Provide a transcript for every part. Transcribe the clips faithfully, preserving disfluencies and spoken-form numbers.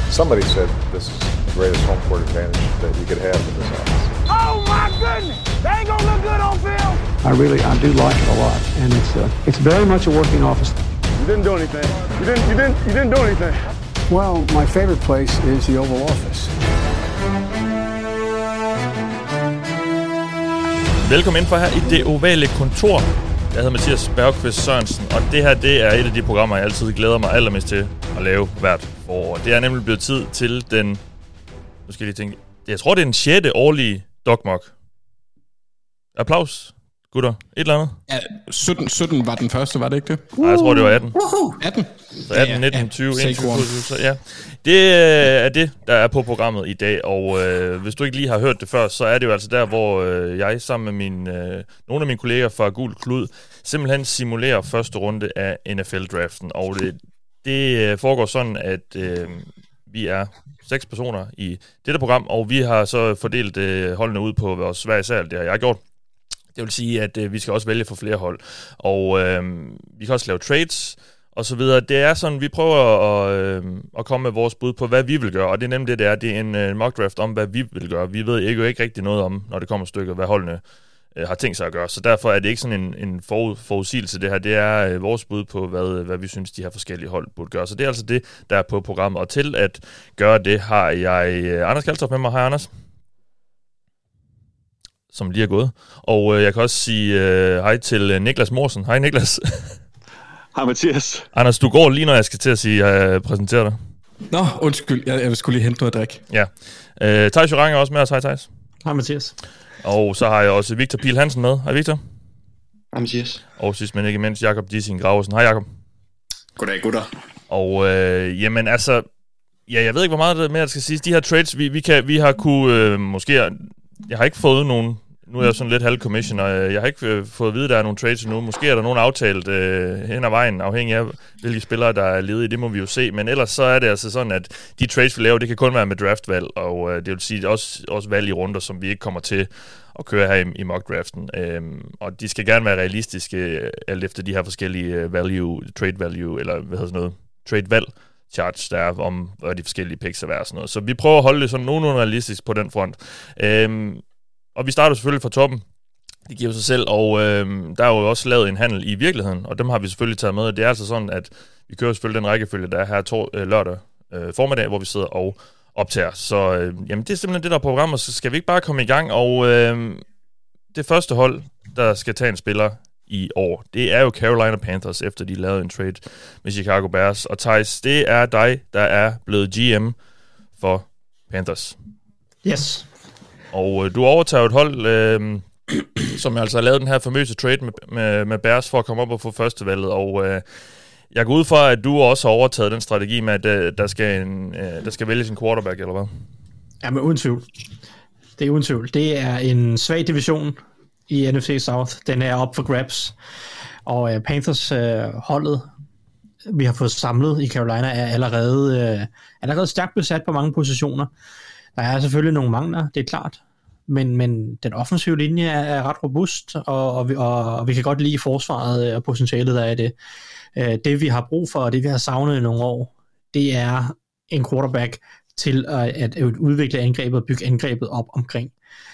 Somebody said this is the greatest home court advantage that you could have in this office. Oh my goodness! They ain't gonna look good on film. I really, I do like it a lot, and it's uh, it's very much a working office. You didn't do anything. You didn't. You didn't. You didn't do anything. Well, my favorite place is the Oval Office. Velkommen indenfor her i det ovale kontor. Jeg hedder Mathias Bergqvist Sørensen, og det her det er et af de programmer, jeg altid glæder mig allermest til at lave hvert forår. Det er nemlig blevet tid til den, nu skal jeg lige tænke, jeg tror det er den sjette årlige Dogmok. Applaus, gutter. Et eller andet? Ja, sytten, sytten var den første, var det ikke det? Nej, jeg tror det var atten. atten? Så atten, nitten, tyve, enogtyve, toogtyve, så ja. Det er det, der er på programmet i dag, og øh, hvis du ikke lige har hørt det før, så er det jo altså der, hvor øh, jeg sammen med min, øh, nogle af mine kolleger fra Gul Klud simpelthen simulerer første runde af N F L-draften, og det, det foregår sådan, at øh, vi er seks personer i dette program, og vi har så fordelt øh, holdene ud på vores hver især, det har jeg gjort. Det vil sige, at øh, vi skal også vælge for flere hold, og øh, vi kan også lave trades og så videre. Det er sådan, vi prøver at, øh, at komme med vores bud på, hvad vi vil gøre, og det er nemlig det, det er. Det er en øh, mock draft om, hvad vi vil gøre. Vi ved ikke, jo ikke rigtig noget om, når det kommer stykket, hvad holdene øh, har tænkt sig at gøre. Så derfor er det ikke sådan en, en forud, forudsigelse, det her. Det er øh, vores bud på, hvad, hvad vi synes, de her forskellige hold burde gøre. Så det er altså det, der er på programmet. Og til at gøre det, har jeg øh, Anders Kaltoft med mig. Hej, Anders. Som lige er gået. Og øh, jeg kan også sige øh, hej til øh, Niklas Morsen. Hej, Niklas. Hej, Mathias. Anders, du går lige, når jeg skal til at sige, uh, præsentere dig. Nå, undskyld. Jeg, jeg skulle lige hente noget at drikke. Ja. Uh, Thijs Jørang er også med os. Hej, Thijs. Hej, Mathias. Og så har jeg også Victor Pihl Hansen med. Hej, Victor. Hej, Mathias. Og sidst men ikke mindst, Jakob Dissing Graversen. Hej, Jakob. Goddag, gutter. Og øh, jamen altså, ja, jeg ved ikke, hvor meget mere jeg skal sige. De her trades, vi, vi, kan, vi har kunne, øh, måske, jeg har ikke fået nogen. Nu er jeg sådan lidt halv-commission, og jeg har ikke øh, fået at vide, at der er nogle trades endnu. Måske er der nogen aftalt øh, hen ad vejen, afhængig af, hvilke spillere, der er ledige. Det må vi jo se. Men ellers så er det altså sådan, at de trades, vi laver, det kan kun være med draftvalg. Og øh, det vil sige også, også valg i runder, som vi ikke kommer til at køre her i, i mock-draften. Øhm, og de skal gerne være realistiske, alt efter de her forskellige value, trade value, eller hvad hedder sådan noget, trade-valg charts, der er om, hvad de forskellige picks er værd og sådan noget. Så vi prøver at holde det sådan nogenlunde realistisk på den front. Øhm, Og vi starter selvfølgelig fra toppen. Det giver sig selv, og øh, der er jo også lavet en handel i virkeligheden, og dem har vi selvfølgelig taget med. Det er altså sådan, at vi kører selvfølgelig den rækkefølge, der er her tor- øh, lørdag øh, formiddag, hvor vi sidder og optager. Så øh, jamen, det er simpelthen det, der er på programmet, så skal vi ikke bare komme i gang. Og øh, det første hold, der skal tage en spiller i år, det er jo Carolina Panthers, efter de lavede en trade med Chicago Bears. Og Thijs, det er dig, der er blevet G M for Panthers. Yes. Og øh, du overtager et hold, øh, som altså har lavet den her famøse trade med, med, med Bears for at komme op og få førstevalget. Og øh, jeg går ud fra, at du også har overtaget den strategi med, at øh, der, skal en, øh, der skal vælges en quarterback, eller hvad? Ja, men uden tvivl. Det er uden tvivl. Det er en svag division i N F C South. Den er op for grabs. Og øh, Panthers øh, holdet, vi har fået samlet i Carolina, er allerede, øh, allerede stærkt besat på mange positioner. Der er selvfølgelig nogle mangler, det er klart, men, men den offensive linje er, er ret robust, og, og, vi, og, og vi kan godt lide forsvaret og potentialet, der er i det. Det vi har brug for, og det vi har savnet i nogle år, det er en quarterback til at, at udvikle angrebet og bygge angrebet op omkring.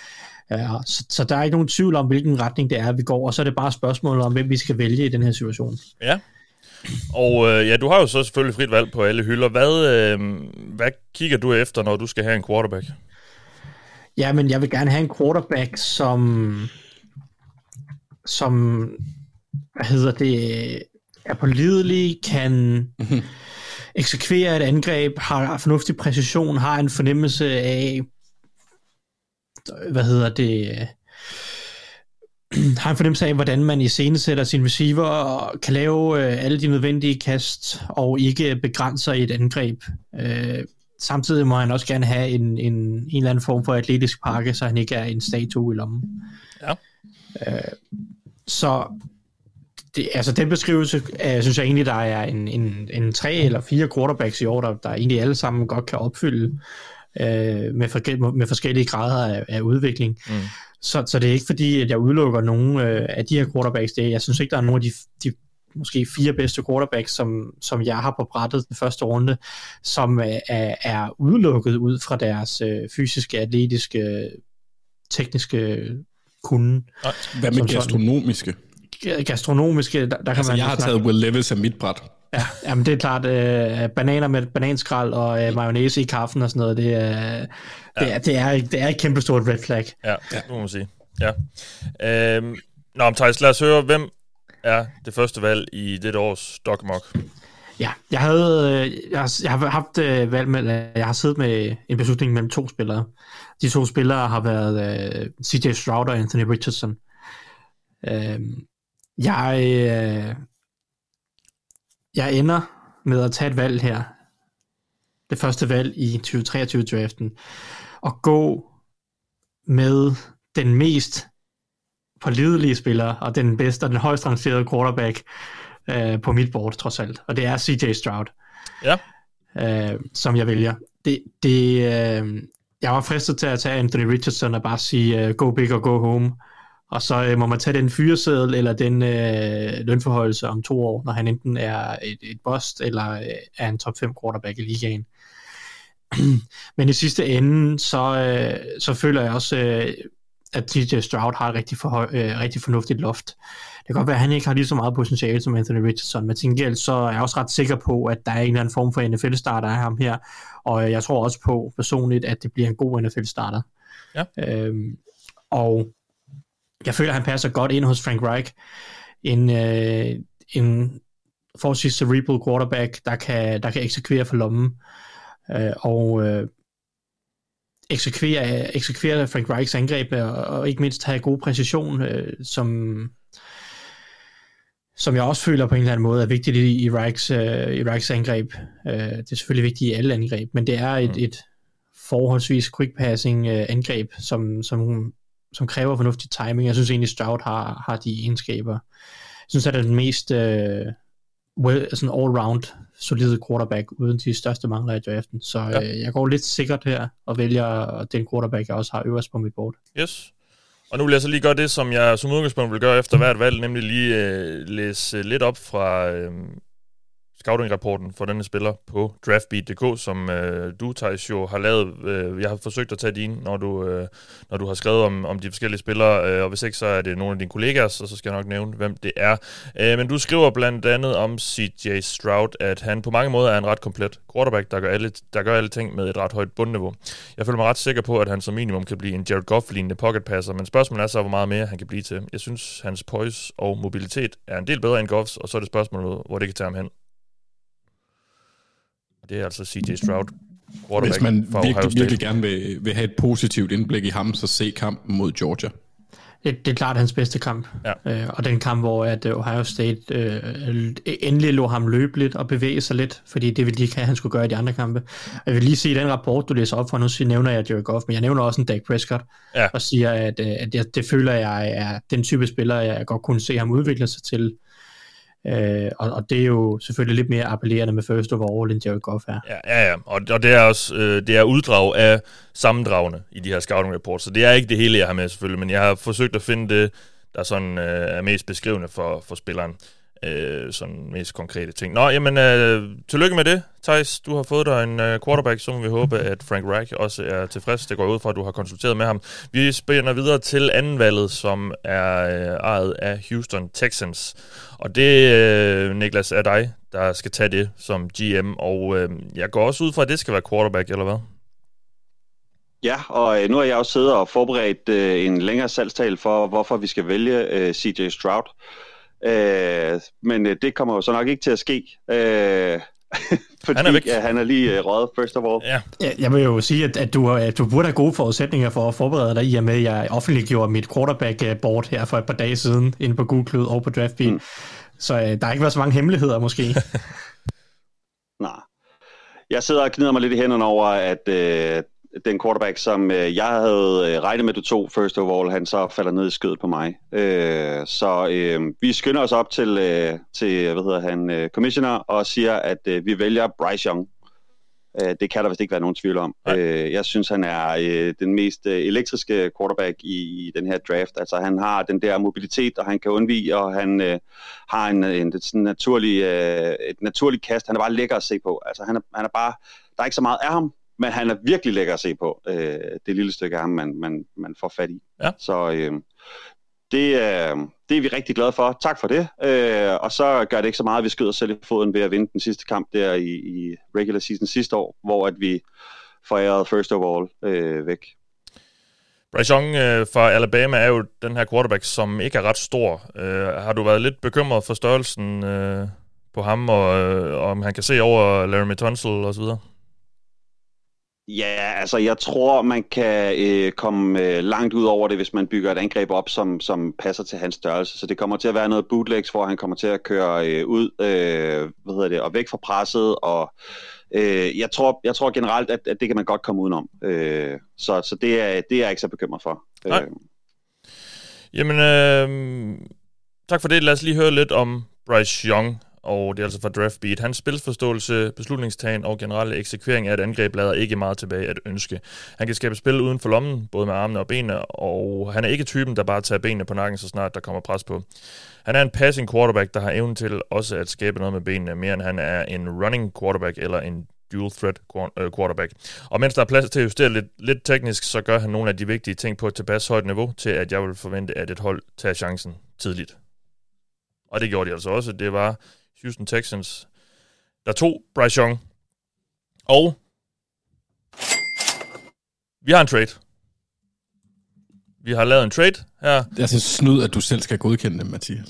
Så, så der er ikke nogen tvivl om, hvilken retning det er, vi går, og så er det bare spørgsmålet om, hvem vi skal vælge i den her situation. Ja. Og øh, ja, du har jo så selvfølgelig frit valg på alle hylder. Hvad, øh, hvad kigger du efter, når du skal have en quarterback? Ja, men jeg vil gerne have en quarterback, som, som hvad hedder det, er pålidelig, kan mm-hmm. eksekvere et angreb, har fornuftig præcision, har en fornemmelse af, hvad hedder det, har en fornemmelse af, hvordan man iscenesætter sin receiver og kan lave øh, alle de nødvendige kast og ikke begrænser i et angreb. Øh, samtidig må han også gerne have en, en, en eller anden form for atletisk pakke, så han ikke er en statue i lommen. Ja. Øh, så det, altså den beskrivelse, øh, synes jeg egentlig, der er en, en, en tre eller fire quarterbacks i år, der, der egentlig alle sammen godt kan opfylde øh, med, for, med forskellige grader af, af udvikling. Mm. Så, så det er ikke fordi, at jeg udelukker nogen øh, af de her quarterbacks. Det, jeg synes ikke, der er nogen af de, de måske fire bedste quarterbacks, som, som jeg har på brættet den første runde, som er, er udelukket ud fra deres øh, fysiske, atletiske, tekniske kunde. Hvad med gastronomiske? Sådan, gastronomiske, der, der altså, kan man... jeg har taget Will Levis af mit bræt. Ja, jamen det er klart, øh, bananer med bananskrald og øh, mayonnaise i kaffen og sådan noget, det er, ja. det er, det er, det er et kæmpestort red flag. Ja, det må man sige. Ja. Øhm, nå, men Thijs, lad os høre, hvem er det første valg i dette års Doc Mock? Ja, jeg havde, jeg har, jeg har haft øh, valg med, jeg har siddet med en beslutning mellem to spillere. De to spillere har været øh, C J Stroud og Anthony Richardson. Øh, jeg... Øh, Jeg ender med at tage et valg her, det første valg i tyve treogtyve-draften, og gå med den mest pålidelige spiller, og den bedste og den højst rangerede quarterback øh, på mit board, trods alt. Og det er C J Stroud, ja. øh, som jeg vælger. Det, det, øh, jeg var fristet til at tage Anthony Richardson og bare sige, uh, go big og go home. Og så øh, må man tage den fyreseddel eller den øh, lønforhøjelse om to år, når han enten er et, et bust eller øh, er en top fem quarterback i ligaen. Men i sidste ende, så, øh, så føler jeg også, øh, at T J Stroud har et rigtig, for, øh, rigtig fornuftigt loft. Det kan godt være, at han ikke har lige så meget potentiale som Anthony Richardson, men til gengæld så er jeg også ret sikker på, at der er en eller anden form for N F L-starter af ham her, og jeg tror også på personligt, at det bliver en god N F L-starter. Ja. Øhm, og jeg føler, at han passer godt ind hos Frank Reich. En, øh, en forholdsvis cerebral quarterback, der kan, der kan eksekvere for lommen. Øh, og øh, eksekvere, eksekvere Frank Reichs angreb, og, og ikke mindst have god præcision, øh, som, som jeg også føler på en eller anden måde er vigtigt i, i, Reichs, øh, i Reichs angreb. Øh, det er selvfølgelig vigtigt i alle angreb, men det er et, mm. et forholdsvis quick passing øh, angreb, som, som som kræver fornuftig timing. Jeg synes egentlig, Stroud har, har de egenskaber. Jeg synes, at det er den mest øh, well, sådan all-round solide quarterback, uden de største mangler i draften. Så ja. øh, jeg går lidt sikkert her, og vælger den quarterback, jeg også har øverst på mit board. Yes. Og nu vil jeg så lige gøre det, som jeg som udgangspunkt vil gøre efter hvert valg, nemlig lige øh, læse lidt op fra... Øh, scouting-rapporten for denne spiller på draftbeat punktum d k, som øh, du, Thijs, jo har lavet. Øh, jeg har forsøgt at tage din, når du, øh, når du har skrevet om, om de forskellige spillere, øh, og hvis ikke, så er det nogle af dine kollegaer, så, så skal jeg nok nævne, hvem det er. Øh, men du skriver blandt andet om C J Stroud, at han på mange måder er en ret komplet quarterback, der gør alle, der gør alle ting med et ret højt bundniveau. Jeg føler mig ret sikker på, at han som minimum kan blive en Jared Goff-lignende pocketpasser, men spørgsmålet er så, hvor meget mere han kan blive til. Jeg synes, hans poise og mobilitet er en del bedre end Goffs, og så er det spørgsmålet, hvor det kan tage ham hen. Det er altså C J Stroud, quarterback. Hvis man for virkelig, virkelig gerne vil, vil have et positivt indblik i ham, så se kampen mod Georgia. Det, det er klart hans bedste kamp. Ja. Øh, og den kamp, hvor at Ohio State øh, endelig lå ham løbe lidt og bevæge sig lidt, fordi det ville de ikke have, han skulle gøre i de andre kampe. Jeg vil lige sige, den rapport, du læser op fra, nu siger, nævner jeg Jared Goff, men jeg nævner også en Dak Prescott, ja. og siger, at, at jeg, det føler jeg er den type spiller, jeg godt kunne se ham udvikle sig til. Øh, og, og det er jo selvfølgelig lidt mere appellerende med first overall, end Jared Goff er. Ja, ja, ja. Og, og det er også øh, det er uddrag af sammendragene i de her scouting reports, så det er ikke det hele, jeg har med selvfølgelig, men jeg har forsøgt at finde det, der sådan øh, er mest beskrivende for, for spilleren. Øh, sådan mest konkrete ting. Nå, jamen, øh, tillykke med det, Thijs. Du har fået dig en øh, quarterback, så må vi håbe, at Frank Reich også er tilfreds. Det går ud fra, at du har konsulteret med ham. Vi spænder videre til anden valget, som er øh, ejet af Houston Texans. Og det, øh, Niklas, er dig, der skal tage det som G M. Og øh, jeg går også ud fra, at det skal være quarterback, eller hvad? Ja, og øh, nu har jeg også siddet og forberedt øh, en længere salgstal for, hvorfor vi skal vælge øh, C J Stroud. Øh, men øh, det kommer jo så nok ikke til at ske, øh, fordi han er, væk. Ja, han er lige øh, røget, first of all. Ja. Ja, jeg vil jo sige, at, at, du, at du burde have gode forudsætninger for at forberede dig, i og med, at jeg offentliggjorde mit quarterback-board her for et par dage siden, inde på Google og på DraftBeat. Mm. Så øh, der har ikke været så mange hemmeligheder, måske. Nej. Jeg sidder og gnider mig lidt i hænderne over, at øh, den quarterback, som øh, jeg havde øh, regnet med, du tog first overall, han så falder ned i skødet på mig. Øh, så øh, vi skynder os op til, øh, til hvad hedder han, øh, commissioner, og siger, at øh, vi vælger Bryce Young. Øh, det kan der vist ikke være nogen tvivl om. Øh, jeg synes, han er øh, den mest øh, elektriske quarterback i, i den her draft. Altså, han har den der mobilitet, og han kan undvige, og han øh, har en, en, sådan naturlig, øh, et naturligt kast. Han er bare lækker at se på. Altså, han er, han er bare, der er ikke så meget af ham, men han er virkelig lækker at se på. Øh, det lille stykke af ham, man, man, man får fat i. Ja. Så øh, det, øh, det er vi rigtig glade for. Tak for det. Øh, og så gør det ikke så meget, at vi skyder selv i foden ved at vinde den sidste kamp der i, i regular season sidste år, hvor at vi forærede first overall øh, væk. Bryce Young øh, fra Alabama er jo den her quarterback, som ikke er ret stor. Øh, har du været lidt bekymret for størrelsen øh, på ham, og øh, om han kan se over Laramie Tunsil og så videre? Ja, altså jeg tror, man kan øh, komme øh, langt ud over det, hvis man bygger et angreb op, som, som passer til hans størrelse. Så det kommer til at være noget bootlegs, hvor han kommer til at køre øh, ud øh, hvad hedder det, og væk fra presset. Og øh, jeg, tror, jeg tror generelt, at, at det kan man godt komme udenom. Øh, så så det, er, det er jeg ikke så bekymret for. Nej. Øh. Jamen, øh, tak for det. Lad os lige høre lidt om Bryce Young. Og det er altså fra DraftBeat. Hans spilforståelse, beslutningstagen og generelle eksekvering af et angreb lader ikke meget tilbage at ønske. Han kan skabe spil uden for lommen, både med armene og benene, og han er ikke typen, der bare tager benene på nakken, så snart der kommer pres på. Han er en passing quarterback, der har evnen til også at skabe noget med benene, mere end han er en running quarterback eller en dual threat quarterback. Og mens der er plads til at justere lidt, lidt teknisk, så gør han nogle af de vigtige ting på et tilpas højt niveau, til at jeg vil forvente, at et hold tager chancen tidligt. Og det gjorde de altså også. Det var Houston Texans, der tog Bryce Young. Og vi har en trade. Vi har lavet en trade her. Det er altså snyd, at du selv skal godkende det, Mathias.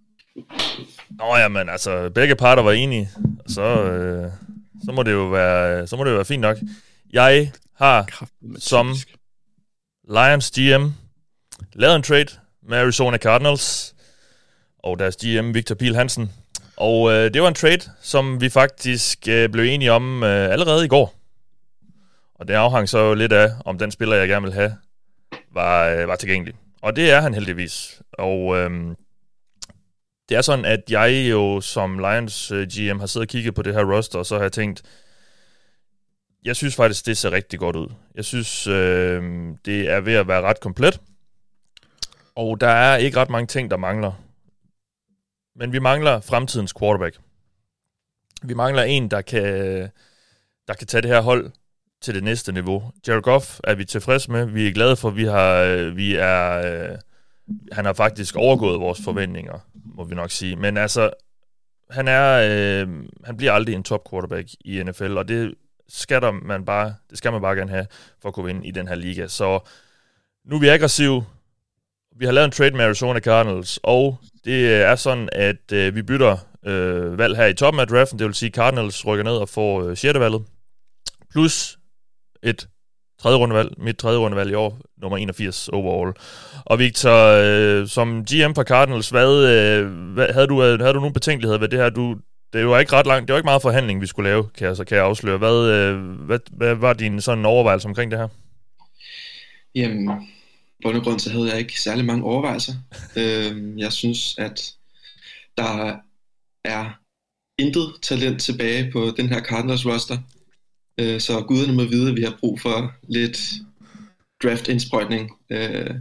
Nå jamen, altså, begge parter var enige. Så, øh, så må det jo være, så må det jo være fint nok. Jeg har som Lions G M lavet en trade med Arizona Cardinals og deres G M Victor Piel Hansen. Og øh, det var en trade, som vi faktisk øh, blev enige om øh, allerede i går. Og det afhang så lidt af, om den spiller, jeg gerne vil have, var, øh, var tilgængelig. Og det er han heldigvis. Og øh, det er sådan, at jeg jo som Lions øh, G M har siddet og kigget på det her roster, og så har jeg tænkt, jeg synes faktisk, det ser rigtig godt ud. Jeg synes, øh, det er ved at være ret komplet. Og der er ikke ret mange ting, der mangler. Men vi mangler fremtidens quarterback. Vi mangler en, der kan, der kan tage det her hold til det næste niveau. Jared Goff er vi tilfredse med. Vi er glade for, at vi har, vi er, han har faktisk overgået vores forventninger, må vi nok sige. Men altså, han, er, øh, han bliver aldrig en top quarterback i N F L, og det skal, der man bare, det skal man bare gerne have for at kunne vinde i den her liga. Så nu er vi aggressive. Vi har lavet en trade med Arizona Cardinals, og det er sådan, at øh, vi bytter øh, valg her i toppen af draften. Det vil sige, at Cardinals rykker ned og får øh, sjette valget. Plus et tredje rundevalg, mit tredje rundevalg i år, nummer enogfirs overall. Og Victor, øh, som G M for Cardinals, hvad, øh, hvad, havde, du, havde du nogle betænkeligheder ved det her? Du, det var ikke ret langt, det var ikke meget forhandling, vi skulle lave, kan jeg, så kan jeg afsløre. Hvad, øh, hvad, hvad var din sådan overvejelse omkring det her? Jamen, på den grund så havde jeg ikke særlig mange overvejelser. øh, jeg synes, at der er intet talent tilbage på den her Cardinals roster. Øh, så guderne må vide, at vi har brug for lidt draft-indsprøjtning. Øh,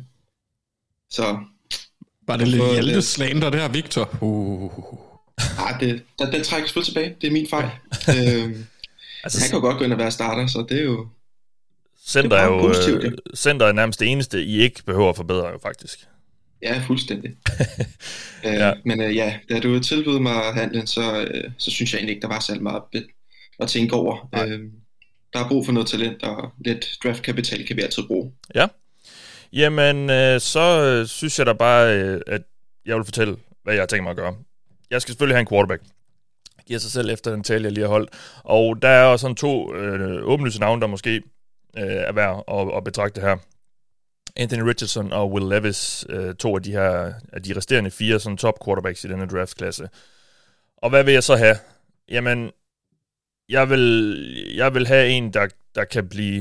så var det lidt hjelteslander der, Victor? Uh. Ah, det, den, den trækker selvfølgelig tilbage. Det er min fejl. øh, altså, han kan jo godt gå ind og være starter, så det er jo... Center er, er jo positivt, ja. Center er nærmest det eneste, I ikke behøver at forbedre, jo faktisk. Ja, fuldstændig. øh, ja. Men øh, ja, da du tilbød mig handlen, så, øh, så synes jeg egentlig ikke, der var særlig meget at tænke over. Øh, der er brug for noget talent, og lidt draftkapital kan vi altid bruge. Ja. Jamen, øh, så øh, synes jeg da bare, øh, at jeg vil fortælle, hvad jeg har tænkt mig at gøre. Jeg skal selvfølgelig have en quarterback. Jeg giver sig selv efter den tale, jeg lige har holdt. Og der er sådan to øh, åbenlyse navne, der måske er værd at, at betragte her. Anthony Richardson og Will Levis, øh, to af de her af de resterende fire sådan top quarterbacks i denne draftklasse. Og hvad vil jeg så have? Jamen, jeg vil, jeg vil have en, der, der kan blive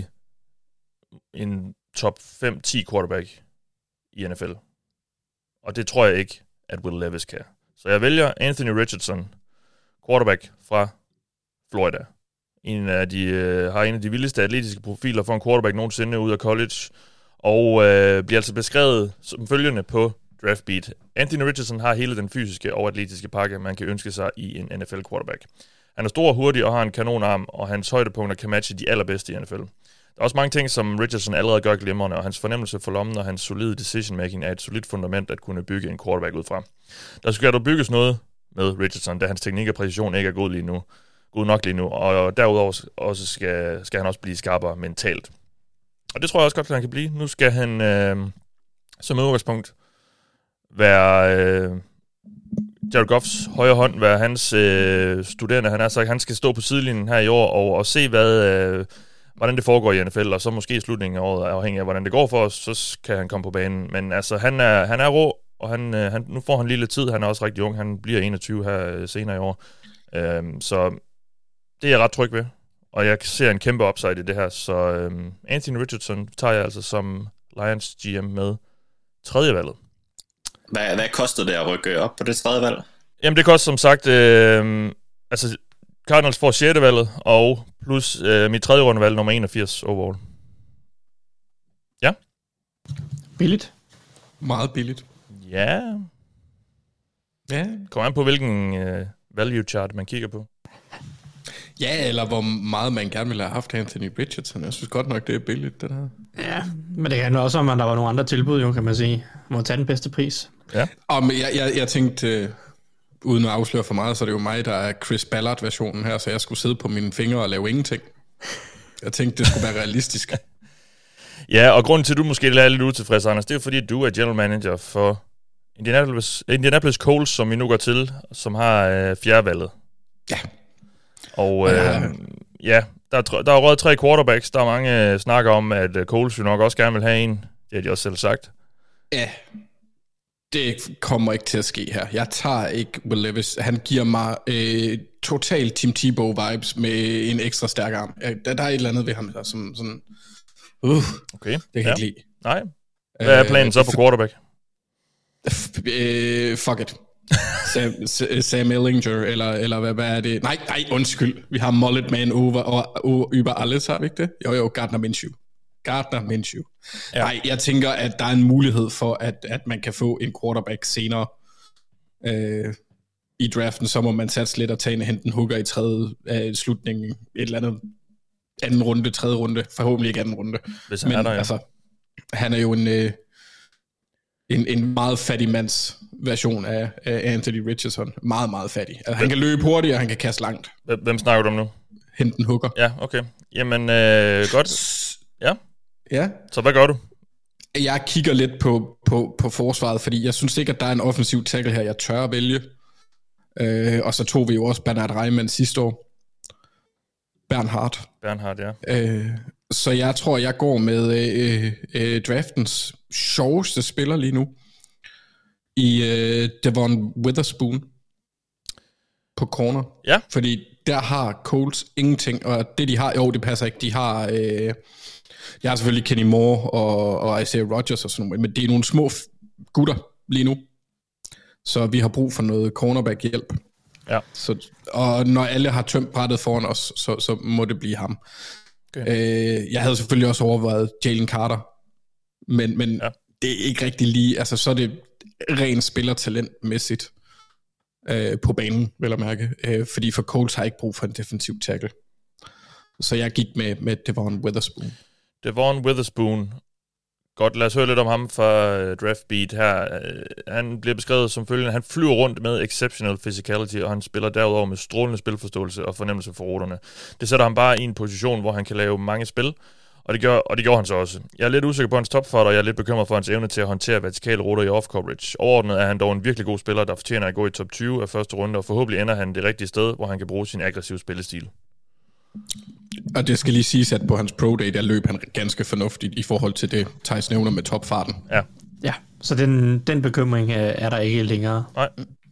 en top fem ti quarterback i N F L. Og det tror jeg ikke, at Will Levis kan. Så jeg vælger Anthony Richardson, quarterback fra Florida. En af de, øh, har en af de vildeste atletiske profiler for en quarterback nogensinde ud af college, og øh, bliver altså beskrevet som følgende på DraftBeat. Anthony Richardson har hele den fysiske og atletiske pakke, man kan ønske sig i en N F L-quarterback. Han er stor og hurtig og har en kanonarm, og hans højdepunkter kan matche de allerbedste i N F L. Der er også mange ting, som Richardson allerede gør glimrende, og hans fornemmelse for lommen og hans solide decision-making er et solidt fundament at kunne bygge en quarterback ud fra. Der skal dog bygges noget med Richardson, da hans teknik og præcision ikke er god lige nu. God nok lige nu, og derudover også skal, skal han også blive skarpere mentalt. Og det tror jeg også godt, at han kan blive. Nu skal han øh, som udgangspunkt være øh, Jared Goffs højre hånd, være hans øh, studerende. Han er sagt, han skal stå på sidelinjen her i år og, og se, hvad, øh, hvordan det foregår i N F L, og så måske i slutningen af året, afhængig af, hvordan det går for os, så kan han komme på banen. Men altså, han er, han er rå, og han, øh, han, nu får han lige lidt tid. Han er også rigtig ung. Han bliver enogtyve her øh, senere i år. Øh, så det er jeg ret tryg ved. Og jeg ser en kæmpe upside i det her. Så øh, Anthony Richardson tager jeg altså som Lions G M med tredje valget. Hvad, hvad koster det at rykke op på det tredje valg? Jamen det koster som sagt, øh, altså Cardinals får sjette valget, og plus øh, mit tredje rundevalg nummer enogfirs overall. Ja. Billigt. Meget billigt. Ja. Ja. Kommer an på, hvilken øh, value chart man kigger på. Ja, eller hvor meget man gerne ville have haft Anthony Richardson. Jeg synes godt nok, det er billigt, det her. Ja, men det handler også om, at der var nogle andre tilbud, jo, kan man sige. Må tage den bedste pris. Ja. Om, jeg, jeg, jeg tænkte, uh, uden at afsløre for meget, så er det jo mig, der er Chris Ballard-versionen her, så jeg skulle sidde på mine fingre og lave ingenting. Jeg tænkte, det skulle være realistisk. Ja, og grunden til, at du måske er lidt utilfreds, Anders, det er fordi, du er general manager for Indianapolis, Indianapolis Colts, som vi nu går til, som har øh, fjerdevalget. Ja. Og øh, ja, der, der er røget tre quarterbacks. Der er mange øh, snakker om, at øh, Colts jo nok også gerne vil have en. Det har de også selv sagt. Ja, det kommer ikke til at ske her. Jeg tager ikke Will Levis. Han giver mig øh, total Tim Tebow-vibes med en ekstra stærk arm. Der, der er et eller andet ved ham, der som sådan... Uh, okay. Det kan ja. jeg ikke lide. Nej. Hvad er planen øh, så for quarterback? Øh, fuck it. Sam, Sam Ellinger, eller, eller hvad, hvad er det? Nej, nej, undskyld. Vi har Mullet Man over, og, og über alles, har vi ikke det? Jo, jo, Gardner Minshew. Gardner Minshew. Ja. Nej, jeg tænker, at der er en mulighed for, at, at man kan få en quarterback senere øh, i draften. Så må man satse lidt og tage en henten hooker i tredje øh, slutningen. Et eller andet anden runde, tredje runde. Forhåbentlig ikke anden runde. Hvis han Men er der, ja. altså, han er jo en... Øh, En, en meget fattig mands version af, af Anthony Richardson. Meget, meget fattig. Altså, han kan løbe hurtigt, og han kan kaste langt. Hvem snakker du om nu? Henten hooker. Ja, okay. Jamen, øh, godt. Ja. Ja. Så hvad gør du? Jeg kigger lidt på, på, på forsvaret, fordi jeg synes ikke, at der er en offensiv tackle her, jeg tør at vælge. Øh, og så tog vi jo også Bernhard Reimann sidste år. Bernhard. Bernhard, ja. Øh, så jeg tror, jeg går med øh, øh, draftens sjoveste spiller lige nu. I øh, Devon Witherspoon på corner. Ja. Fordi der har Colts ingenting, og det de har, jo det passer ikke, de har, øh, de har selvfølgelig Kenny Moore og, og Isaiah Rodgers og sådan noget, men det er nogle små gutter lige nu. Så vi har brug for noget cornerback-hjælp. Ja. Så, og når alle har tømt brættet foran os, så, så må det blive ham. Okay. Øh, jeg havde selvfølgelig også overvejet Jalen Carter, men, men ja. Det er ikke rigtig lige, altså så er det ren spillertalentmæssigt øh, på banen, vil jeg mærke, øh, fordi for Colts har ikke brug for en defensiv tackle. Så jeg gik med, med Devon Witherspoon. Devon Witherspoon. Godt, lad os høre lidt om ham fra uh, DraftBeat her. Uh, han bliver beskrevet som følgende. Han flyver rundt med exceptional physicality, og han spiller derudover med strålende spilforståelse og fornemmelse for ruterne. Det sætter ham bare i en position, hvor han kan lave mange spil, og det, gør, og det gjorde han så også. Jeg er lidt usikker på hans topfart, og jeg er lidt bekymret for hans evne til at håndtere vertikale ruter i off-coverage. Overordnet er han dog en virkelig god spiller, der fortjener at gå i top tyve af første runde, og forhåbentlig ender han det rigtige sted, hvor han kan bruge sin aggressive spillestil. Og det skal lige siges, at på hans pro-day, der løb han ganske fornuftigt i forhold til det, Theis nævner med topfarten. Ja. Ja, så den, den bekymring er der ikke længere. Nej.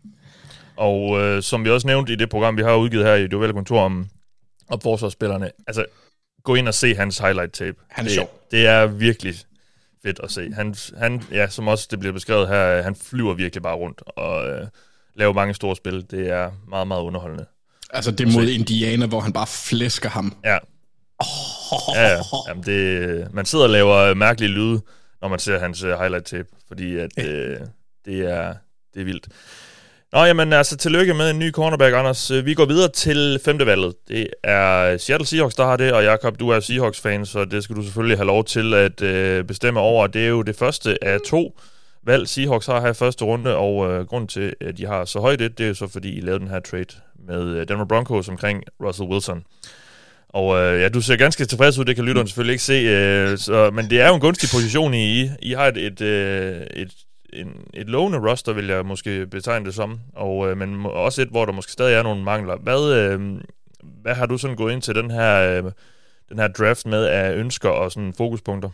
Og øh, som vi også nævnte i det program, vi har udgivet her i Duvel Kontor om, om forsvarsspillerne, altså gå ind og se hans highlight tape. Han er det, sjov. Det er virkelig fedt at se. Han, han, ja, som også det bliver beskrevet her, han flyver virkelig bare rundt og øh, laver mange store spil. Det er meget, meget underholdende. Altså det mod Indiana, hvor han bare flæsker ham. Ja. Oh. Ja, ja. Jamen det, man sidder og laver mærkelige lyde, når man ser hans highlight tape, fordi at, øh, det, er, det er vildt. Nå, jamen altså, tillykke med en ny cornerback, Anders. Vi går videre til femtevalget. Det er Seattle Seahawks, der har det, og Jakob, du er Seahawks-fan, så det skal du selvfølgelig have lov til at øh, bestemme over. Det er jo det første af to valg, Seahawks har her i første runde, og øh, grunden til, at de har så højt det, det er jo så, fordi I lavede den her trade med Denver Broncos omkring Russell Wilson. Og øh, ja, du ser ganske tilfreds ud, det kan lytteren selvfølgelig ikke se, øh, så, men det er jo en gunstig position, I I. I har et, et, øh, et, en, et lovende roster, vil jeg måske betegne det som, og, øh, men også et, hvor der måske stadig er nogle mangler. Hvad, øh, hvad har du sådan gået ind til den her, øh, den her draft med af ønsker og sådan fokuspunkter?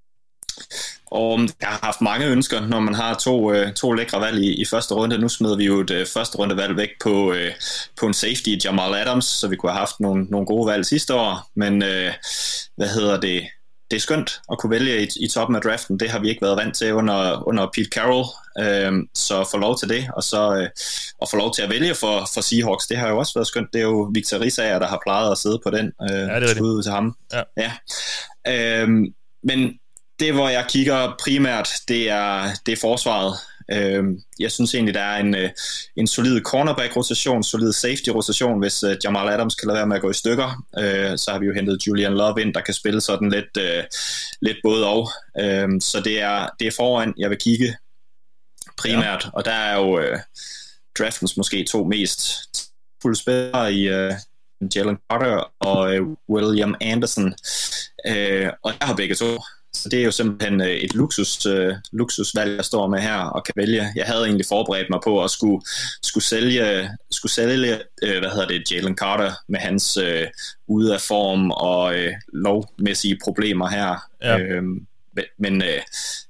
Og jeg har haft mange ønsker, når man har to, øh, to lækre valg i, i første runde. Nu smider vi jo et øh, første runde valg væk på, øh, på en safety, Jamal Adams, så vi kunne have haft nogle, nogle gode valg sidste år. Men øh, hvad hedder det? Det er skønt at kunne vælge i, i toppen af draften. Det har vi ikke været vant til under, under Pete Carroll. Øh, så få lov til det, og så øh, og få lov til at vælge for, for Seahawks. Det har jo også været skønt. Det er jo Victor Risager, der har plejet at sidde på den. Øh, ja, det er ud til ham. Ja. Ja. Øh, men det, hvor jeg kigger primært, det er, det er forsvaret. Jeg synes egentlig, der er en, en solid cornerback-rotation, solid safety-rotation, hvis Jamal Adams kan lade være med at gå i stykker. Så har vi jo hentet Julian Love ind, der kan spille sådan lidt, lidt både og. Så det er, det er foran, jeg vil kigge primært. Ja. Og der er jo uh, draftens måske to mest fulde spillere i uh, Jalen Carter og uh, William Anderson. Uh, og der har begge to. Så det er jo simpelthen et luksus, uh, luksusvalg, jeg står med her og kan vælge. Jeg havde egentlig forberedt mig på at skulle, skulle sælge, skulle sælge uh, hvad hedder det, Jalen Carter med hans uh, ude af form og uh, lovmæssige problemer her. Ja. Uh, men uh,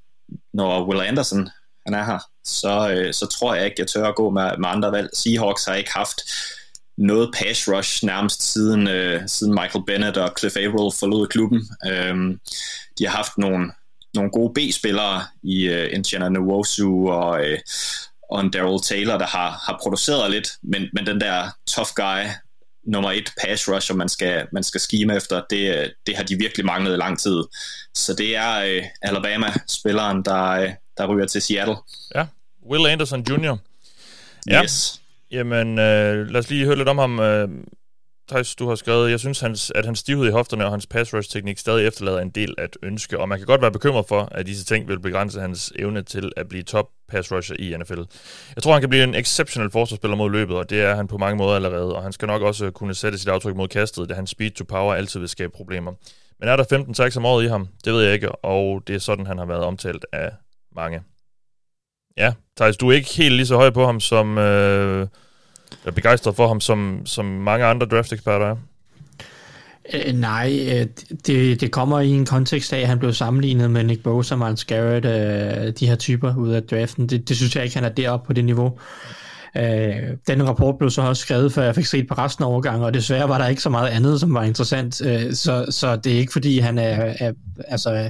når Will Anderson han er her, så, uh, så tror jeg ikke, jeg tør at gå med, med andre valg. Seahawks har ikke haft noget pass rush nærmest siden, øh, siden Michael Bennett og Cliff Averill forlod klubben. Øhm, de har haft nogle, nogle gode B-spillere i øh, Uchenna Nwosu og, øh, og en Darrell Taylor, der har, har produceret lidt, men, men den der tough guy, nummer et pass rush, man skal, man skal scheme efter, det, det har de virkelig manglet i lang tid. Så det er øh, Alabama-spilleren, der, øh, der ryger til Seattle. Ja, Will Anderson junior Ja. Yes. Jamen, øh, lad os lige høre lidt om ham. Øh, Thijs, du har skrevet, jeg synes, hans, at hans stivhed i hofterne og hans pass rush teknik stadig efterlader en del at ønske, og man kan godt være bekymret for, at disse ting vil begrænse hans evne til at blive top pass rusher i N F L. Jeg tror, han kan blive en exceptionel forsvarsspiller mod løbet, og det er han på mange måder allerede, og han skal nok også kunne sætte sit aftryk mod kastet, da hans speed to power altid vil skabe problemer. Men er der femten sacks om året i ham? Det ved jeg ikke, og det er sådan, han har været omtalt af mange. Ja, Thijs, du er ikke helt lige så høj på ham, som øh, er begejstret for ham, som, som mange andre draft-eksperter er. Øh, nej, det, det kommer i en kontekst af, at han blev sammenlignet med Nick Bosa, Myles Garrett, øh, de her typer ud af draften. Det, det synes jeg ikke, han er deroppe på det niveau. Øh, den rapport blev så også skrevet, før jeg fik set på resten af overgangen, og desværre var der ikke så meget andet, som var interessant. Øh, så, så det er ikke fordi, han er, er altså...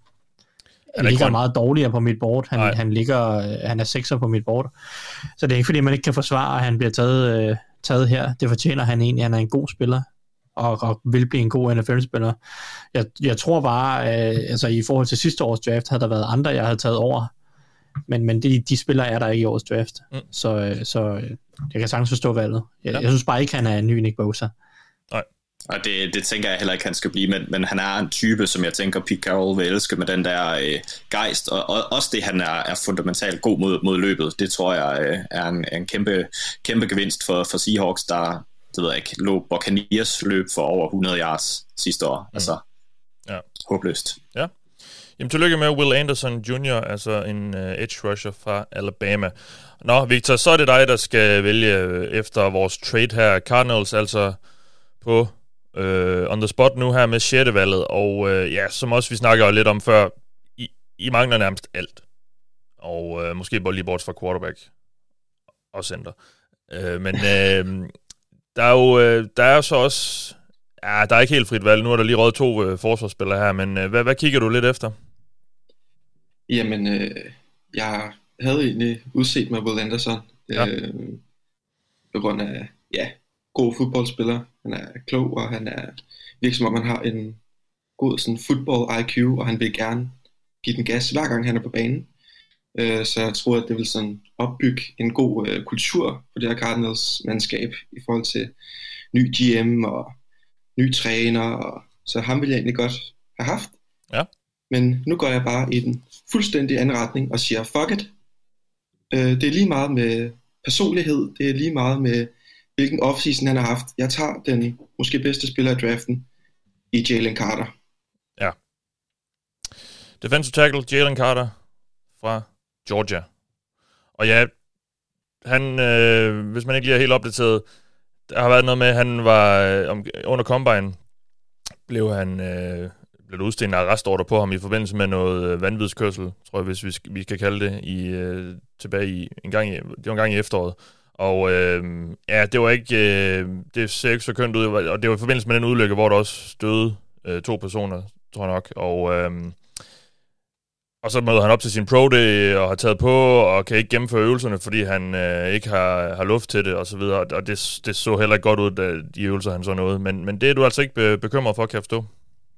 Han ligger meget dårligere på mit board. Han, han ligger, han er sekser på mit board. Så det er ikke fordi, man ikke kan forsvare, at han bliver taget, øh, taget her. Det fortjener han egentlig. Han er en god spiller, og, og vil blive en god N F L-spiller. Jeg, jeg tror bare, øh, altså i forhold til sidste års draft, havde der været andre, jeg havde taget over. Men, men de, de spillere er der ikke i årets draft. Mm. Så, øh, så øh, jeg kan sagtens forstå valget. Jeg, ja. jeg synes bare ikke, han er en ny Nick Bosa. Nej. Og det, det tænker jeg heller ikke, han skal blive, men, men han er en type, som jeg tænker, Pete Carroll vil elske med den der øh, gejst, og, og også det, han er, er fundamentalt god mod, mod løbet, det tror jeg øh, er en, en kæmpe, kæmpe gevinst for, for Seahawks, der, det ved jeg ikke, lå Buccaneers løb for over hundrede yards sidste år. Mm. Altså, ja. Håbløst. Ja. Jamen, tillykke med Will Anderson junior, altså en uh, edge rusher fra Alabama. Nå, Victor, så er det dig, der skal vælge efter vores trade her. Cardinals altså på uh, on the spot nu her med sjette valget, og uh, ja, som også vi snakker lidt om før, I, I mangler nærmest alt. Og uh, måske bare lige bort fra quarterback og center. Uh, men uh, der er jo uh, der er så også... Ja, der er ikke helt frit valg. Nu er der lige røget to øh, forsvarsspillere her, men øh, hvad, hvad kigger du lidt efter? Jamen, øh, jeg havde egentlig udset med Will Anderson, øh, ja. på grund af, ja, god fodboldspiller. Han er klog, og han er virkelig som om han har en god sådan, football I Q, og han vil gerne give den gas, hver gang han er på banen. Øh, så jeg tror, at det vil sådan opbygge en god øh, kultur for det her Cardinals-mandskab i forhold til ny G M og ny træner. Og, så ham vil jeg egentlig godt have haft. Ja. Men nu går jeg bare i den fuldstændig anden retning og siger, fuck it. Øh, det er lige meget med personlighed, det er lige meget med, hvilken offseason han har haft. Jeg tager den måske bedste spiller i draften i Jalen Carter. Ja. Defensive tackle, Jalen Carter fra Georgia. Og ja, han, øh, hvis man ikke lige er helt opdateret, der har været noget med, at han var øh, om, under Combine, blev han øh, blev udstedt en arrestordre på ham i forbindelse med noget øh, vanvidskørsel, tror jeg, hvis vi, vi kan kalde det, i, øh, tilbage i en gang i, det var en gang i efteråret. Og øh, ja, det var ikke, øh, det ser ikke så kønt ud, og det var i forbindelse med den ulykke, hvor der også døde øh, to personer, tror jeg nok, og øh, og så møder han op til sin pro day og har taget på og kan ikke gennemføre øvelserne, fordi han øh, ikke har, har luft til det og så videre, og det, det så heller ikke godt ud, da de øvelser han så nåede, men, men det er du altså ikke be- bekymret for, kan jeg forstå?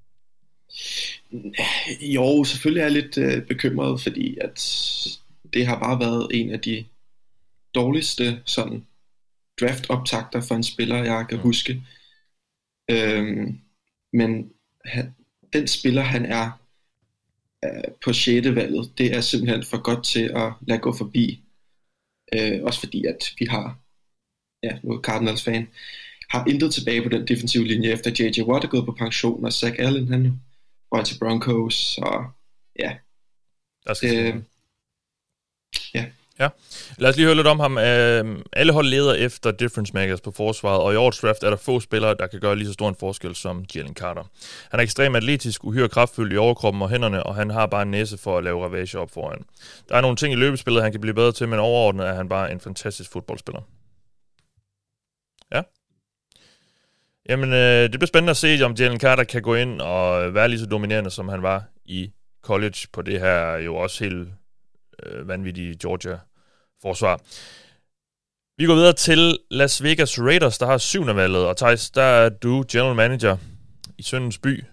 Jo, selvfølgelig er jeg lidt øh, bekymret, fordi at det har bare været en af de dårligste sådan draft-optakter for en spiller, jeg kan huske. Øhm, men han, den spiller, han er øh, på sjette valget, det er simpelthen for godt til at lade gå forbi. Øh, også fordi, at vi har, ja, nu er Cardinals-fan, har intet tilbage på den defensive linje, efter J J Watt er gået på pension, og Zach Allen, han røg til Broncos, og ja. Øh, ja. Ja. Lad os lige høre lidt om ham. Uh, alle hold leder efter difference makers på forsvaret, og i årets draft er der få spillere, der kan gøre lige så stor en forskel som Jalen Carter. Han er ekstremt atletisk, uhyre kraftfyldt i overkroppen og hænderne, og han har bare en næse for at lave ravage op foran. Der er nogle ting i løbespillet, han kan blive bedre til, men overordnet er han bare en fantastisk fodboldspiller. Ja. Jamen, øh, det bliver spændende at se, om Jalen Carter kan gå ind og være lige så dominerende, som han var i college på det her jo også helt øh, vanvittige Georgia-forsvar. Vi går videre til Las Vegas Raiders, der har syvende valget, og Thijs, der er du general manager i Søndens By.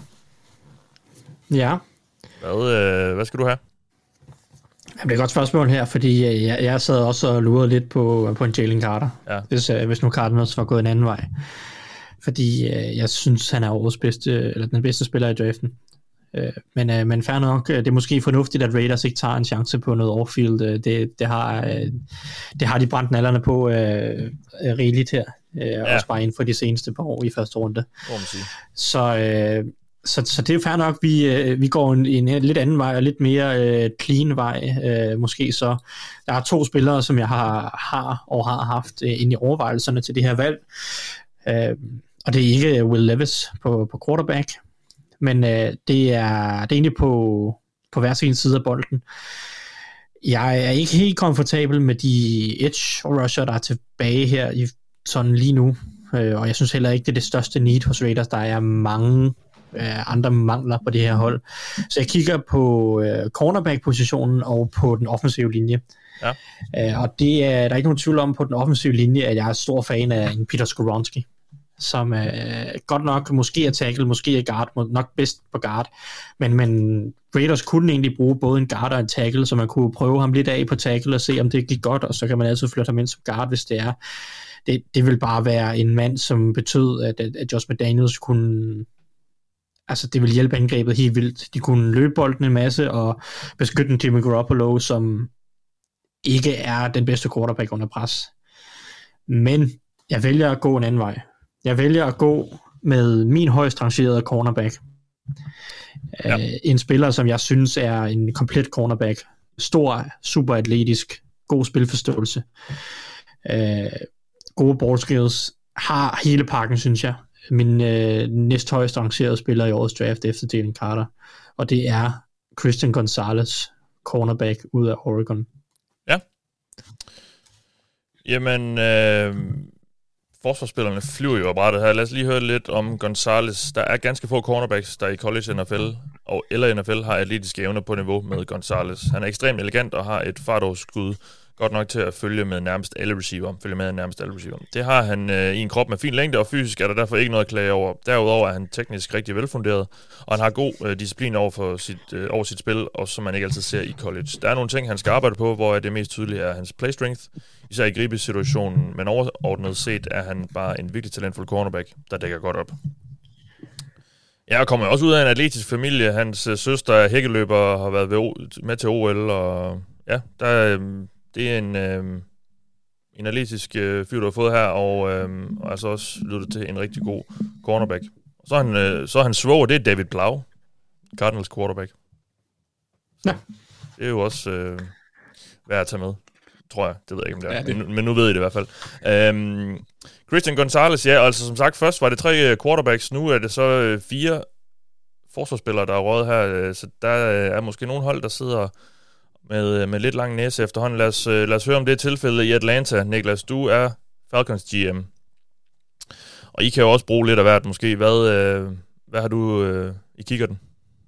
Ja. Hvad, øh, hvad skal du have? Det er et godt spørgsmål her, fordi jeg, jeg sad også og lurede lidt på, på en Jalen Carter, ja. hvis, hvis nu Cardinals var gået en anden vej. Fordi øh, jeg synes, han er årets bedste, eller den bedste spiller i draften. Øh, men, øh, men fair nok, det er måske fornuftigt, at Raiders ikke tager en chance på noget overfield. Det, det, har, øh, det har de brændt nallerne på øh, rigeligt her. Øh, ja. Også bare inden for de seneste par år i første runde. Så, øh, så, så det er fair nok, vi, øh, vi går en, en lidt anden vej, og lidt mere øh, clean vej øh, måske. Så der er to spillere, som jeg har, har og har haft øh, ind i overvejelserne til det her valg. Øh, og det er ikke Will Levis på, på quarterback, men øh, det, er, det er egentlig på, på hver sin side af bolden. Jeg er ikke helt komfortabel med de edge rusher, der er tilbage her i, sådan lige nu, øh, og jeg synes heller ikke, det er det største need hos Raiders. Der er mange øh, andre mangler på det her hold. Så jeg kigger på øh, cornerback-positionen og på den offensive linje. Ja. Øh, og det er, der er ikke nogen tvivl om på den offensive linje, at jeg er stor fan af en Peter Skoronski, som øh, godt nok måske er tackle, måske er guard, nok bedst på guard, men, men Raiders kunne egentlig bruge både en guard og en tackle, så man kunne prøve ham lidt af på tackle og se, om det gik godt, og så kan man altid flytte ham ind som guard, hvis det er. Det, det vil bare være en mand, som betød, at, at, at Josh McDaniels kunne, altså det vil hjælpe angrebet helt vildt. De kunne løbe bolden en masse og beskytte en Jimmy Garoppolo, som ikke er den bedste quarterback under pres. Men jeg vælger at gå en anden vej. Jeg vælger at gå med min højst rangerede cornerback. Ja. Uh, en spiller, som jeg synes er en komplet cornerback. Stor, super atletisk, god spilforståelse. Uh, gode ball skills. Har hele pakken, synes jeg. Min uh, næst højst rangerede spiller i årets draft efter Jalen Carter. Og det er Christian Gonzalez, cornerback ud af Oregon. Ja. Jamen, øh, forsvarsspillerne flyver jo af brættet her. Lad os lige høre lidt om Gonzalez. Der er ganske få cornerbacks, der i college N F L og eller N F L har atletiske evner på niveau med Gonzalez. Han er ekstremt elegant og har et fartoverskud, godt nok til at følge med nærmest alle receiver, følge med nærmest alle receiver. Det har han øh, i en krop med fin længde, og fysisk er der derfor ikke noget at klage over. Derudover er han teknisk rigtig velfunderet, og han har god øh, disciplin over, for sit, øh, over sit spil, og som man ikke altid ser i college. Der er nogle ting, han skal arbejde på, hvor det mest tydelige er hans play strength, især i gribesituationen, men overordnet set er han bare en virkelig talentfuld cornerback, der dækker godt op. Jeg kommer også ud af en atletisk familie. Hans øh, søster er hækkeløber og har været ved o- med til O L, og ja, der, øh, det er en, øh, en atletisk øh, fyr, du har fået her, og, øh, og altså også lyder det til en rigtig god cornerback. Så er han, øh, så er han svoger, det er David Blau, Cardinals quarterback. Ja. Det er jo også øh, værd at tage med, tror jeg. Det ved jeg ikke, om det er. Ja, det. Men, men nu ved I det i hvert fald. Øhm, Christian Gonzalez, ja, altså som sagt, først var det tre quarterbacks, nu er det så fire forsvarsspillere, der er røget her, så der er måske nogle hold, der sidder med, med lidt lang næse efterhånden. Lad os, lad os høre om det tilfælde i Atlanta. Niklas, du er Falcons G M, og I kan jo også bruge lidt af hvert måske. Hvad, hvad har du i kikkerten?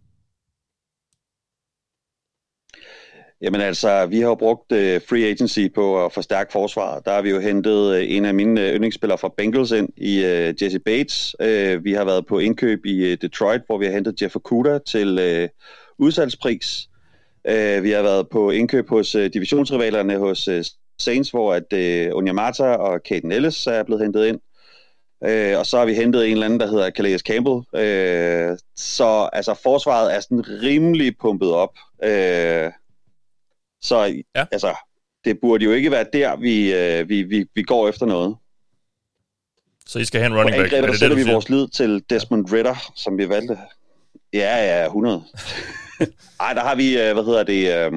Jamen altså, vi har jo brugt uh, free agency på at forstærke forsvaret. Der har vi jo hentet uh, en af mine uh, yndlingsspillere fra Bengals ind i uh, Jesse Bates. Uh, vi har været på indkøb i uh, Detroit, hvor vi har hentet Jeff Okudah til uh, udsalgspris. Uh, vi har været på indkøb hos uh, divisionsrivalerne hos uh, Saints, hvor at uh, Onyemata og Caden Ellis er blevet hentet ind. Uh, og så har vi hentet en eller anden, der hedder Calais Campbell. Uh, så altså, forsvaret er sådan rimelig pumpet op. Uh, Så ja. altså, det burde jo ikke være der, vi, øh, vi, vi, vi går efter noget. Så I skal have en running back? Og der sætter vi vores lid til Desmond ja. Ridder, som vi valgte. Ja, ja, hundrede. Ej, der har vi, øh, hvad hedder det, øh,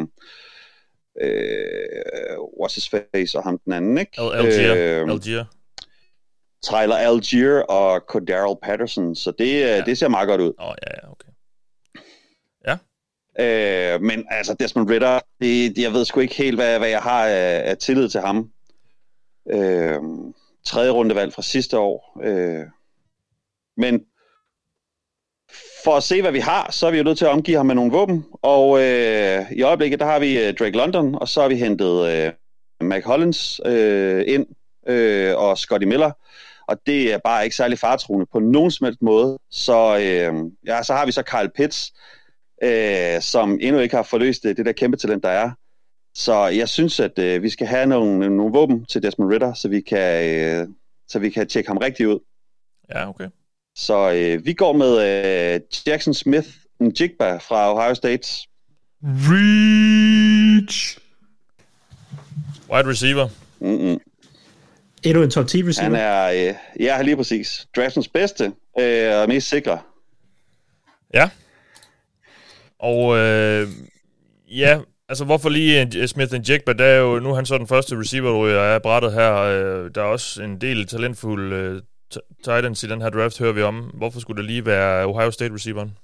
øh, what's his face og ham den anden, ikke? Algier. Øh, Algier. Tyler Algier og Cordarrelle Patterson, så det, ja. det ser meget godt ud. Åh, oh, ja, ja, okay. Øh, men altså Desmond Ridder, det, jeg ved sgu ikke helt, hvad, hvad jeg har af, af tillid til ham. Øh, tredje rundevalg fra sidste år. Øh, men for at se, hvad vi har, så er vi jo nødt til at omgive ham med nogle våben. Og øh, i øjeblikket, der har vi uh, Drake London, og så har vi hentet uh, Mac Hollins uh, ind, uh, og Scotty Miller. Og det er bare ikke særlig faretruende på nogen som helst måde. Så, øh, ja, så har vi så Kyle Pitts, Øh, som endnu ikke har forløst det, det der kæmpe talent, der er. Så jeg synes, at øh, vi skal have nogle, nogle våben til Desmond Ridder, så vi kan, øh, så vi kan tjekke ham rigtigt ud. Ja, okay. Så øh, vi går med øh, Jackson Smith Njigba fra Ohio State. Reach! Wide receiver. Mm-mm. Er du en top ti receiver? Han er, øh, ja, lige præcis. Draftens bedste øh, og mest sikre. Ja. Og øh, ja, altså hvorfor lige Smith Njigba, der er jo, nu er han så den første receiver, der er brættet her. Øh, der er også en del talentfulde øh, tight ends i den her draft, hører vi om. Hvorfor skulle det lige være Ohio State receiveren?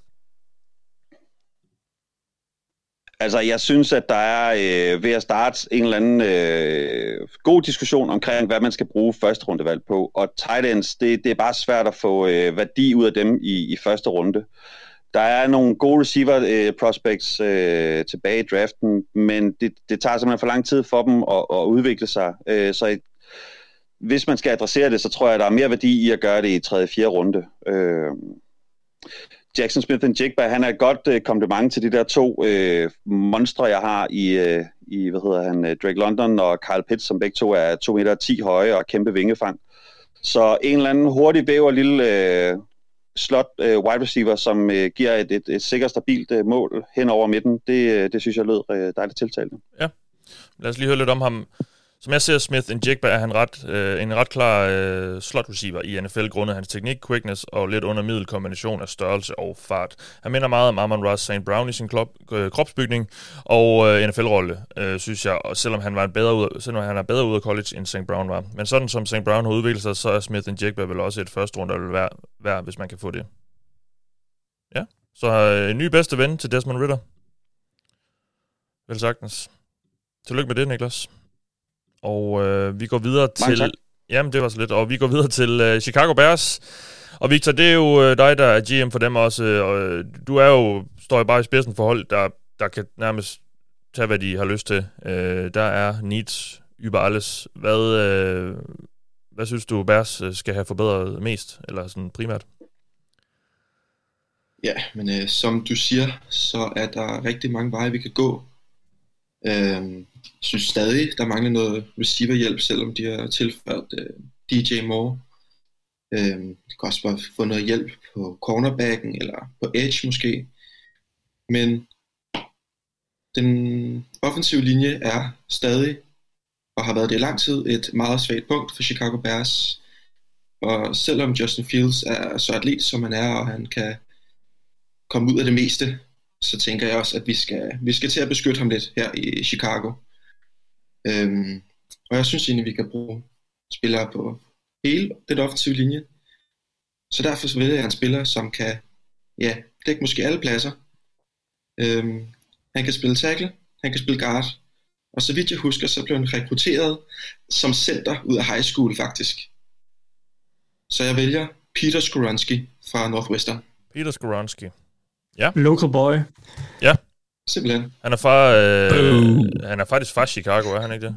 Altså, jeg synes, at der er øh, ved at starte en eller anden øh, god diskussion omkring, hvad man skal bruge første rundevalg på. Og tight ends, det, det er bare svært at få øh, værdi ud af dem i, i første runde. Der er nogle gode receiver øh, prospects øh, tilbage i draften, men det, det tager simpelthen for lang tid for dem at, at udvikle sig. Øh, så et, hvis man skal adressere det, så tror jeg, der er mere værdi i at gøre det i tredje og fjerde runde. Øh, Jackson Smith Njigba, han er et godt øh, kompliment til de der to øh, monstre, jeg har i, øh, i hvad hedder han, Drake London og Kyle Pitts, som begge to er to meter ti høje og kæmpe vingefang. Så en eller anden hurtig væver lille... Øh, slot uh, wide receiver, som uh, giver et, et, et sikkert, stabilt uh, mål hen over midten, det, det synes jeg lød uh, dejligt tiltalende. Ja, lad os lige høre lidt om ham. Som jeg ser Smith Njigba, er han ret, uh, en ret klar uh, slot receiver i N F L, grundet hans teknik, quickness og lidt under middel kombination af størrelse og fart. Han minder meget om Amon-Ra Saint Brown i sin klop, uh, kropsbygning og uh, N F L-rolle, uh, synes jeg, og selvom han var en bedre ud, selvom han er bedre ud af college, end Saint Brown var. Men sådan som Saint Brown har udviklet sig, så er Smith Njigba vel også et første runde, der vil være værd, hvis man kan få det. Ja, så uh, en ny bedste ven til Desmond Ridder. Vel sagtens. Tillykke med det, Niklas. Og øh, vi går videre til... Jamen, det var så lidt. Og vi går videre til øh, Chicago Bears. Og Victor, det er jo øh, dig, der er G M for dem også. Øh, og du er jo, står jo bare i spidsen for hold, der, der kan nærmest tage, hvad de har lyst til. Øh, der er needs über alles. Hvad, øh, hvad synes du, Bears skal have forbedret mest, eller sådan primært? Ja, men øh, som du siger, så er der rigtig mange veje, vi kan gå. Øh, jeg synes stadig, der mangler noget receiverhjælp, selvom de har tilført øh, D J Moore. Øh, de kan også bare få noget hjælp på cornerbacken, eller på edge måske. Men den offensive linje er stadig, og har været det i lang tid, et meget svagt punkt for Chicago Bears. Og selvom Justin Fields er så atletisk som han er, og han kan komme ud af det meste, så tænker jeg også, at vi skal, vi skal til at beskytte ham lidt her i Chicago. Øhm, og jeg synes egentlig, vi kan bruge spillere på hele den offensive linje. Så derfor vælger jeg en spiller, som kan ja, dække måske alle pladser. Øhm, han kan spille tackle, han kan spille guard, og så vidt jeg husker, så blev han rekrutteret som center ud af high school faktisk. Så jeg vælger Peter Skoronski fra Northwestern. Peter Skoronski. Ja. Local boy. Ja. Simpelthen. Han er fra, øh, han er faktisk fra Chicago, er han ikke det?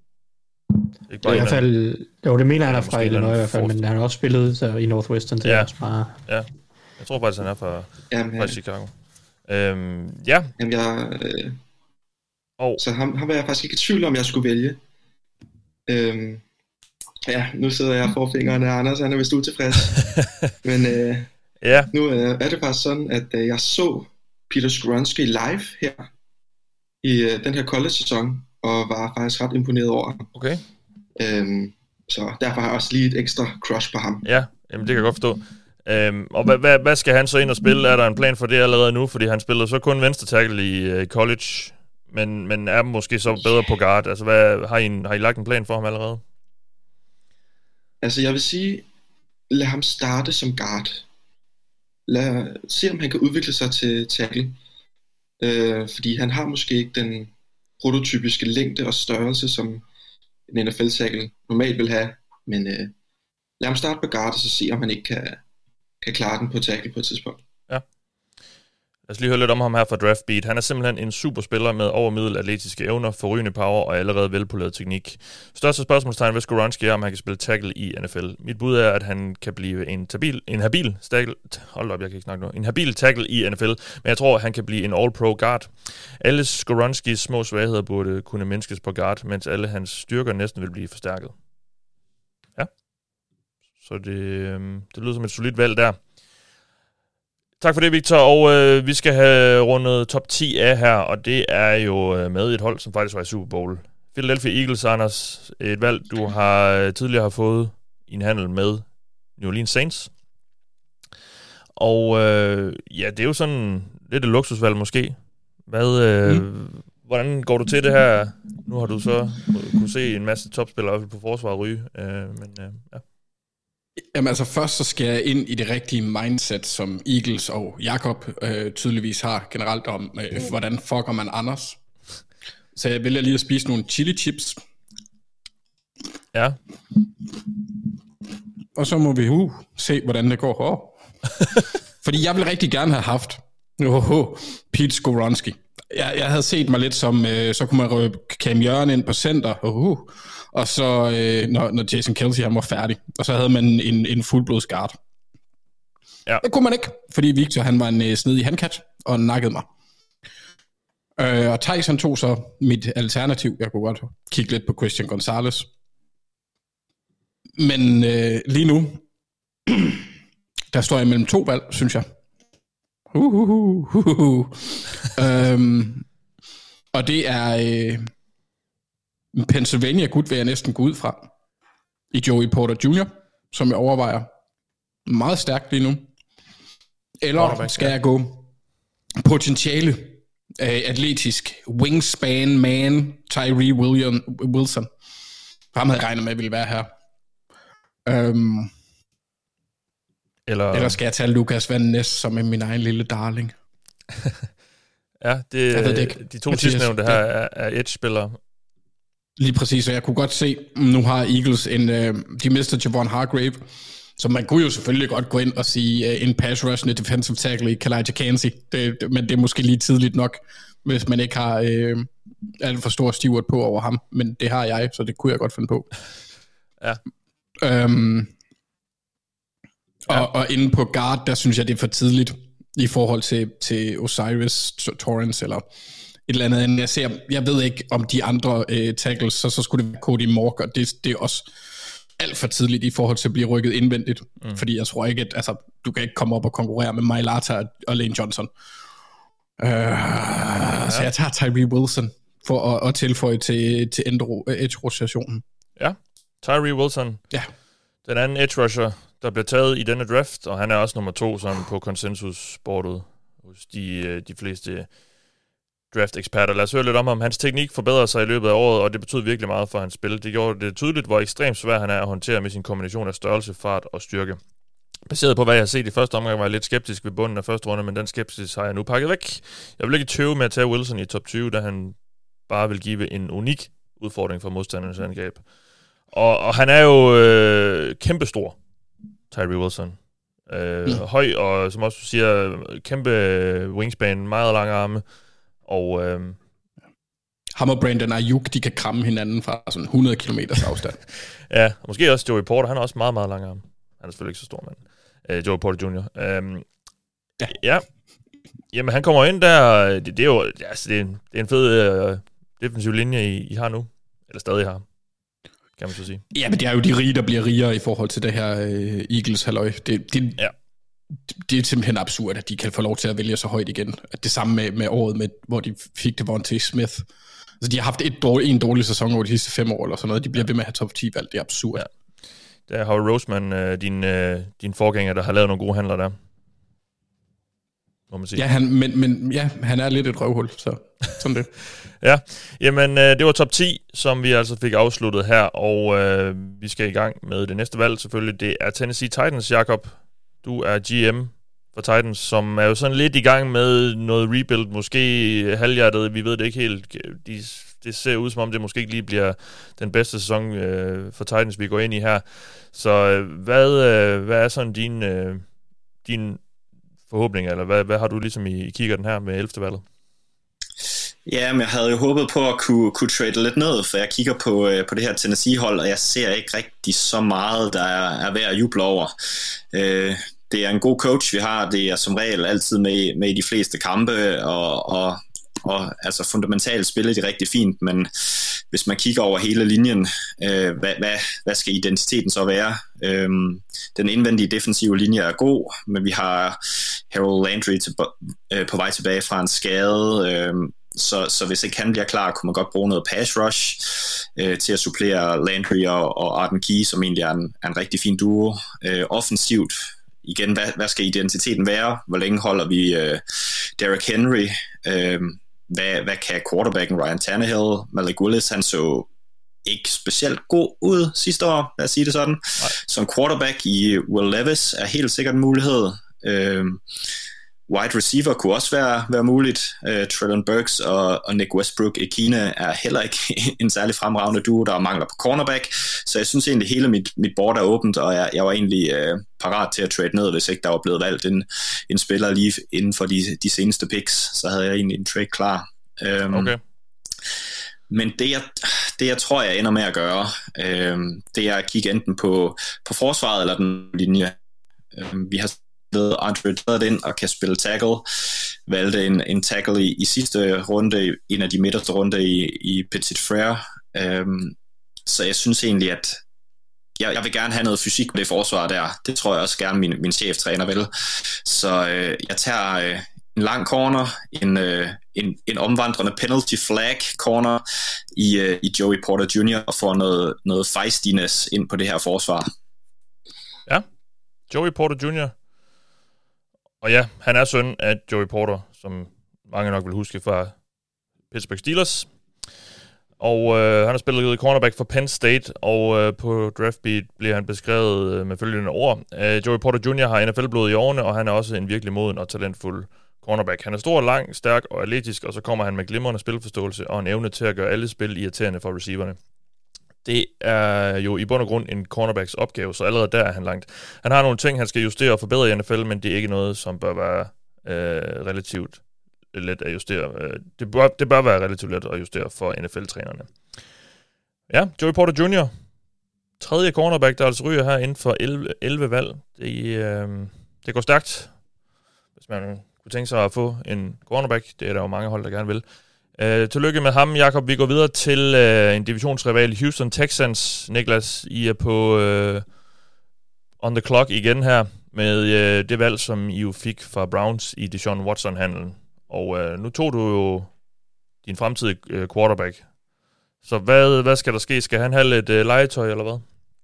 Ikke bare I hvert fald, jo, det mener han er fra Illinois i hvert fald, Fort. men han har også spillet så i Northwestern. Det Ja. er også bare... Ja. Jeg tror faktisk, han er fra, Jamen, fra Chicago. Øhm, ja. Jamen, jeg... Øh, oh. Så ham, ham var jeg faktisk ikke i tvivl om, jeg skulle vælge. Øhm, ja, nu sidder jeg for fingrene af Anders, han er vist utilfreds. Men øh, ja. nu øh, er det faktisk sådan, at øh, jeg så Peter Skoronski live her i øh, den her college-sæson, og var faktisk ret imponeret over ham. Okay. Øhm, så derfor har jeg også lige et ekstra crush på ham. Ja, jamen det kan jeg godt forstå. Øhm, og hvad, hvad, hvad skal han så ind og spille? Er der en plan for det allerede nu? Fordi han spiller så kun venstre tackle i uh, college, men, men er måske så bedre på guard. Altså, hvad, har, I en, har I lagt en plan for ham allerede? Altså, jeg vil sige, lad ham starte som guard. Lad se, om han kan udvikle sig til tackle. Øh, fordi han har måske ikke den prototypiske længde og størrelse, som en N F L-tackle normalt vil have. Men øh, lad ham starte på guard, og så se, om han ikke kan, kan klare den på tackle på et tidspunkt. Ja. Lad os lige høre lidt om ham her fra Draft Beat. Han er simpelthen en superspiller med overmiddel atletiske evner, forrygende power og allerede velpoleret teknik. Største spørgsmålstegn ved Skoronski er, om han kan spille tackle i N F L. Mit bud er, at han kan blive en, tabil, en habil tackle. Hold op, jeg kan ikke snakke nu. En habil tackle i N F L, men jeg tror, at han kan blive en all-pro guard. Alle Skoronskis små svagheder burde kunne mindskes på guard, mens alle hans styrker næsten vil blive forstærket. Ja. Så det, øh, det lyder som et solidt valg der. Tak for det, Victor, og øh, vi skal have rundet top ti af her, og det er jo øh, med et hold, som faktisk var i Super Bowl. Philadelphia Eagles, Anders, et valg, du har øh, tidligere har fået i en handel med New Orleans Saints. Og øh, ja, det er jo sådan lidt et luksusvalg måske. Hvad, øh, mm. Hvordan går du til det her? Nu har du så kunne se en masse topspillere på forsvaret ryge, øh, men øh, ja. Jamen altså først så skal jeg ind i det rigtige mindset, som Eagles og Jakob øh, tydeligvis har generelt om, øh, hvordan fucker man Anders. Så jeg vælger lige at spise nogle chili chips. Ja. Og så må vi uh, se, hvordan det går. Oh. Fordi jeg vil rigtig gerne have haft oh, Pete Skoronski. Jeg, jeg havde set mig lidt som, øh, så kunne man røbe Cam Jørgen ind på center. Uh, og så, øh, når, når Jason Kelce han var færdig. Og så havde man en, en fuldblods guard. Ja. Det kunne man ikke, fordi Victor han var en øh, snedig handkat og nakkede mig. Øh, og Tyson tog så mit alternativ. Jeg kunne godt kigge lidt på Christian Gonzalez. Men øh, lige nu, der står jeg mellem to valg, synes jeg. Uh, uh, uh, uh, uh. øhm, og det er øh, Pennsylvania gut, vil jeg næsten gå ud fra. I Joey Porter junior, som jeg overvejer meget stærkt lige nu. Eller skal jeg gå potentiale, øh, atletisk, wingspan man, Tyree William, Wilson. Ham havde regnet med, at ville være her. Øhm, eller, eller skal jeg tage Lucas Van Ness, som er min egen lille darling? Ja, det, jeg ved det ikke. De to sidstnævnte her er, er edge-spillere. Lige præcis, og jeg kunne godt se, nu har Eagles en, øh, de mister Javon Hargrave, så man kunne jo selvfølgelig godt gå ind og sige øh, en pass rush, en defensive tackle i Kalijah Kancey, det, det, men det er måske lige tidligt nok, hvis man ikke har øh, alt for stor Stewart på over ham, men det har jeg, så det kunne jeg godt finde på. Ja. Øhm, ja. Og, og inde på guard, der synes jeg, det er for tidligt i forhold til, til Osiris Torrance eller et eller andet. Jeg, ser, jeg ved ikke, om de andre øh, tackles, så, så skulle det være Cody Mork, og det, det er også alt for tidligt i forhold til at blive rykket indvendigt, mm. fordi jeg tror ikke, at altså, du kan ikke komme op og konkurrere med Mailata og Lane Johnson. Uh, ja. Så jeg tager Tyree Wilson for at, at tilføje til, til edge-rotationen. Ja, Tyree Wilson. Ja. Den anden edge rusher, der bliver taget i denne draft, og han er også nummer to sådan på konsensusbordet hos de, de fleste draft-eksperter. Lad os høre lidt om ham. Hans teknik forbedrer sig i løbet af året, og det betyder virkelig meget for hans spil. Det gjorde det tydeligt, hvor ekstremt svær han er at håndtere med sin kombination af størrelse, fart og styrke. Baseret på, hvad jeg har set i første omgang, var jeg lidt skeptisk ved bunden af første runde, men den skepsis har jeg nu pakket væk. Jeg vil ikke tøve med at tage Wilson i top tyve, da han bare vil give en unik udfordring for modstandernes angreb. Og, og han er jo øh, kæmpestor, Tyree Wilson. Øh, mm. Høj, og som også du siger, kæmpe wingspan, meget lange arme. Og øh, ham og Brandon Ayuk, de kan kramme hinanden fra sådan hundrede kilometers afstand. Ja, måske også Joey Porter, han er også meget, meget lang arme. Han er selvfølgelig ikke så stor, men øh, Joey Porter junior Øhm, ja. ja. Jamen, han kommer ind der, det, det er jo altså, det er en, det er en fed øh, defensiv linje, I, I har nu. Eller stadig har, kan man så sige. Ja, men det er jo de rige, der bliver rigere i forhold til det her øh, Eagles-halløj. Det, det, ja. det er simpelthen absurd, at de kan få lov til at vælge så højt igen. At det samme med, med året, med, hvor de fik Devontae Smith. Altså, de har haft et dårlig, en dårlig sæson over de sidste fem år, eller sådan noget. De bliver ved med at have top ti valg. Det er absurd. Ja. Det er Howie Roseman, øh, din, øh, din forgænger, der har lavet nogle gode handler der. Må man sige. Ja, han, men, men ja, han er lidt et røvhul, så sådan det. Ja, jamen øh, det var top ti, som vi altså fik afsluttet her, og øh, vi skal i gang med det næste valg selvfølgelig. Det er Tennessee Titans, Jakob. Du er G M for Titans, som er jo sådan lidt i gang med noget rebuild, måske halvhjertet, vi ved det ikke helt. De, det ser ud som om, det måske ikke lige bliver den bedste sæson øh, for Titans, vi går ind i her. Så øh, hvad, øh, hvad er sådan din, øh, din forhåbning, eller hvad, hvad har du ligesom i, i kigger den her med ellevte valget? Ja, men jeg havde jo håbet på at kunne, kunne trade lidt ned, for jeg kigger på, øh, på det her Tennessee-hold, og jeg ser ikke rigtig så meget, der er, er værd at juble over. Øh, det er en god coach, vi har. Det er som regel altid med, med i de fleste kampe, og, og, og altså fundamentalt spiller de rigtig fint, men hvis man kigger over hele linjen, øh, hvad, hvad, hvad skal identiteten så være? Øh, den indvendige defensive linje er god, men vi har Harold Landry til, øh, på vej tilbage fra en skade, øh, Så, så hvis ikke han bliver klar, kunne man godt bruge noget pass rush øh, til at supplere Landry og, og Arden Key, som egentlig er en, er en rigtig fin duo. Øh, offensivt, igen, hvad, hvad skal identiteten være? Hvor længe holder vi øh, Derrick Henry? Øh, hvad, hvad kan quarterbacken Ryan Tannehill? Malik Willis, han så ikke specielt god ud sidste år, lad os sige det sådan. Nej. Som quarterback i Will Levis er helt sikkert en mulighed. Øh, Wide receiver kunne også være, være muligt. Uh, Treylon Burks og, og Nick Westbrook i Kina er heller ikke en særlig fremragende duo, der mangler på cornerback. Så jeg synes egentlig, hele mit, mit board er åbent, og jeg, jeg var egentlig uh, parat til at trade ned, hvis ikke der var blevet valgt en, en spiller lige inden for de, de seneste picks. Så havde jeg egentlig en trade klar. Um, okay. Men det jeg, det, jeg tror, jeg ender med at gøre, um, det er at kigge enten på, på forsvaret eller den linje. Um, vi har Andre Dillard ind og kan spille tackle. Valgte en, en tackle i, i sidste runde, en af de midterste runde i, i Petit Frere. Um, så jeg synes egentlig, at jeg, jeg vil gerne have noget fysik på det forsvar der. Det tror jeg også gerne min, min cheftræner vil. Så øh, jeg tager øh, en lang corner, en, øh, en, en omvandrende penalty flag corner i, øh, i Joey Porter junior og får noget, noget feistiness ind på det her forsvar. Ja, Joey Porter junior Og ja, han er søn af Joey Porter, som mange nok vil huske fra Pittsburgh Steelers. Og øh, han har spillet cornerback for Penn State, og øh, på draftbeat bliver han beskrevet øh, med følgende ord. Øh, Joey Porter junior har N F L-blod i årene, og han er også en virkelig moden og talentfuld cornerback. Han er stor, lang, stærk og atletisk, og så kommer han med glimrende spilforståelse og en evne til at gøre alle spil irriterende for receiverne. Det er jo i bund og grund en cornerbacks opgave, så allerede der er han langt. Han har nogle ting, han skal justere og forbedre i N F L, men det er ikke noget, som bør være øh, relativt let at justere. Det bør, det bør være relativt let at justere for N F L-trænerne. Ja, Joey Porter junior Tredje cornerback, der altså ryger her inden for elleve, elleve valg. Det, øh, det går stærkt, hvis man kunne tænke sig at få en cornerback. Det er der jo mange hold, der gerne vil. Uh, tillykke med ham, Jakob. Vi går videre til uh, en divisionsrival, Houston Texans. Niklas, I er på uh, on the clock igen her med uh, det valg, som I jo fik fra Browns i Deshaun Watson-handlen. Og uh, nu tog du jo din fremtidige uh, quarterback. Så hvad, hvad skal der ske? Skal han have lidt uh, legetøj, eller hvad?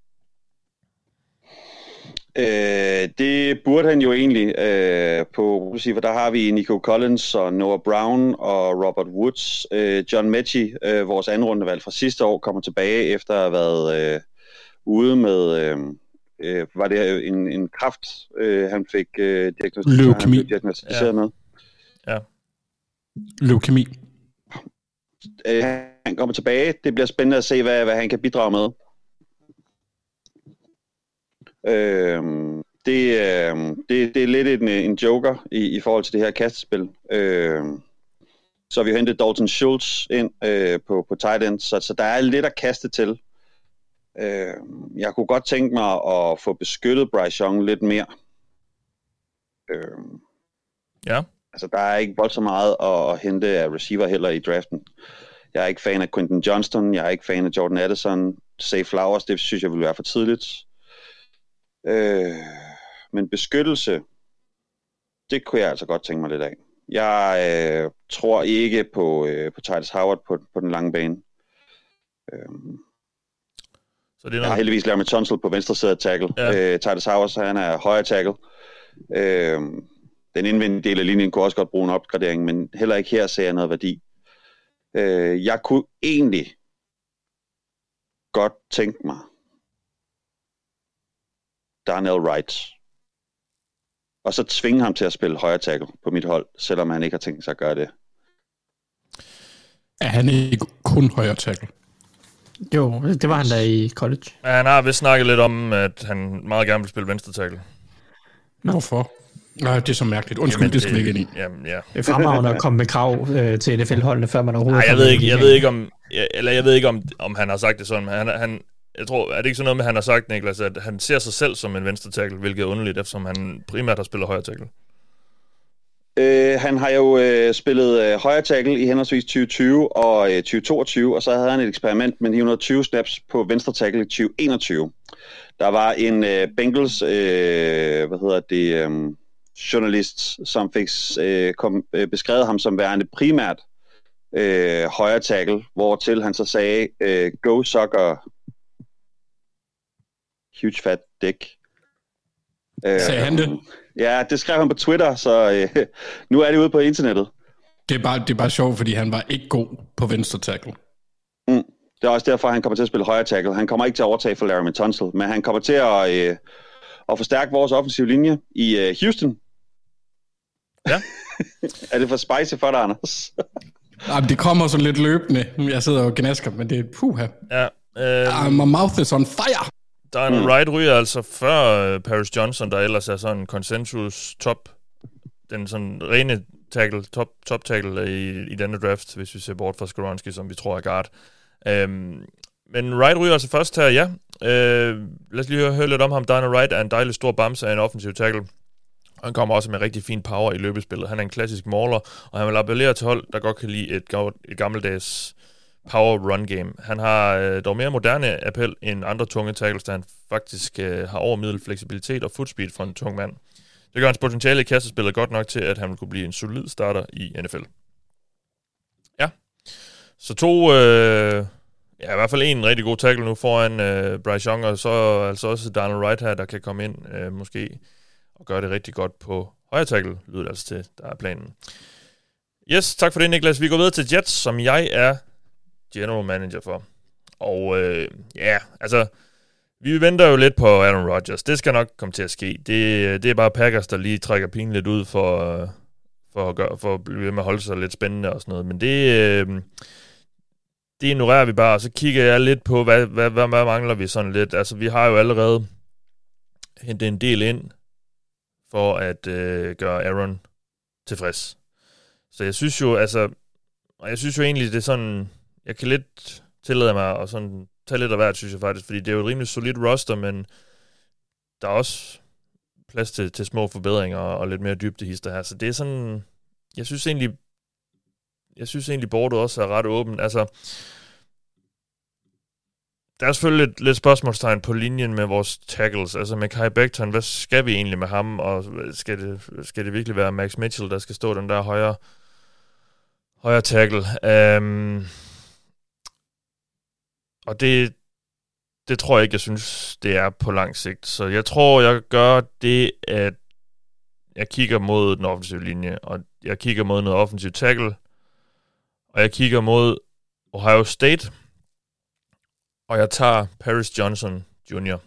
Øh, det burde han jo egentlig øh, på receiver. Der har vi Nico Collins og Noah Brown og Robert Woods. Øh, John Mechie, øh, vores anden rundevalg fra sidste år, kommer tilbage efter at have været øh, ude med, øh, øh, var det en, en kræft, øh, han fik øh, leukemi. diagnosticeret ja. med. Ja. Leukemi. Øh, han kommer tilbage. Det bliver spændende at se, hvad, hvad han kan bidrage med. Øhm, det, øh, det, det er lidt en, en joker i, i forhold til det her kastespil. Øhm, så vi har hentet Dalton Schultz ind øh, på, på tight end, så, så der er lidt at kaste til. Øhm, jeg kunne godt tænke mig at få beskyttet Bryce Young lidt mere. Øhm, ja. Altså, der er ikke voldsomt meget at, at hente af receiver heller i draften. Jeg er ikke fan af Quentin Johnston, jeg er ikke fan af Jordan Addison. Zay Flowers, det synes jeg ville være for tidligt. Øh, men beskyttelse, det kunne jeg altså godt tænke mig lidt af. Jeg øh, tror ikke på, øh, på Titus Howard på, på den lange bane. Øh, Så det er noget... Jeg har heldigvis Laremy Tunsil på venstre side af tackle. Ja. Øh, Titus Howard, han er højre tackle. Øh, den indvendige del af linjen kunne også godt bruge en opgradering, men heller ikke her ser jeg noget værdi. Øh, jeg kunne egentlig godt tænke mig Darnell Wright, og så tvinge ham til at spille højre tackle på mit hold, selvom han ikke har tænkt sig at gøre det. Er han ikke kun højre tackle? Jo, det var han da i college. Ja, han har vist snakket lidt om, at han meget gerne vil spille venstre tackle. Hvorfor? Nej, det er så mærkeligt. Undskyld, jamen, det skal vi ikke ind i. Jamen, ja. Det er fremragende at komme med krav øh, til N F L-holdene, før man overhovedet... Nej, jeg ved ikke, jeg ved ikke om, jeg, eller jeg ved ikke om, om han har sagt det sådan, men han, han, jeg tror, er det ikke sådan noget med, at han har sagt, Niklas, at han ser sig selv som en venstre tackle, hvilket er underligt, eftersom han primært har spillet højre tackle. Øh, han har jo øh, spillet øh, højre tackle i henholdsvis tyve tyve og øh, tyve toogtyve, og så havde han et eksperiment med ni hundrede og tyve snaps på venstre tackle i tyve enogtyve. Der var en øh, Bengals, øh, hvad hedder det, øh, journalist, som fik øh, kom, øh, beskrevet ham som værende primært øh, højre tackle, hvortil han så sagde, øh, go sucker, huge fat dick. Øh, sagde han det? Ja, det skrev han på Twitter, så øh, nu er det ude på internettet. Det er, bare, det er bare sjovt, fordi han var ikke god på venstre tackle. Mm. Det er også derfor, han kommer til at spille højre tackle. Han kommer ikke til at overtage for Laremy Tunsil, men han kommer til at, øh, at forstærke vores offensive linje i øh, Houston. Ja. Er det for spicy for dig, Anders? Jamen, det kommer sådan lidt løbende. Jeg sidder og gnasker, men det er puha. Ja. Øh... Uh, my mouth is on fire! Darnell mm. Wright ryger altså før uh, Paris Johnson, der ellers er sådan en consensus top, den sådan rene tackle, top, top tackle i, i denne draft, hvis vi ser bort fra Skoronski, som vi tror er guard. Um, men Wright ryger altså først her, ja. Uh, lad os lige høre, høre lidt om ham. Darnell Wright er en dejlig stor bamse af en offensiv tackle. Han kommer også med rigtig fin power i løbespillet. Han er en klassisk mauler, og han vil appellere til hold, der godt kan lide et, et gammeldags power run game. Han har øh, dog mere moderne appel end andre tunge tackles, der han faktisk øh, har overmiddel fleksibilitet og footspeed for en tung mand. Det gør hans potentiale i kastespillet godt nok til, at han vil kunne blive en solid starter i N F L. Ja. Så to, øh, ja i hvert fald en rigtig god tackle nu foran øh, Bryce Young, og så altså også Darnell Wright her, der kan komme ind øh, måske og gøre det rigtig godt på højre tackle, lyder det altså til, der er planen. Yes, tak for det, Niklas. Vi går videre til Jets, som jeg er general manager for. Og øh, ja, altså, vi venter jo lidt på Aaron Rodgers. Det skal nok komme til at ske. Det, det er bare Packers, der lige trækker pilen lidt ud for, for, at, gøre, for at blive ved med at holde sig lidt spændende og sådan noget. Men det, øh, det ignorerer vi bare, og så kigger jeg lidt på, hvad, hvad, hvad, hvad mangler vi sådan lidt. Altså, vi har jo allerede hentet en del ind for at øh, gøre Aaron tilfreds. Så jeg synes jo, altså, og jeg synes jo egentlig, det er sådan, jeg kan lidt tillade mig at sådan tage lidt af hvert, synes jeg faktisk, fordi det er jo et rimelig solidt roster, men der er også plads til, til små forbedringer og, og lidt mere dybdehister her. Så det er sådan, jeg synes egentlig, jeg synes egentlig, bordet også er ret åbent. Altså, der er selvfølgelig lidt, lidt spørgsmålstegn på linjen med vores tackles. Altså med Kai Becton, hvad skal vi egentlig med ham? Og skal det, skal det virkelig være Max Mitchell, der skal stå den der højre, højre tackle? Um, og det, det tror jeg ikke, jeg synes, det er på lang sigt. Så jeg tror, jeg gør det, at jeg kigger mod den offensive linje, og jeg kigger mod noget offensiv tackle, og jeg kigger mod Ohio State, og jeg tager Paris Johnson junior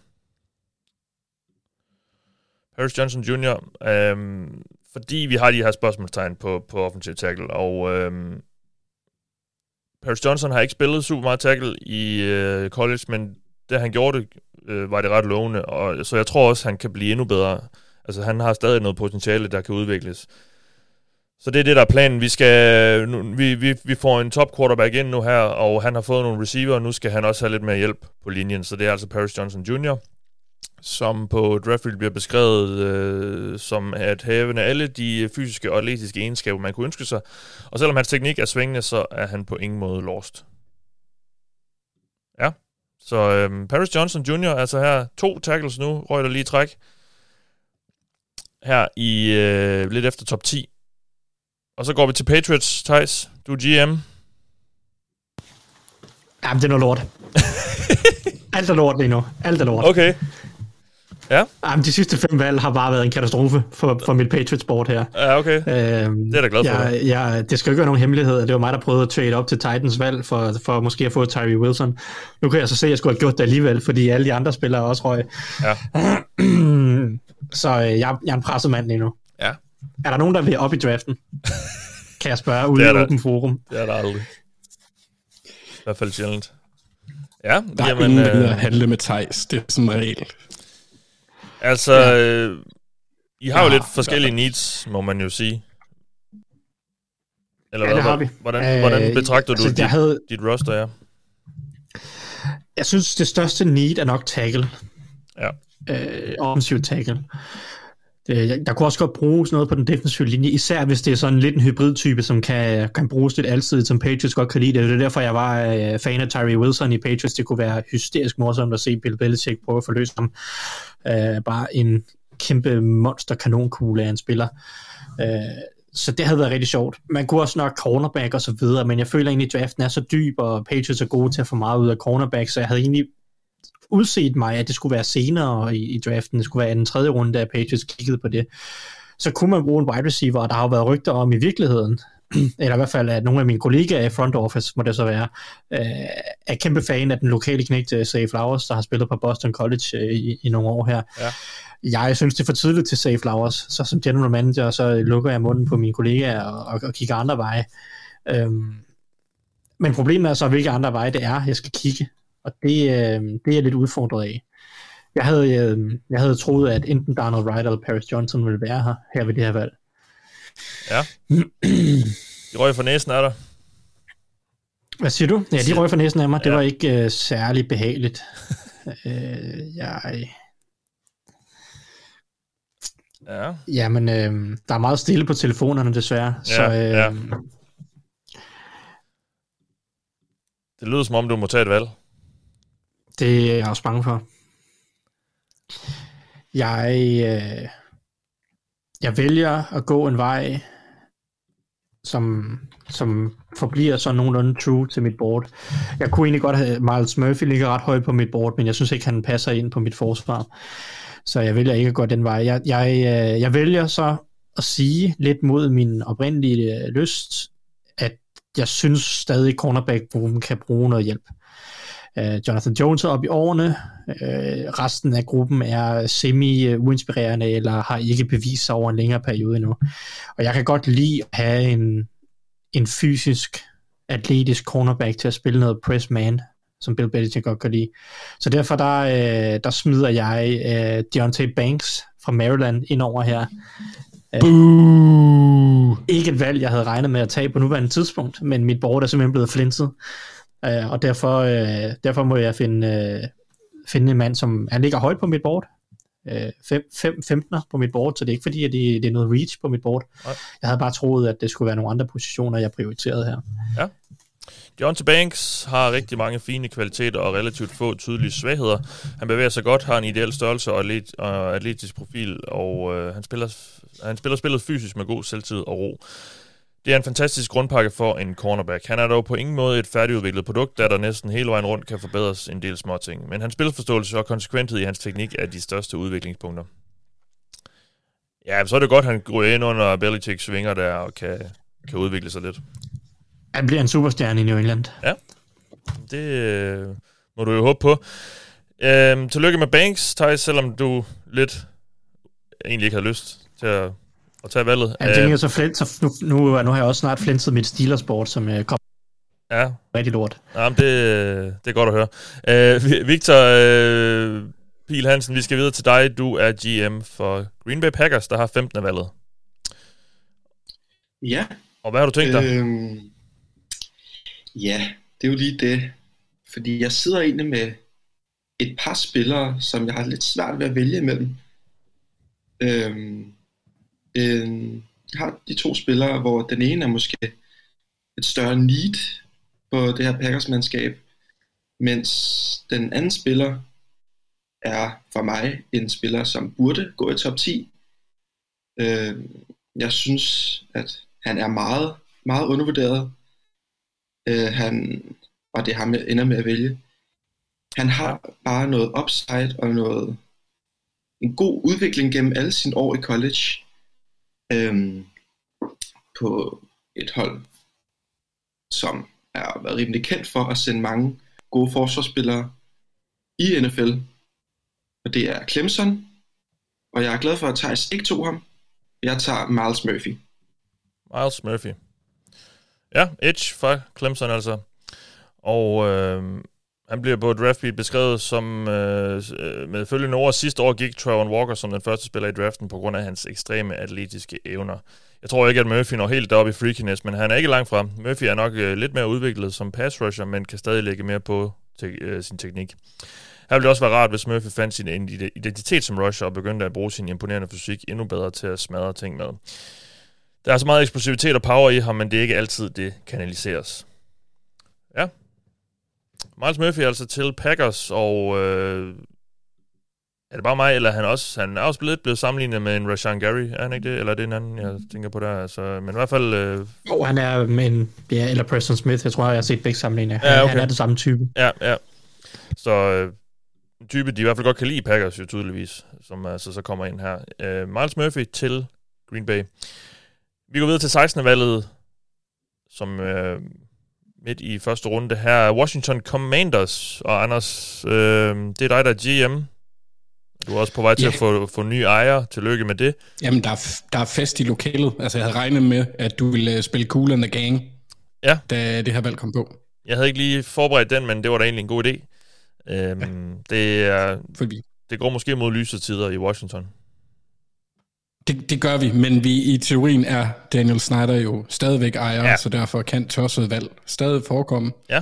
Paris Johnson junior, øhm, fordi vi har de her spørgsmålstegn på, på offensiv tackle, og øhm, Paris Johnson har ikke spillet super meget tackle i øh, college, men det han gjorde det, øh, var det ret lovende, og så jeg tror også, han kan blive endnu bedre. Altså han har stadig noget potentiale, der kan udvikles. Så det er det, der er planen. Vi, skal, nu, vi, vi, vi får en top quarterback ind nu her, og han har fået nogle receiver, og nu skal han også have lidt mere hjælp på linjen. Så det er altså Paris Johnson junior, som på draftfield bliver beskrevet øh, som at have alle de fysiske og atletiske egenskaber, man kunne ønske sig. Og selvom hans teknik er svingende, så er han på ingen måde lost. Ja, så øh, Paris Johnson junior, altså her to tackles nu, røg der lige træk. Her i øh, lidt efter top ti. Og så går vi til Patriots, Thijs. Du er G M. Jamen, det er noget lort. Alt er lort lige nu. Alt er lort. Okay. Ja. Jamen, de sidste fem valg har bare været en katastrofe for, for mit Patriots-board her. Ja, okay. Øhm, det er da glad for. Jeg, jeg, det skal jo ikke være nogen hemmelighed. Det var mig, der prøvede at trade op til Titans valg, for, for måske at få Tyree Wilson. Nu kan jeg så se, at jeg skulle have gjort det alligevel, fordi alle de andre spillere også røg. Ja. Så øh, jeg, jeg er en presset mand lige nu. Ja. Er der nogen, der vil op i draften? Kan jeg spørge ude i åben forum? Det er der aldrig. I hvert fald sjældent. Ja, der jamen, er ingen, der øh, øh, handle med Thijs. Det er sådan en regel. Altså, ja. øh, I har ja, jo lidt forskellige needs, må man jo sige. Eller ja, hvad, har vi. Hvordan, øh, hvordan betragter du altså, dit, havde... dit roster, ja? Jeg synes, det største need er nok tackle. Ja. Øh, offensiv tackle. Det, der kunne også godt bruges noget på den defensive linje, især hvis det er sådan lidt en hybridtype, som kan, kan bruges lidt altid, som Patriots godt kan lide det. Det er derfor, jeg var øh, fan af Tyree Wilson i Patriots. Det kunne være hysterisk morsomt at se Bill Belichick prøve at forløse ham. Øh, bare en kæmpe monster kanonkugle af en spiller. Øh, så det havde været rigtig sjovt. Man kunne også nok cornerback og så videre, men jeg føler egentlig, at draften er så dyb, og Patriots er gode til at få meget ud af cornerback, så jeg havde egentlig udset mig, at det skulle være senere i, i draften. Det skulle være den tredje runde, da Patriots kiggede på det. Så kunne man bruge en wide receiver, og der har jo været rygter om i virkeligheden, eller i hvert fald at nogle af mine kollegaer i front office, må det så være, øh, er kæmpe fan af den lokale knægt Zay Flowers, der har spillet på Boston College øh, i, i nogle år her. Ja. Jeg synes, det er for tidligt til Zay Flowers, så som general manager, så lukker jeg munden på mine kollegaer og, og, og kigger andre veje. Øhm, men problemet er så, hvilke andre veje det er, jeg skal kigge. Og det, øh, det er jeg lidt udfordret af. Jeg havde, øh, jeg havde troet, at enten Darnold Wright eller Paris Johnson ville være her, her ved det her valg. Ja. De røg for næsen af dig. Hvad siger du? Ja, de røg for næsen af mig. Det ja. var ikke øh, særlig behageligt. øh, jeg... Ja. Jamen, øh, der er meget stille på telefonerne, desværre. Ja, så, øh, ja. Det lyder som om, du må tage et valg. Det er jeg også bange for. Jeg, øh, jeg vælger at gå en vej, som, som forbliver så nogenlunde true til mit board. Jeg kunne egentlig godt have Miles Murphy ligger ret højt på mit board, men jeg synes ikke, han passer ind på mit forsvar. Så jeg vælger ikke at gå den vej. Jeg, jeg, øh, jeg vælger så at sige lidt mod min oprindelige lyst, at jeg synes stadig, cornerback-gruppen kan bruge noget hjælp. Uh, Jonathan Jones er oppe i årene. Uh, resten af gruppen er semi-uinspirerende, eller har ikke bevist sig over en længere periode endnu. Og jeg kan godt lide at have en, en fysisk, atletisk cornerback til at spille noget press man, som Bill Belichick godt kan lide. Så derfor der, uh, der smider jeg uh, Deontay Banks fra Maryland ind over her. Uh, ikke et et valg, jeg havde regnet med at tage på nuværende tidspunkt, men mit board er simpelthen blevet flinset, uh, og derfor, uh, derfor må jeg finde, uh, finde en mand, som han ligger højt på mit board, fem femtener på mit board, så det er ikke fordi, at det, det er noget reach på mit board. Nej. Jeg havde bare troet, at det skulle være nogle andre positioner, jeg prioriterede her. Ja. Deonte Banks har rigtig mange fine kvaliteter og relativt få tydelige svagheder. Han bevæger sig godt, har en ideel størrelse og, atlet, og atletisk profil, og øh, han, spiller, han spiller spillet fysisk med god selvtid og ro. Det er en fantastisk grundpakke for en cornerback. Han er dog på ingen måde et færdigudviklet produkt, da der næsten hele vejen rundt kan forbedres en del småting. Men hans spilforståelse og konsekventhed i hans teknik er de største udviklingspunkter. Ja, så er det godt, at han går ind under Belichick svinger der og kan, kan udvikle sig lidt. Han bliver en superstjerne i New England. Ja, det øh, må du jo håbe på. Øhm, tillykke med Banks, Thijs, selvom du lidt egentlig ikke havde lyst til at, at tage valget. Jeg tænker så, flint, så nu, nu, nu har jeg også snart flinset mit Steelers-board, som uh, kom ja. rigtig lort. Jamen, det, det er godt at høre. Øh, Victor øh, Pihl Hansen, vi skal videre til dig. Du er G M for Green Bay Packers, der har femtende valget. Ja. Og hvad har du tænkt dig? Øhm, ja, det er jo lige det. Fordi jeg sidder egentlig med et par spillere, som jeg har lidt svært ved at vælge imellem. Øhm, øhm, jeg har de to spillere, hvor den ene er måske et større need på det her Packers-mandskab, mens den anden spiller er for mig en spiller, som burde gå i top ti. Øhm, jeg synes, at han er meget, meget undervurderet. Øh, han, og det er ham, jeg ender med at vælge. Han har bare noget upside og noget, en god udvikling gennem alle sine år i college. Øhm, på et hold, som er været rimelig kendt for at sende mange gode forsvarsspillere i N F L. Og det er Clemson. Og jeg er glad for, at Thijs ikke tog ham. Jeg tager Myles Murphy. Myles Murphy. Ja, Edge fra Clemson altså. Og øh, han bliver på draftbeat beskrevet som øh, med følgende ord: sidste år gik Travon Walker som den første spiller i draften på grund af hans ekstreme atletiske evner. Jeg tror ikke, at Murphy når helt deroppe i freakiness, men han er ikke langt fra. Murphy er nok øh, lidt mere udviklet som pass rusher, men kan stadig lægge mere på te- øh, sin teknik. Her ville det også være rart, hvis Murphy fandt sin identitet som rusher og begyndte at bruge sin imponerende fysik endnu bedre til at smadre ting med. Der er så meget eksplosivitet og power i ham, men det er ikke altid, det kanaliseres. Ja. Myles Murphy altså til Packers, og øh, er det bare mig, eller han også, han er også blevet, blevet sammenlignet med en Rashan Gary, er han ikke det? Eller er det en anden, jeg tænker på der? Altså, men i hvert fald... Øh... Oh, han er med en, ja, eller Preston Smith, jeg tror, jeg har set begge sammenligninger. Han, ja, okay. han er det samme type. Ja, ja. Så øh, en type, de i hvert fald godt kan lide Packers, jo tydeligvis, som altså, så kommer ind her. Øh, Myles Murphy til Green Bay. Vi går videre til sekstende valget, som øh, midt i første runde her. Washington Commanders. Og Anders, øh, det er dig, der er G M. Du er også på vej til yeah. at få, få nye ejere. Tillykke med det. Jamen, der er, der er fest i lokalet. Altså, jeg havde regnet med, at du ville spille Cool and the Gang, ja. Da det her valg kom på. Jeg havde ikke lige forberedt den, men det var da egentlig en god idé. Øhm, ja. det, er, Fordi. det går måske mod lyse tider i Washington. Det, det gør vi, men vi i teorien er Daniel Snyder jo stadigvæk ejer, ja. Så derfor kan tosset valg stadig forekomme. Ja.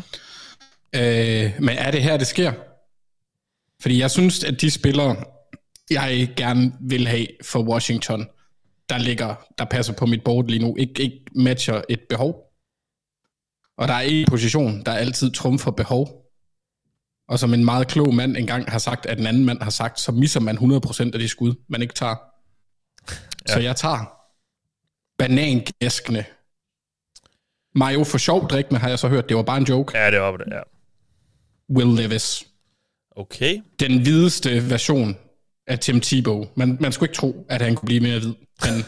Øh, men er det her, det sker? Fordi jeg synes, at de spillere, jeg gerne vil have for Washington, der ligger, der passer på mit board lige nu, ikke, ikke matcher et behov. Og der er en position, der altid trumfer behov. Og som en meget klog mand engang har sagt, at en anden mand har sagt, så misser man hundrede procent af de skud, man ikke tager. Ja. Så jeg tager banangæskende. Mario for sjov drikkende, har jeg så hørt. Det var bare en joke. Ja, det var det, ja. Will Levis. Okay. Den hvideste version af Tim Tebow. Man, man skulle ikke tro, at han kunne blive mere hvid. Men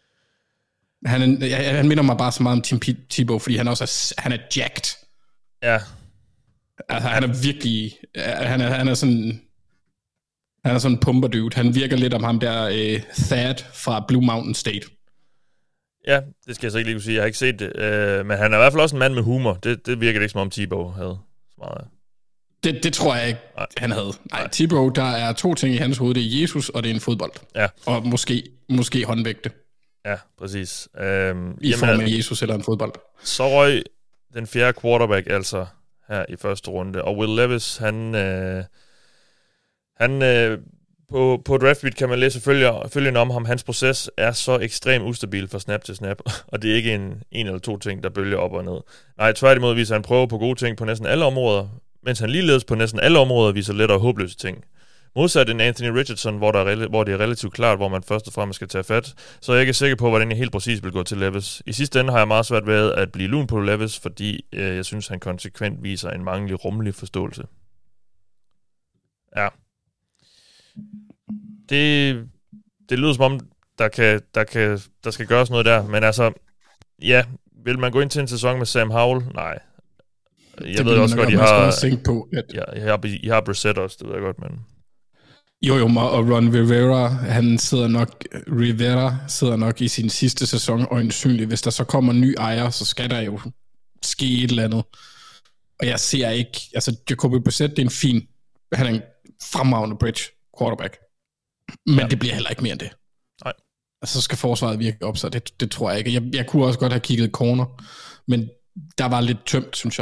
han, han minder mig bare så meget om Tim Tebow, fordi han også er, han er jacked. Ja. Altså, han er virkelig... Han er, han er sådan... Han er sådan en pumperdude. Han virker lidt om ham der uh, Thad fra Blue Mountain State. Ja, det skal jeg så ikke lige kunne sige. Jeg har ikke set det. Uh, men han er i hvert fald også en mand med humor. Det, det virker det ikke som om Tebow havde så meget. Det, det tror jeg ikke, Nej. han havde. Nej, Nej, Tebow, der er to ting i hans hoved. Det er Jesus, og det er en fodbold. Ja. Og måske, måske håndvægte. Ja, præcis. Øhm, I form af Jesus eller en fodbold. Så røg den fjerde quarterback altså her i første runde, og Will Levis, han, øh, han øh, på, på DraftBeat kan man læse følgende om ham. Hans proces er så ekstremt ustabil fra snap til snap, og det er ikke en, en eller to ting, der bølger op og ned. Nej, tværtimod viser han prøver på gode ting på næsten alle områder, mens han ligeledes på næsten alle områder viser lettere og håbløse ting. Modsat en Anthony Richardson, hvor, der er, hvor det er relativt klart, hvor man først og fremmest skal tage fat, så er jeg ikke sikker på, hvordan jeg helt præcis vil gå til Levis. I sidste ende har jeg meget svært ved at blive lun på Levis, fordi øh, jeg synes, han konsekvent viser en mangelig rummelig forståelse. Ja. Det, det lyder som om, der, kan, der, kan, der skal gøres noget der, men altså, ja, vil man gå ind til en sæson med Sam Howell? Nej. Jeg det ved også godt, I har, på, at... ja, I har, I har Brissett også, det ved jeg godt, men... Jo, jo, og Ron Rivera, han sidder nok, Rivera sidder nok i sin sidste sæson, øjensynligt. Hvis der så kommer en ny ejer, så skal der jo ske et eller andet. Og jeg ser ikke, altså Jacoby Brissett, det er en fin, han er en fremragende bridge quarterback. Men ja. Det bliver heller ikke mere end det. Nej. Altså, så skal forsvaret virke op, så det, det tror jeg ikke. Jeg, jeg kunne også godt have kigget corner, men der var lidt tømt, synes jeg,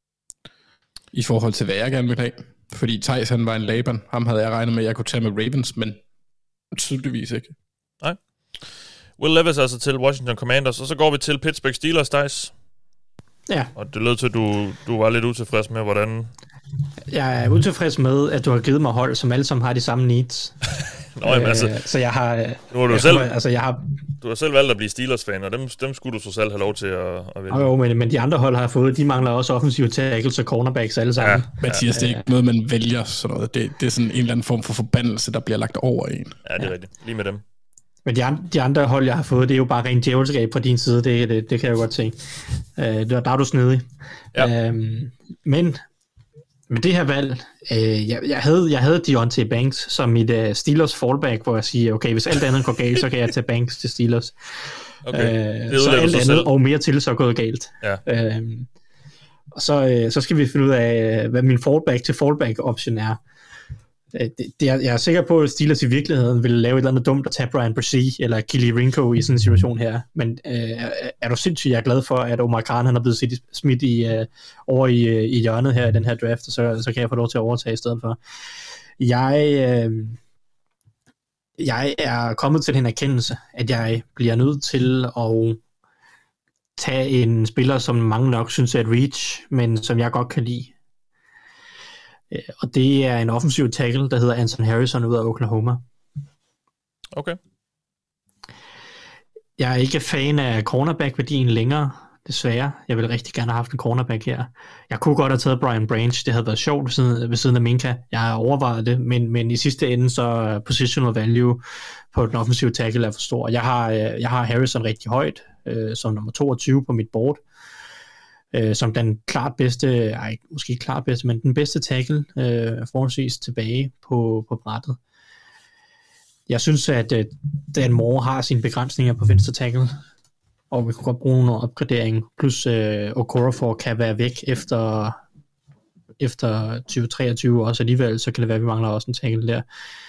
i forhold til, hvad jeg gerne ville have. Fordi Theis, han var en Laban. Ham havde jeg regnet med, at jeg kunne tage med Ravens, men tydeligvis ikke. Nej. Will Levis altså til Washington Commanders, og så går vi til Pittsburgh Steelers, Theis. Ja. Og det lød til, at du, du var lidt utilfreds med, hvordan... Jeg er utilfreds med, at du har givet mig hold, som alle sammen har de samme needs. Nå, jamen, altså... Øh, så jeg har... Nu har du jeg selv... Har, altså, jeg har... Du har selv valgt at blive Steelers-fan, og dem, dem skulle du så selv have lov til at, at vælge. Jo, men, men de andre hold har fået, de mangler også offensive tackles og cornerbacks alle sammen. Ja, Mathias, det er ikke noget, man vælger sådan noget. Det, det er sådan en eller anden form for forbandelse, der bliver lagt over en. Ja, det er ja. rigtigt. Lige med dem. Men de andre, de andre hold, jeg har fået, det er jo bare rent djævelskab fra din side. Det, det, det kan jeg jo godt se. Uh, der, der er du snedig. Ja. Uh, men... Med det her valg, øh, jeg, jeg, havde, jeg havde Deontay Banks som mit uh, Steelers fallback, hvor jeg siger, okay, hvis alt andet går galt, så kan jeg tage Banks til Steelers. Okay. Øh, så alt andet selv. Og mere til, så er gået galt. Ja. Øh, og så, øh, så skal vi finde ud af, hvad min fallback til fallback option er. Det, det er, jeg er sikker på, at Steelers i virkeligheden ville lave et eller andet dumt at tage Brian Brzee eller Kelee Ringo i sådan en situation her. Men øh, er du sindssygt, jeg er glad for, at Omar Khan han er blevet smidt i, øh, over i, i hjørnet her i den her draft, og så, så kan jeg få lov til at overtage i stedet for. Jeg, øh, jeg er kommet til den erkendelse, at jeg bliver nødt til at tage en spiller, som mange nok synes er et reach, men som jeg godt kan lide. Og det er en offensiv tackle, der hedder Anton Harrison ud af Oklahoma. Okay. Jeg er ikke fan af cornerback-værdien længere, desværre. Jeg ville rigtig gerne have haft en cornerback her. Jeg kunne godt have taget Brian Branch, det havde været sjovt ved siden, ved siden af Minka. Jeg har overvejet det, men, men i sidste ende så positional value på den offensive tackle er for stor. Jeg har, jeg har Harrison rigtig højt, øh, som nummer toogtyve på mit board. Øh, som den klart bedste, ej, måske ikke klart bedste, men den bedste tackle øh, forholdsvis tilbage på, på brættet. Jeg synes, at øh, Dan Moore har sine begrænsninger på venstre tackle, og vi kunne godt bruge noget opgradering, plus øh, Okorafor kan være væk efter, efter tyve treogtyve også alligevel, så kan det være, at vi mangler også en tackle der.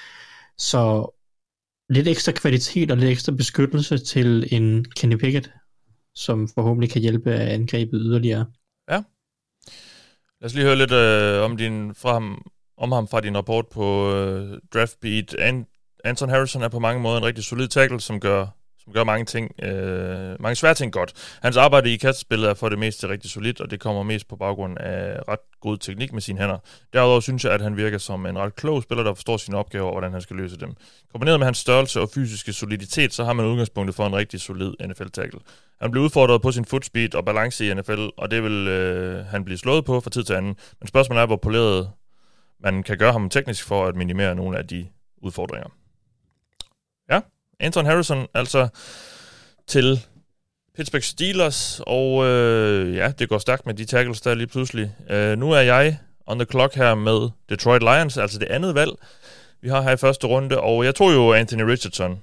Så lidt ekstra kvalitet og lidt ekstra beskyttelse til en Kenny Pickett, som forhåbentlig kan hjælpe angrebet yderligere. Ja. Lad os lige høre lidt øh, om, din, fra ham, om ham fra din rapport på øh, DraftBeat. An- Anton Harrison er på mange måder en rigtig solid tackle, som gør, som gør mange ting, øh, mange svære ting godt. Hans arbejde i kastespillet er for det meste rigtig solidt, og det kommer mest på baggrund af ret god teknik med sine hænder. Derudover synes jeg, at han virker som en ret klog spiller, der forstår sine opgaver og hvordan han skal løse dem. Kombineret med hans størrelse og fysiske soliditet, så har man udgangspunktet for en rigtig solid N F L-tackle. Han bliver udfordret på sin footspeed og balance i N F L, og det vil øh, han blive slået på fra tid til anden. Men spørgsmålet er, hvor poleret man kan gøre ham teknisk for at minimere nogle af de udfordringer. Ja, Anton Harrison altså til Pittsburgh Steelers, og øh, ja, det går stærkt med de tackles der lige pludselig. Øh, nu er jeg on the clock her med Detroit Lions, altså det andet valg, vi har her i første runde, og jeg tog jo Anthony Richardson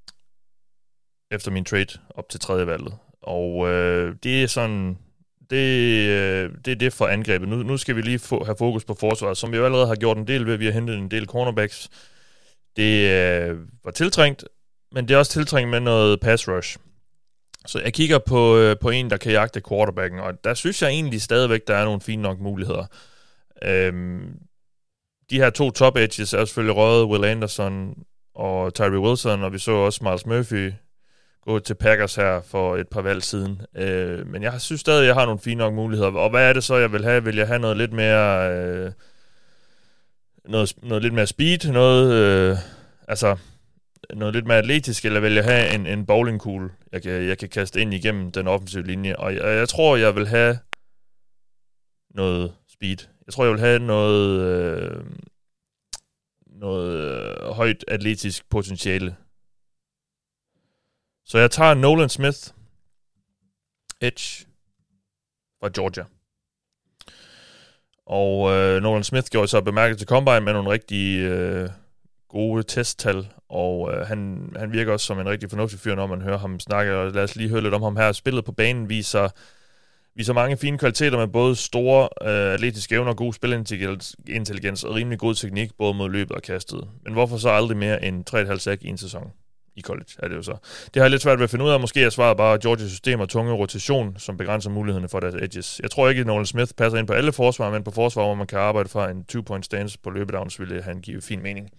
efter min trade op til tredje valget. Og øh, det er sådan, det, øh, det er det for angrebet. Nu, nu skal vi lige få, have fokus på forsvaret, som vi jo allerede har gjort en del ved. Vi har hentet en del cornerbacks. Det øh, var tiltrængt, men det er også tiltrængt med noget pass rush. Så jeg kigger på, øh, på en, der kan jagte quarterbacken, og der synes jeg egentlig stadigvæk, der er nogle fine nok muligheder. Øhm, de her to top edges er selvfølgelig røget, Will Anderson og Tyree Wilson, og vi så også Miles Murphy gå til Packers her for et par valg siden. Øh, men jeg synes stadig, jeg har nogle fine nok muligheder. Og hvad er det så, jeg vil have? Vil jeg have noget lidt mere... Øh, noget, noget lidt mere speed? Noget... Øh, altså... noget lidt mere atletisk, eller vil jeg have en, en bowlingkugle, jeg kan, jeg kan kaste ind igennem den offensive linje. Og jeg, jeg tror, jeg vil have noget speed. Jeg tror, jeg vil have noget, øh, noget øh, højt atletisk potentiale. Så jeg tager Nolan Smith, edge fra Georgia. Og øh, Nolan Smith gjorde så bemærket til Combine med nogle rigtig øh, gode testtal, og øh, han, han virker også som en rigtig fornuftig fyr, når man hører ham snakke, og lad os lige høre lidt om ham her. Spillet på banen viser, viser mange fine kvaliteter med både store øh, atletiske evner, god spilintelligens og rimelig god teknik, både mod løbet og kastet. Men hvorfor så aldrig mere end tre komma fem sack i en sæson? I college er det jo så. Det har jeg lidt svært ved at finde ud af. Måske er svaret bare Georgias system og tunge rotation, som begrænser mulighederne for deres edges. Jeg tror ikke, at Nolan Smith passer ind på alle forsvar, men på forsvar, hvor man kan arbejde fra en two-point stance på løbedowns, ville han give fin mening.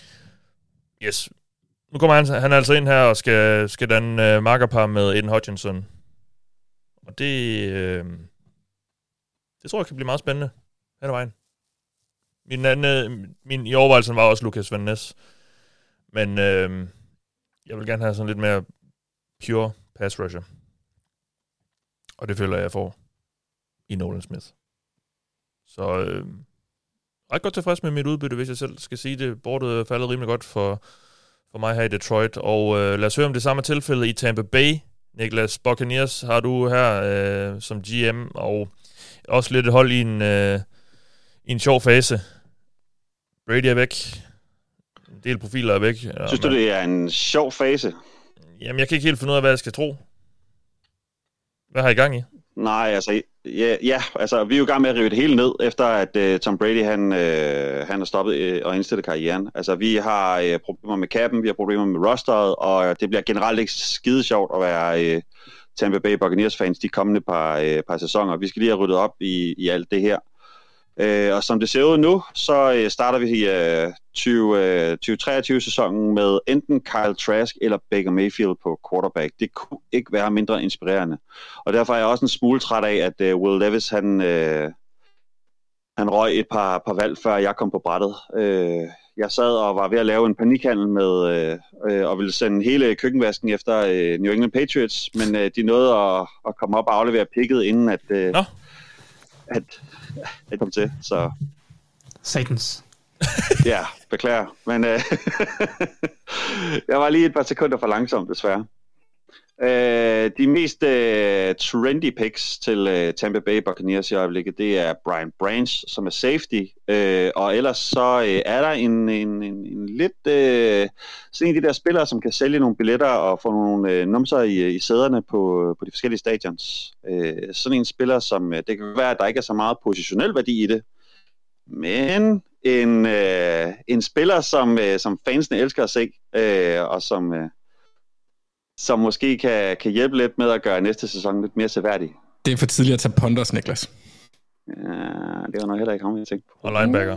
Yes. Nu kommer han, han er altså ind her og skal, skal danne uh, makkerpar med Aiden Hutchinson. Og det, øh, det tror jeg kan blive meget spændende hen ad vejen. Min, anden, min i overvejelsen var også Lucas Van Ness. Men øh, jeg vil gerne have sådan lidt mere pure pass rusher. Og det føler jeg, jeg får i Nolan Smith. Så øh, ret godt tilfreds med mit udbytte, hvis jeg selv skal sige det. Bordet faldet rimelig godt for, for mig her i Detroit. Og øh, lad os høre om det samme tilfælde i Tampa Bay. Niklas Buccaneers har du her øh, som G M, og også lidt et hold i en, øh, i en sjov fase. Brady er væk. En del profiler er væk. Synes du, det er en sjov fase? Jamen, jeg kan ikke helt finde ud af, hvad jeg skal tro. Hvad har I gang i? Nej, altså, ja, ja, altså, vi er jo i gang med at rive det hele ned, efter at uh, Tom Brady, han, uh, han har stoppet uh, og indstillet karrieren. Altså, vi har uh, problemer med capen, vi har problemer med rosteret, og det bliver generelt ikke skide sjovt at være uh, Tampa Bay Buccaneers-fans de kommende par, uh, par sæsoner. Vi skal lige have ryddet op i, i alt det her. Uh, og som det ser ud nu, så uh, starter vi i uh, tyve treogtyve-sæsonen med enten Kyle Trask eller Baker Mayfield på quarterback. Det kunne ikke være mindre inspirerende. Og derfor er jeg også en smule træt af, at uh, Will Levis, han, uh, han røg et par, par valg, før jeg kom på brættet. Uh, jeg sad og var ved at lave en panikhandel med, uh, uh, og ville sende hele køkkenvasken efter uh, New England Patriots, men uh, de nåede at, at komme op og aflevere picket, inden at... Uh, Nå. at jeg kom til, så... Satans. Ja, beklager. Men øh, jeg var lige et par sekunder for langsom, desværre. Øh, de mest øh, trendy picks til øh, Tampa Bay Buccaneers i øjeblikket, det er Brian Branch, som er safety. Øh, og ellers så øh, er der en, en, en, en lidt... Øh, sådan en af de der spillere, som kan sælge nogle billetter og få nogle øh, numser i, i sæderne på, på de forskellige stadions. Øh, sådan en spiller, som... Øh, det kan være, at der ikke er så meget positionel værdi i det. Men en, øh, en spiller, som, øh, som fansene elsker at se, øh, og som... Øh, som måske kan, kan hjælpe lidt med at gøre næste sæson lidt mere seværdig. Det er for tidligt at tage punters, Niklas. Ja, det var nok heller ikke ham, jeg tænkte på. Og linebacker.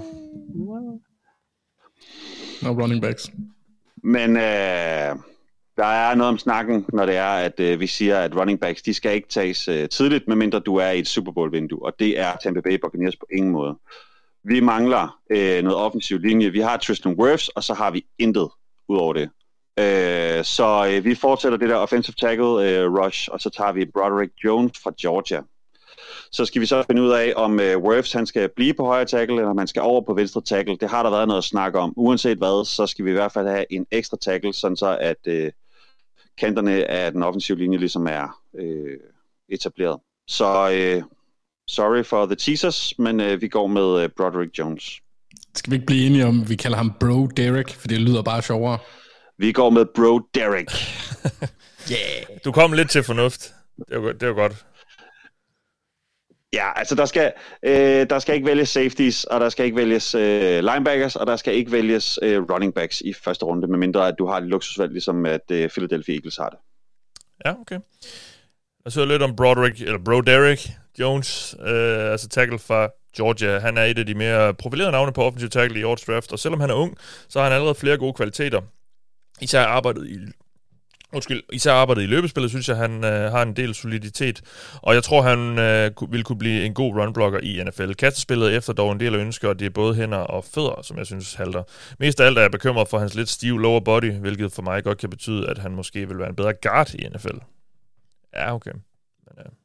No running backs. Men øh, der er noget om snakken, når det er, at øh, vi siger, at running backs, de skal ikke tages øh, tidligt, medmindre du er i et Super Bowl-vindue, og det er Tampa Bay Buccaneers på ingen måde. Vi mangler øh, noget offensiv linje. Vi har Tristan Wirfs, og så har vi intet ud over det. Øh, så øh, vi fortsætter det der offensive tackle øh, rush, og så tager vi Broderick Jones fra Georgia. Så skal vi så finde ud af, om øh, Wirfs han skal blive på højre tackle, eller om han skal over på venstre tackle. Det har der været noget at snakke om. Uanset hvad, så skal vi i hvert fald have en ekstra tackle, sådan så at øh, kanterne af den offensive linje ligesom er øh, etableret. Så øh, sorry for the teasers, men øh, vi går med øh, Broderick Jones. Skal vi ikke blive enige om, vi kalder ham Bro Derek, for det lyder bare sjovere? Vi går med Bro Derek. Yeah. Du kom lidt til fornuft. Det var, det var godt. Ja, altså der skal, øh, der skal ikke vælges safeties, og der skal ikke vælges øh, linebackers, og der skal ikke vælges øh, running backs i første runde, medmindre at du har et luksusvalg, ligesom at øh, Philadelphia Eagles har det. Ja, okay. Jeg så lidt om Broderick, eller Broderick Jones, øh, altså tackle fra Georgia. Han er et af de mere profilerede navne på offensive tackle i årets draft, og selvom han er ung, så har han allerede flere gode kvaliteter. Især arbejdet i, undskyld, især arbejdet i løbespillet, synes jeg, han øh, har en del soliditet, og jeg tror, han øh, vil kunne blive en god runblocker i N F L. Kastespillet efter dog en del af ønsker, og det er både hænder og fødder, som jeg synes halter. Mest af alt er jeg bekymret for hans lidt stive lower body, hvilket for mig godt kan betyde, at han måske vil være en bedre guard i N F L. Ja, okay. Men, øh.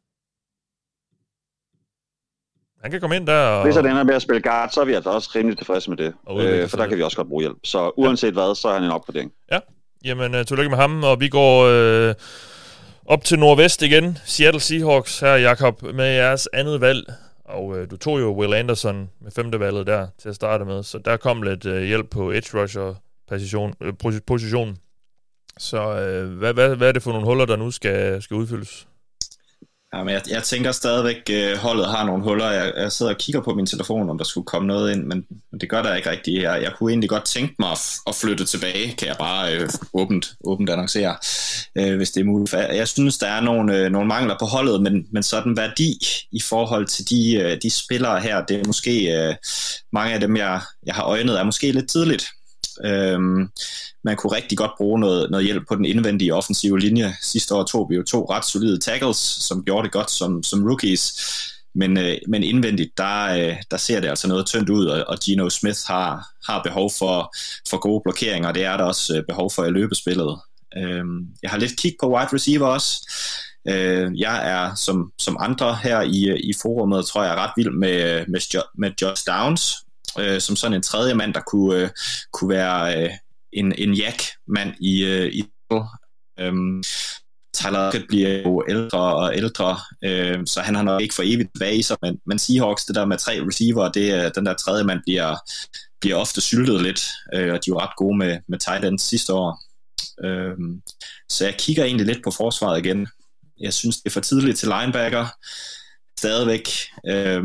Han kan komme ind der og... Hvis han ender med at spille guard, så er vi altså også rimelig tilfredse med det. Øh, for der kan vi også godt bruge hjælp. Så uanset ja. hvad, så er han en opgradering. Ja, jamen uh, tillykke med ham. Og vi går øh, op til nordvest igen. Seattle Seahawks her, Jakob, med jeres andet valg. Og øh, du tog jo Will Anderson med femte valget der til at starte med. Så der kom lidt øh, hjælp på edge rusher position, øh, positionen. Så øh, hvad, hvad, hvad er det for nogle huller, der nu skal, skal udfyldes? Ja, men jeg, jeg tænker stadigvæk, at holdet har nogle huller. Jeg, jeg sidder og kigger på min telefon, om der skulle komme noget ind, men, men det gør der ikke rigtigt. Jeg, jeg kunne egentlig godt tænke mig at, at flytte tilbage, kan jeg bare øh, åbent, åbent annoncere, øh, hvis det er muligt. Jeg synes, der er nogle, øh, nogle mangler på holdet, men, men sådan værdi i forhold til de, øh, de spillere her, det er måske øh, mange af dem, jeg, jeg har øjnet, er måske lidt tidligt. Øhm, man kunne rigtig godt bruge noget, noget hjælp på den indvendige offensive linje. Sidste år tog vi jo to ret solide tackles, som gjorde det godt som, som rookies, men, øh, men indvendigt, der, øh, der ser det altså noget tyndt ud, og, og Geno Smith har, har behov for, for gode blokeringer, det er der også øh, behov for i løbespillet. Øhm, jeg har lidt kig på wide receiver også. Øh, jeg er som, som andre her i, i forummet, tror jeg er ret vild med, med, med Josh Downs, Øh, som sådan en tredje mand, der kunne, øh, kunne være øh, en, en jack-mand i, øh, i øhm, Tyler Lockett bliver jo ældre og ældre, øh, så han har nok ikke for evigt tilbage i sig, men, men Seahawks, det der med tre receiver, det, den der tredje mand bliver, bliver ofte syltet lidt, øh, og de er jo ret gode med, med tight ends sidste år. Øh, så jeg kigger egentlig lidt på forsvaret igen. Jeg synes, det er for tidligt til linebacker, stadigvæk. Øh,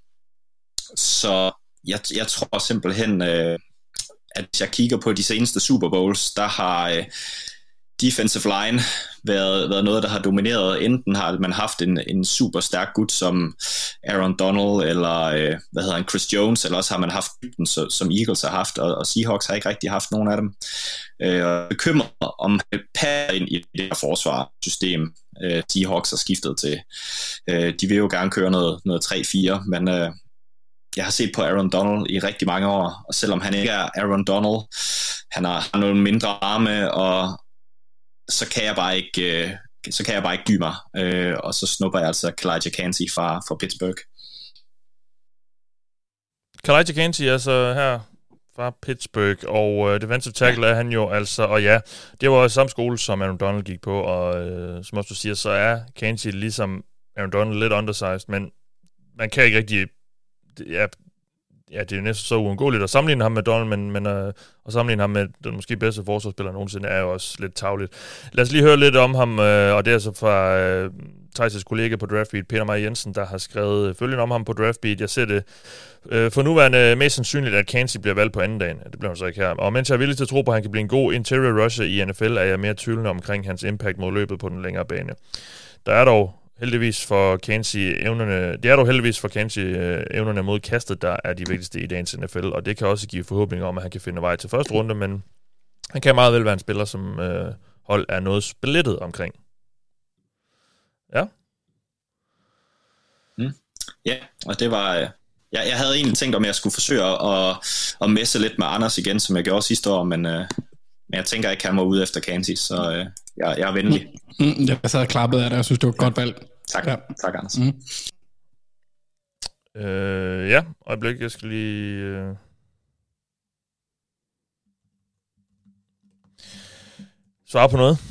så Jeg, jeg tror simpelthen, øh, at hvis jeg kigger på de seneste Super Bowls, der har øh, defensive line været, været noget, der har domineret. Enten har man haft en, en super stærk gut som Aaron Donald, eller øh, hvad hedder han, Chris Jones, eller også har man haft den, som Eagles har haft, og, og Seahawks har ikke rigtig haft nogen af dem. Øh, og bekymret om han passer ind i det her forsvarssystem, øh, Seahawks har skiftet til. Øh, de vil jo gerne køre noget, noget tre fire, men... Øh, Jeg har set på Aaron Donald i rigtig mange år, og selvom han ikke er Aaron Donald, han har nogle mindre arme, og så kan jeg bare ikke, så kan jeg bare ikke dy mig, og så snupper jeg altså Kalijah Kancey fra, fra Pittsburgh. Kalijah Kancey altså her fra Pittsburgh, og uh, defensive tackle er han jo altså, og ja, det var samme skole, som Aaron Donald gik på, og uh, som også du siger, så er Kancey ligesom Aaron Donald lidt undersized, men man kan ikke rigtig... Ja, ja, det er jo næsten så uundgåeligt at sammenligne ham med Donald, men, men uh, at sammenligne ham med den måske bedste forsvarsspiller nogensinde er jo også lidt tarveligt. Lad os lige høre lidt om ham, uh, og det er så fra uh, Thijs' kollega på Draftbeat, Peter Meier Jensen, der har skrevet følgende om ham på Draftbeat. Jeg ser det uh, for nuværende mest sandsynligt, at Kancey bliver valgt på anden dagen. Det bliver han så ikke her. Og mens jeg er villig til at tro på, at han kan blive en god interior rusher i N F L, er jeg mere tvivlende omkring hans impact mod løbet på den længere bane. Der er dog heldigvis for Kancey evnerne, det er dog heldigvis for Kancey øh, evnerne mod kastet, der er de vigtigste i dagens N F L, og det kan også give forhåbninger om, at han kan finde vej til første runde, men han kan meget vel være en spiller, som øh, hold er noget splittet omkring. Ja. Mm. Ja, og det var... Øh, jeg, jeg havde egentlig tænkt, om jeg skulle forsøge at, at messe lidt med Anders igen, som jeg gjorde sidste år, men, øh, men jeg tænker ikke, at han var ude efter Kancey, så øh, jeg, jeg er venlig. Mm, jeg sad klappet af det, jeg synes, det var et godt valg. Tak, ja. Tak Anders. Mm. Øh, ja, øjeblik, jeg skal lige... Øh... svare på noget.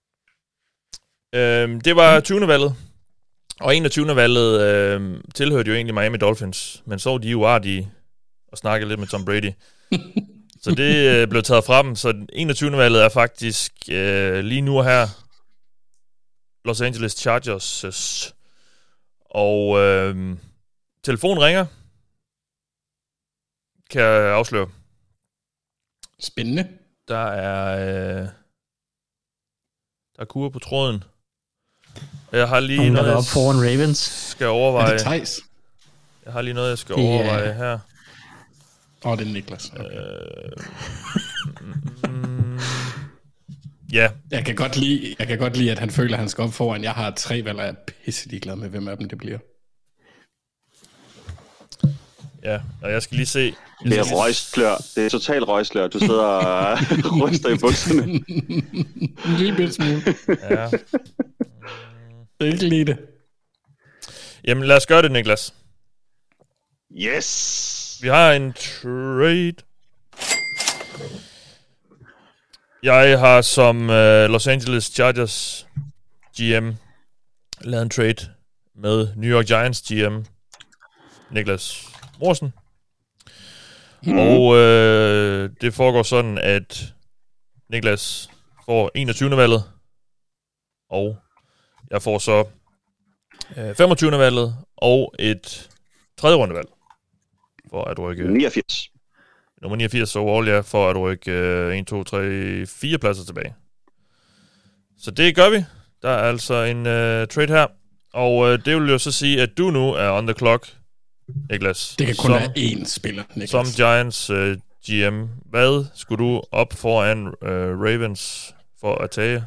Øh, det var tyvende valget, og enogtyvende valget øh, tilhørte jo egentlig Miami Dolphins, men så var de jo artige og snakkede lidt med Tom Brady. Så det øh, blev taget fra dem, så enogtyvende valget er faktisk øh, lige nu her Los Angeles Chargers. Og øh, telefonen ringer. Kan jeg afsløre. Spændende. Der er... Øh, der er kur på tråden. Jeg har lige Nogen, noget, der op foran Ravens. Skal overveje. Er det Theis? Jeg har lige noget, jeg skal Det er- overveje her. Åh, oh, det er Niklas. Okay. Øh, mm, ja. Jeg kan, godt lide, jeg kan godt lide, at han føler, at han skal op foran. Jeg har tre valg, og jeg er pisse ligeglad med, hvem af dem det bliver. Ja, og jeg skal lige se. Jeg Det er skal- røgslør. Det er total røgslør. Du sidder og ryster i bukserne. En lille bitte smule. Ja. Jeg ikke lide det. Jamen, lad os gøre det, Niklas. Yes! Vi har en trade. Jeg har som uh, Los Angeles Chargers G M lavet en trade med New York Giants G M Niklas Morsen. Mm. Og øh, det foregår sådan, at Niklas får enogtyvende valget, og jeg får så øh, femogtyvende valget og et tredje rundevalg for at rykke niogfirs. nummer niogfirs overall, ja, for at rykke øh, en, to, tre, fire pladser tilbage. Så det gør vi. Der er altså en øh, trade her, og øh, det vil jo så sige, at du nu er on the clock, Niklas. Det kan kun som, være én spiller, Niklas. Som Giants øh, G M. Hvad skulle du op foran øh, Ravens for at tage?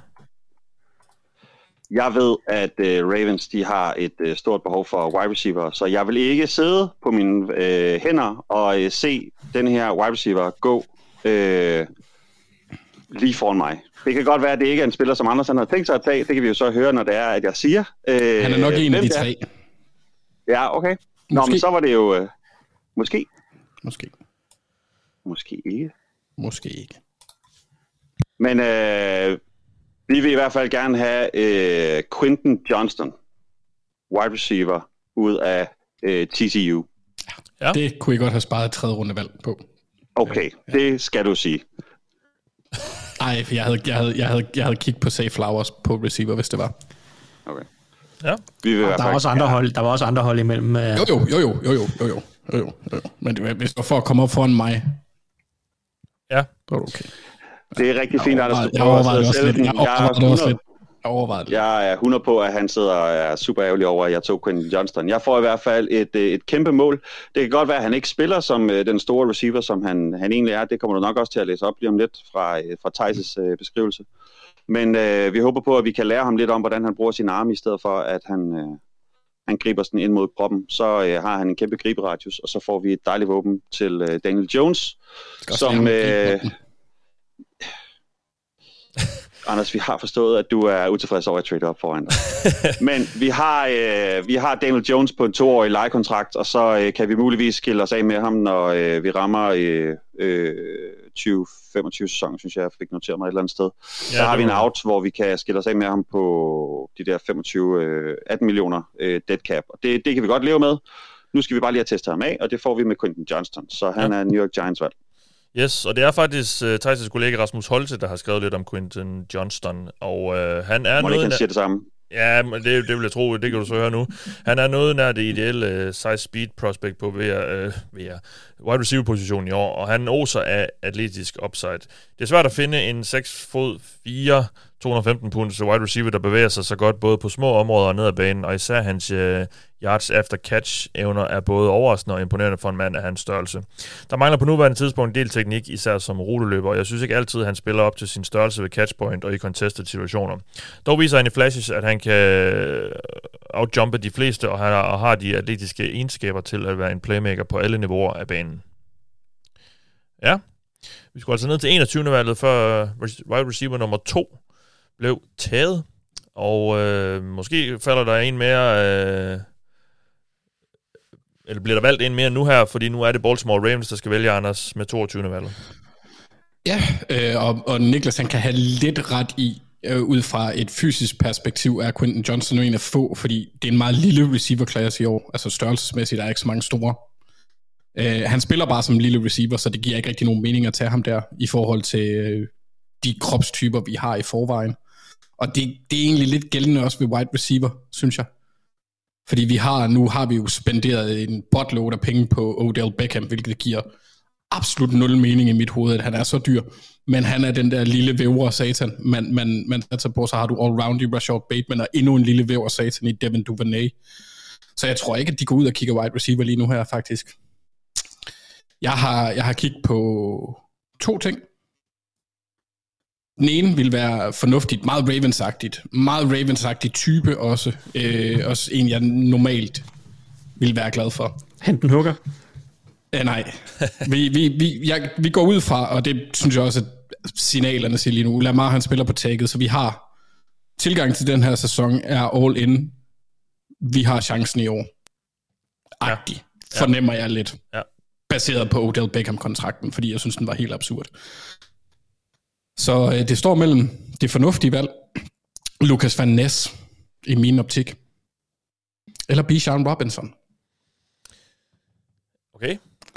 Jeg ved, at uh, Ravens de har et uh, stort behov for wide receiver, så jeg vil ikke sidde på mine uh, hænder og uh, se den her wide receiver gå uh, lige foran mig. Det kan godt være, at det ikke er en spiller, som Anders han har tænkt sig at tage. Det kan vi jo så høre, når det er, at jeg siger. Uh, Han er nok en af de tre. Ja, okay. Nå, Måske. men så var det jo... Uh, måske. Måske. Måske ikke. Måske ikke. Men øh, vi vil i hvert fald gerne have øh, Quentin Johnston, wide receiver, ud af øh, T C U. Ja. Det kunne I godt have sparet et tredje rundevalg på. Okay, ja. Det skal du sige. Nej, for jeg havde, jeg, havde, jeg, havde, jeg havde kigget på Safe Flowers på receiver, hvis det var. Okay. Ja. Vi vil i hvert Der fald, var også andre ja. hold, der var også andre hold imellem. Uh... Jo, jo, jo, jo, jo, jo, jo, jo, jo, jo, jo. Men det, hvis det var for at komme op foran mig, ja, så var det okay. Det er rigtig fint, Anders. Jeg overvejede det også lidt. Jeg overvejede det også lidt. Jeg overvejede det. Jeg er hundrede på, at han sidder og er super ærgerlig over, at jeg tog Quentin Johnston. Jeg får i hvert fald et, et kæmpe mål. Det kan godt være, at han ikke spiller som den store receiver, som han, han egentlig er. Det kommer du nok også til at læse op lige om lidt fra, fra Theis' øh, beskrivelse. Men øh, vi håber på, at vi kan lære ham lidt om, hvordan han bruger sin arme, i stedet for, at han, øh, han griber sådan ind mod kroppen. Så øh, har han en kæmpe griberadius, og så får vi et dejligt våben til øh, Daniel Jones, som... Øh, Anders, vi har forstået, at du er utilfreds over at trade op foran dig. Men vi har, øh, vi har Daniel Jones på en toårig lejekontrakt, og så øh, kan vi muligvis skille os af med ham, når øh, vi rammer øh, øh, tyve femogtyve sæsonen, synes jeg, jeg fik noteret mig et eller andet sted. Ja, så har vi en out, hvor vi kan skille os af med ham på de der femogtyve atten millioner øh, dead cap. Og det, det kan vi godt leve med. Nu skal vi bare lige have testet ham af, og det får vi med Quentin Johnston. Så han ja. er New York Giants valg. Yes, og det er faktisk uh, Theis' kollega Rasmus Holte, der har skrevet lidt om Quentin Johnston, og uh, han er Må noget... ikke han siger det samme? Ja, det, det vil jeg tro, det kan du så høre nu. Han er noget nær det ideelle uh, size speed prospect på ved, uh, ved wide receiver position i år, og han oser af atletisk upside. Det er svært at finde en seks fod fire, to hundrede og femten punds wide receiver, der bevæger sig så godt både på små områder og ned ad banen, og især hans uh, yards after catch evner er både overraskende og imponerende for en mand af hans størrelse. Der mangler på nuværende tidspunkt en del teknik, især som ruteløber, og jeg synes ikke altid, at han spiller op til sin størrelse ved catchpoint og i contested situationer. Dog viser han i flashes, at han kan outjumpe de fleste, og han har, og har de atletiske egenskaber til at være en playmaker på alle niveauer af banen. Ja, vi skulle altså ned til enogtyvende valget, før wide receiver nummer to blev taget, og øh, måske falder der en mere, øh, eller bliver der valgt en mere nu her, fordi nu er det Baltimore Ravens, der skal vælge Anders med toogtyvende valget. Ja, øh, og, og Niklas han kan have lidt ret i, øh, ud fra et fysisk perspektiv, er Quentin Johnston en af få, fordi det er en meget lille receiver-klasse i år, altså størrelsesmæssigt er der ikke så mange store. Øh, han spiller bare som en lille receiver, så det giver ikke rigtig nogen mening at tage ham der, i forhold til øh, de kropstyper, vi har i forvejen. Og det, det er egentlig lidt gældende også ved wide receiver, synes jeg. Fordi vi har, nu har vi jo spenderet en botload af penge på Odell Beckham, hvilket giver absolut nul mening i mit hoved, at han er så dyr. Men han er den der lille væver satan, man, man, man satser på, så har du all-round i Rashad Bateman, og endnu en lille væver satan i Devin Duvernay. Så jeg tror ikke, at de går ud og kigger wide receiver lige nu her, faktisk. Jeg har, jeg har kigget på to ting. Den ene vil være fornuftigt, meget Ravens-agtigt. Meget Ravens-agtig type også. Øh, også en, jeg normalt vil være glad for. Henten hugger? Ja, nej. Vi, vi, vi, jeg, vi går ud fra, og det synes jeg også, at signalerne siger lige nu, Lamar han spiller på tagget, så vi har tilgang til den her sæson er all in. Vi har chancen i år. Agtig. Ja. Fornemmer jeg lidt. Ja. Baseret på Odell Beckham-kontrakten, fordi jeg synes, den var helt absurd. Så øh, det står mellem det fornuftige valg, Lucas Van Ness, i min optik, eller Bijan Robinson. Okay.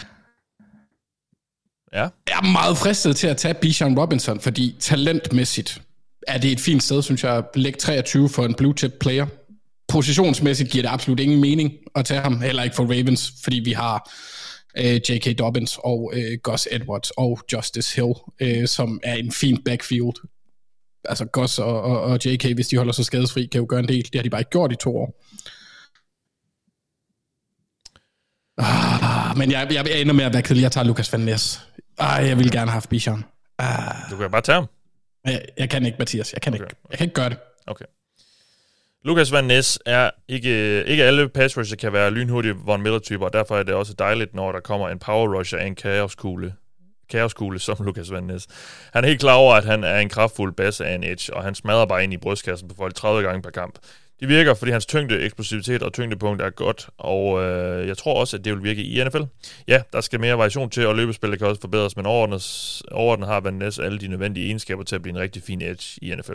Ja. Jeg er meget fristet til at tage Bijan Robinson, fordi talentmæssigt er det et fint sted, synes jeg, at lægge treogtyve for en blue chip player. Positionsmæssigt giver det absolut ingen mening at tage ham, heller ikke for Ravens, fordi vi har øh, J K. Dobbins og øh, Gus Edwards og Justice Hill, øh, som er en fin backfield. Altså Gus og, og, og J K, hvis de holder sig skadesfri, kan jo gøre en del. Det har de bare ikke gjort i to år. Ah, men jeg, jeg, jeg ender med at være kedelig. Jeg tager Lucas Van Ness. Ah, jeg vil gerne have haft Bijan. Ah. Du kan bare tage ham. Jeg, jeg kan ikke, Mathias. Jeg kan, okay. ikke. jeg kan ikke gøre det. Okay. Lucas Van Ness er ikke, ikke alle pass rusher kan være lynhurtige Von Miller-typer, og derfor er det også dejligt, når der kommer en power rusher af en kaoskugle, kaoskugle som Lucas Van Ness. Han er helt klar over, at han er en kraftfuld basse af en edge, og han smadrer bare ind i brystkassen på folk tredive gange per kamp. Det virker, fordi hans tyngde, eksplosivitet og tyngdepunkt er godt, og øh, jeg tror også, at det vil virke i N F L. Ja, der skal mere variation til, og løbespillet kan også forbedres, men overordnet, overordnet har Van Ness alle de nødvendige egenskaber til at blive en rigtig fin edge i N F L.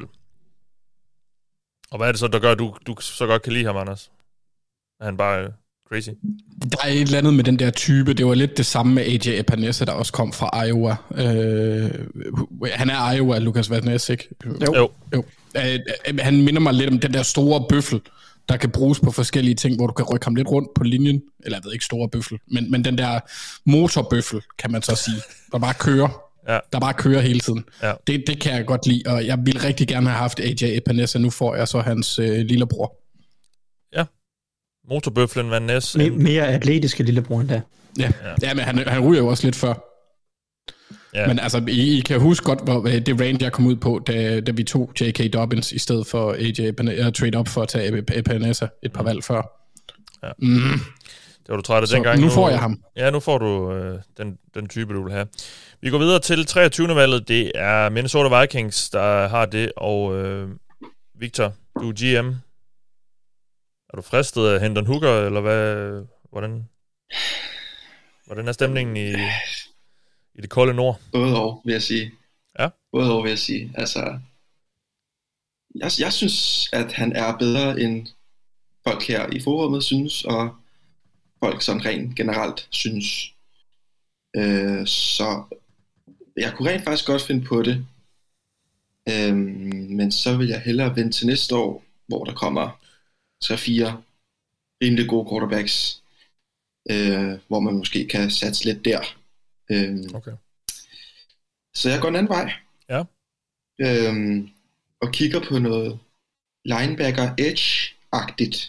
Og hvad er det så, der gør, at du, du så godt kan lide ham, Anders? Er han bare øh, crazy? Der er et eller andet med den der type. Det var lidt det samme med A J Epinesa, der også kom fra Iowa. Øh, han er Iowa, Lucas Van Ness, ikke? Jo. jo. jo. Øh, han minder mig lidt om den der store bøffel, der kan bruges på forskellige ting, hvor du kan rykke ham lidt rundt på linjen. Eller jeg ved ikke, store bøffel. Men, men den der motorbøffel, kan man så sige, der bare kører. Ja. Der bare kører hele tiden. Ja. Det, det kan jeg godt lide, og jeg ville rigtig gerne have haft A J Epinesa. Nu får jeg så hans øh, lillebror. Ja. Motorbøflen Van Ness. M- mere atletiske lillebror end da. Ja, ja. ja men han, han ryger jo også lidt før. Ja. Men altså, I, I kan huske godt, hvor det range, jeg kom ud på, da, da vi tog J K. Dobbins i stedet for A J Epinesa, trade up for at tage Epinesa et par valg før. Ja. Mm. Det var du træt af dengang. Nu får jeg ham. Ja, nu får du øh, den, den type, du vil have. Vi går videre til treogtyvende valget. Det er Minnesota Vikings, der har det. Og øh, Victor, du er G M. Er du fristet af Hendon Hooker, eller hvad? Hvordan, hvordan er stemningen i, i det kolde nord? Både og, vil jeg sige. Ja? Både og, vil jeg sige. Altså, jeg, jeg synes, at han er bedre end folk her i forummet synes, og folk som rent generelt synes. Øh, så jeg kunne rent faktisk godt finde på det. Øh, men så vil jeg hellere vente til næste år, hvor der kommer tre fire rimelig gode quarterbacks, øh, hvor man måske kan satse lidt der. Øh, okay. Så jeg går en anden vej. Ja. Øh, og kigger på noget linebacker edge-agtigt.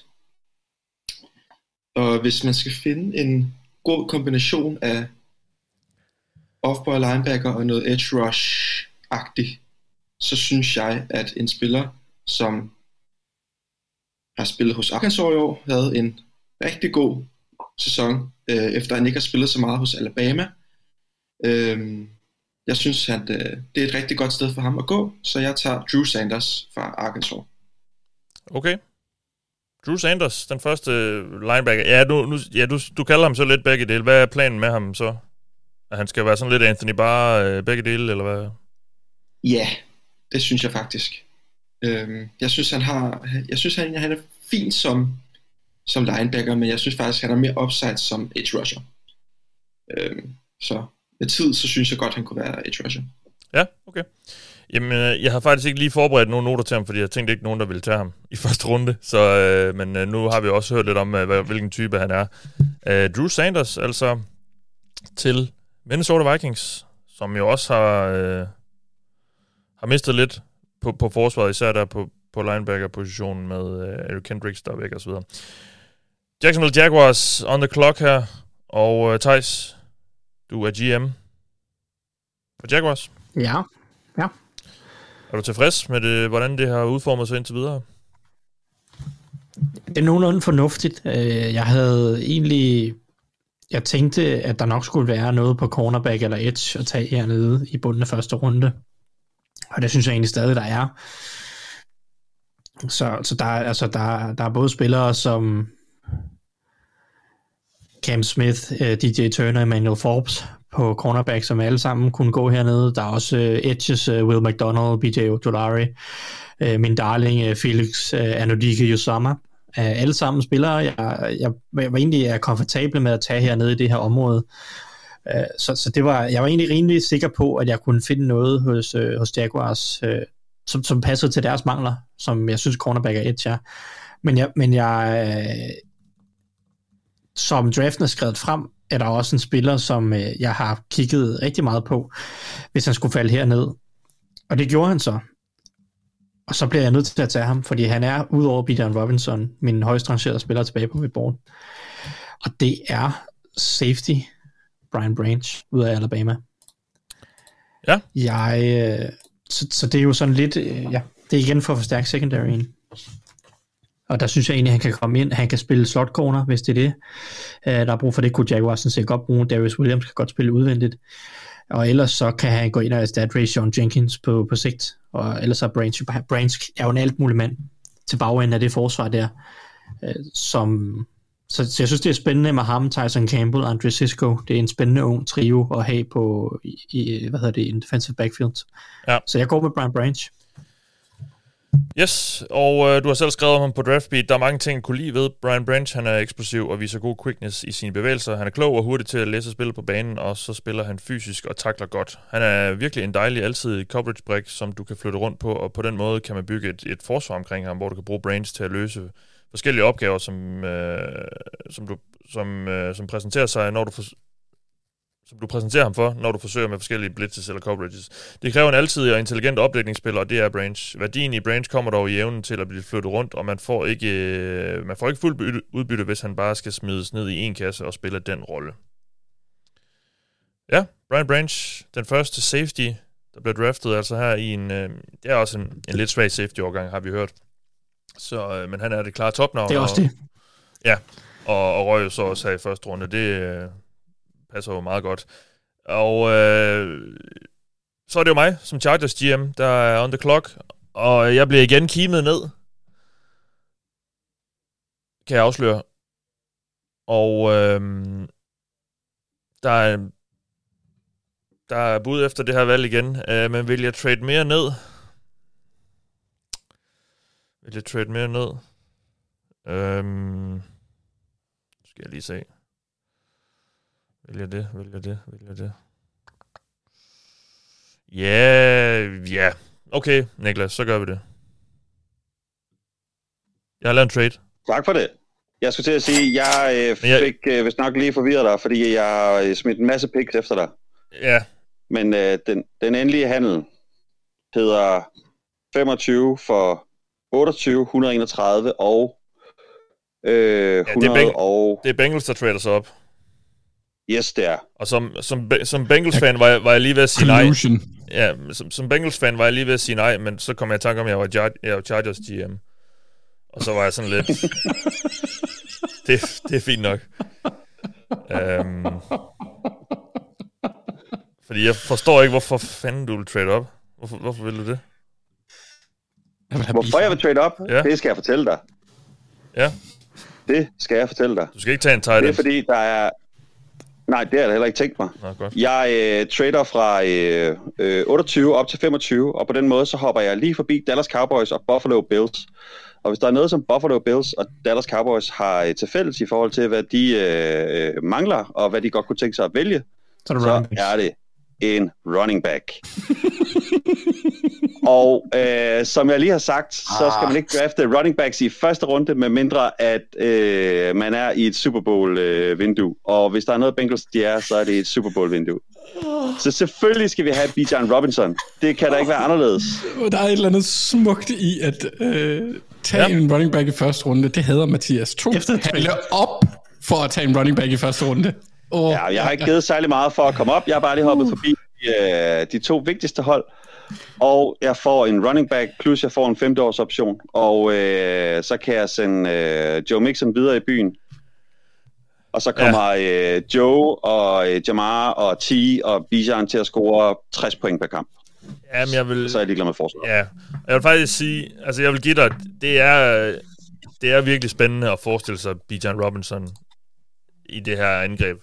Og hvis man skal finde en god kombination af off-ball linebacker og noget edge rush-agtigt, så synes jeg, at en spiller, som har spillet hos Arkansas i år, havde en rigtig god sæson, øh, efter han ikke har spillet så meget hos Alabama. Øh, jeg synes, at øh, det er et rigtig godt sted for ham at gå, så jeg tager Drew Sanders fra Arkansas. Okay. Drew Sanders, den første linebacker. Ja, du, nu, ja, du, du kalder ham så lidt begge dele. Hvad er planen med ham så? At han skal være sådan lidt Anthony Barr øh, begge dele, eller hvad? Ja, det synes jeg faktisk. Øhm, jeg synes, han har, jeg synes, han, han er fin som, som linebacker, men jeg synes faktisk, han er mere upside som edge rusher. Øhm, så med tid, så synes jeg godt, han kunne være edge rusher. Ja, okay. Jamen, jeg har faktisk ikke lige forberedt nogen noter til ham, fordi jeg tænkte ikke nogen, der ville tage ham i første runde. Så, øh, men øh, nu har vi også hørt lidt om, øh, hvilken type han er. Øh, Drew Sanders, altså, til Minnesota Vikings, som jo også har, øh, har mistet lidt på, på forsvaret, især der på, på linebacker-positionen med øh, Eric Kendricks, der er væk og så videre. Jacksonville Jaguars on the clock her, og øh, Theis, du er G M for Jaguars. Ja, ja. Er du tilfreds med det, hvordan det har udformet sig indtil videre? Det er nogenlunde fornuftigt. Jeg havde egentlig... Jeg tænkte, at der nok skulle være noget på cornerback eller edge at tage hernede i bunden af første runde. Og det synes jeg egentlig stadig, der er. Så, så der, altså, der, der er både spillere som Cam Smith, D J Turner, Emmanuel Forbes på cornerback, som alle sammen kunne gå hernede. Der er også uh, edges, uh, Will McDonald, B J Ojolari, uh, min darling uh, Felix uh, Anudike-Uzomah. Uh, alle sammen spillere, jeg, jeg, jeg var egentlig er komfortabel med at tage hernede i det her område. Uh, så så det var, jeg var egentlig rimelig sikker på, at jeg kunne finde noget hos, uh, hos Jaguars, uh, som, som passede til deres mangler, som jeg synes cornerback er edge er. Men jeg, men jeg uh, som draften er skrevet frem, er der også en spiller, som øh, jeg har kigget rigtig meget på, hvis han skulle falde herned. Og det gjorde han så. Og så bliver jeg nødt til at tage ham, fordi han er, udover Bijan Robinson, min højst rangerede spiller tilbage på mit board. Og det er safety Brian Branch ud af Alabama. Ja. Jeg, øh, så, så det er jo sådan lidt, øh, ja, det er igen for at forstærke secondaryen. Og der synes jeg egentlig, at han kan komme ind. Han kan spille slot corner, hvis det er det. Uh, der er brug for det. Kunne Jaguars sådan set godt bruge. Darius Williams kan godt spille udvendigt. Og ellers så kan han gå ind og erstatte Rayshawn Jenkins på, på sigt. Og ellers så Branch. Branch er jo en alt mulig mand til bagenden af det forsvar der. Uh, som, så, så jeg synes, det er spændende med ham, Tyson Campbell, Andre Cisco. Det er en spændende ung trio at have på i, i hvad hedder det, en defensive backfield. Ja. Så jeg går med Brian Branch. Yes, og øh, du har selv skrevet om ham på DraftBeat. Der er mange ting, kunne lide ved Brian Branch. Han er eksplosiv og viser god quickness i sine bevægelser. Han er klog og hurtig til at læse spillet på banen, og så spiller han fysisk og takler godt. Han er virkelig en dejlig, altid coverage-brik, som du kan flytte rundt på, og på den måde kan man bygge et, et forsvar omkring ham, hvor du kan bruge Branch til at løse forskellige opgaver, som, øh, som, du, som, øh, som præsenterer sig, når du for, som du præsenterer ham for, når du forsøger med forskellige blitzes eller coverages. Det kræver en altid og intelligent opdækningsspiller, og det er Branch. Værdien i Branch kommer dog i evnen til at blive flyttet rundt, og man får ikke, man får ikke fuldt udbytte, hvis han bare skal smides ned i en kasse og spille den rolle. Ja, Brian Branch, den første safety, der blev draftet, altså her i en, det er også en, en lidt svag safety-årgang, har vi hørt. Så, men han er det klare topnavn. Det er også det. Og, ja, og, og røg så også her i første runde. Det passer jo meget godt. Og øh, så er det jo mig, som Chargers G M, der er on the clock, og jeg bliver igen kimet ned, kan jeg afsløre. Og øh, der er der er bud efter det her valg igen, øh, men vil jeg trade mere ned? Vil jeg trade mere ned? Øhm, skal jeg lige se. Vil jeg det? Vil jeg det? Vil jeg det? Ja, yeah, ja. Yeah. Okay, Niklas, så gør vi det. Jeg har lavet en trade. Tak for det. Jeg skulle til at sige, jeg øh, jeg... fik øh, vist nok lige forvirret dig, fordi jeg har øh, smidt en masse picks efter dig. Ja. Men øh, den, den endelige handel hedder femogtyve for otteogtyve, et hundrede og enogtredive og øh, hundrede ja, det, er Beng- og... det er Bengals, der trader sig op. Yes, det er. Og som, som, som Bengals-fan var jeg, var jeg lige ved at sige nej. Ja, som, som Bengals-fan var jeg lige ved at sige nej, men så kom jeg i tanke om, at jeg var, Jar- jeg var Chargers G M. Og så var jeg sådan lidt... det, det er fint nok. Um, fordi jeg forstår ikke, hvorfor fanden du vil trade op. Hvorfor, hvorfor vil du det? Hvorfor jeg vil trade op? Ja. Det skal jeg fortælle dig. Ja. Det skal jeg fortælle dig. Du skal ikke tage en tight end. Det er fordi, der er... Nej, det har jeg heller ikke tænkt mig. Nå, godt. Jeg øh, trader fra øh, øh, otteogtyve op til femogtyve, og på den måde så hopper jeg lige forbi Dallas Cowboys og Buffalo Bills. Og hvis der er noget, som Buffalo Bills og Dallas Cowboys har øh, til fælles i forhold til, hvad de øh, mangler, og hvad de godt kunne tænke sig at vælge, så er det, så er det en running back. Og øh, som jeg lige har sagt, så skal man ikke drafte running backs i første runde, med mindre at øh, man er i et Super Bowl-vindue. Øh, og hvis der er noget Bengals, de er, så er det et Super Bowl-vindue. Så selvfølgelig skal vi have Bijan Robinson. Det kan da ikke være anderledes. Der er et eller andet smukt i at øh, tage ja. en running back i første runde. Det hader Mathias. To handle op for at tage en running back i første runde. Oh. Ja, jeg har ikke givet særlig meget for at komme op. Jeg har bare lige hoppet forbi øh, de to vigtigste hold. Og jeg får en running back, plus jeg får en femte års option. Og øh, så kan jeg sende øh, Joe Mixon videre i byen. Og så kommer ja. øh, Joe og øh, Jamar og T og Bijan til at score tres point per kamp. Jamen, jeg vil... Så er jeg ligeglad med forsvaret. Ja, jeg vil faktisk sige, altså jeg vil give dig, det er, det er virkelig spændende at forestille sig Bijan Robinson i det her angreb.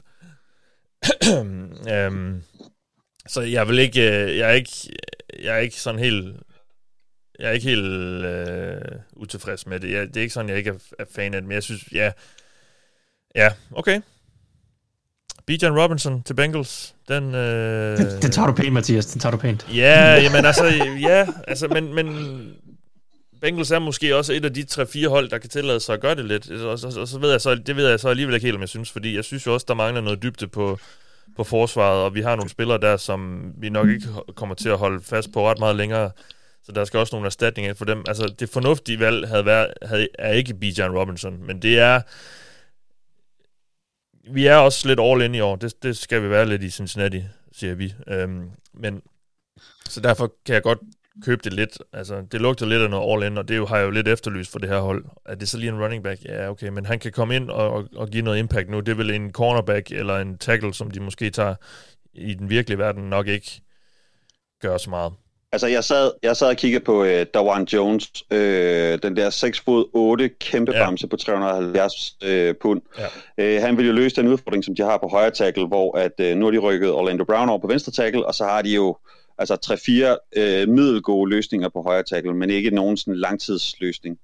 um, så jeg vil ikke, jeg er ikke, jeg er ikke sådan helt, jeg er ikke helt uh, utilfreds med det. Jeg, det er ikke sådan, jeg ikke er, er fan af det, men jeg synes, ja, ja, okay. Bijan Robinson til Bengals, den... Øh... Den, den tager du pænt, Mathias, den tager du pænt. Ja, jamen altså, ja, altså, men, men Bengals er måske også et af de tre-fire hold, der kan tillade sig at gøre det lidt, og så, og så ved jeg så, det ved jeg så alligevel ikke helt, om jeg synes, fordi jeg synes jo også, der mangler noget dybde på, på forsvaret, og vi har nogle spillere der, som vi nok ikke kommer til at holde fast på ret meget længere, så der skal også nogle erstatninger for dem. Altså, det fornuftige valg havde været, havde, er ikke Bijan Robinson, men det er... Vi er også lidt all in i år. Det, det skal vi være lidt i Cincinnati, siger vi. Øhm, men så derfor kan jeg godt købe det lidt. Altså, det lugter lidt af noget all in, og det har jeg jo lidt efterlyst for det her hold. Er det så lige en running back? Ja, okay, men han kan komme ind og, og, og give noget impact nu. Det er vel en cornerback eller en tackle, som de måske tager i den virkelige verden nok ikke gør så meget. Altså, jeg sad, jeg sad og kiggede på øh, Dawan Jones, øh, den der seks fod otte kæmpe ja. bamse på tre hundrede og halvfjerds øh, pund. Ja. Øh, han vil jo løse den udfordring, som de har på højre tackle, hvor at, øh, nu har de rykket Orlando Brown over på venstre tackle, og så har de jo altså tre-fire øh, middelgode løsninger på højre tackle, men ikke nogen sådan langtidsløsning.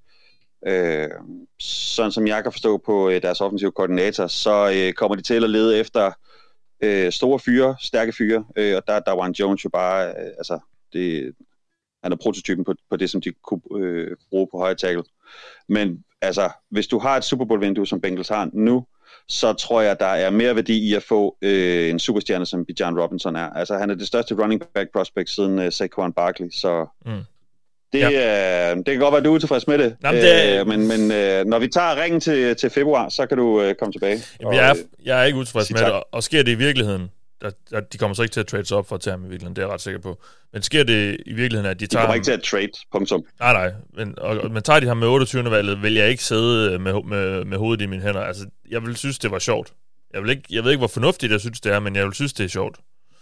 Øh, sådan som jeg kan forstå på øh, deres offensive koordinator, så øh, kommer de til at lede efter øh, store fyre, stærke fyre, øh, og der er Dawan Jones jo bare, øh, altså det, han er prototypen på, på det, som de kunne øh, bruge på højre tackle. Men altså, hvis du har et Super Bowl-vindue, som Bengals har nu, så tror jeg, der er mere værdi i at få øh, en superstjerne, som Bijan Robinson er. Altså, han er det største running back prospect siden øh, Saquon Barkley, så mm. det, ja. øh, det kan godt være, du er utilfreds med det. Jamen, det er... øh, men men øh, når vi tager ringen til, til februar, så kan du øh, komme tilbage. Jamen, og, jeg, er, jeg er ikke utilfreds med det, og, og sker det i virkeligheden, Der, der, de kommer så ikke til at trade sig op for at tage ham i virkeligheden, det er jeg ret sikker på. Men sker det i virkeligheden, at de tager... De kommer ikke til at trade, punktum. Nej, nej. Men, og, og, men tager de ham med otteogtyvende valget, vil jeg ikke sidde med, med, med hovedet i mine hænder. Altså, jeg vil synes, det var sjovt. Jeg, vil ikke, jeg ved ikke, hvor fornuftigt jeg synes, det er, men jeg vil synes, det er sjovt.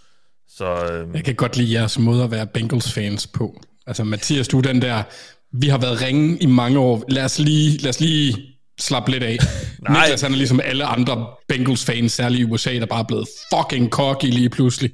Så, øhm... Jeg kan godt lide jeres måde at være Bengals-fans på. Altså, Mathias, du den der... Vi har været ringe i mange år. Lad os lige... Lad os lige slap lidt af. Nej. Niklas, han er ligesom alle andre Bengals-fans, særligt i U S A, der bare er blevet fucking cocky lige pludselig.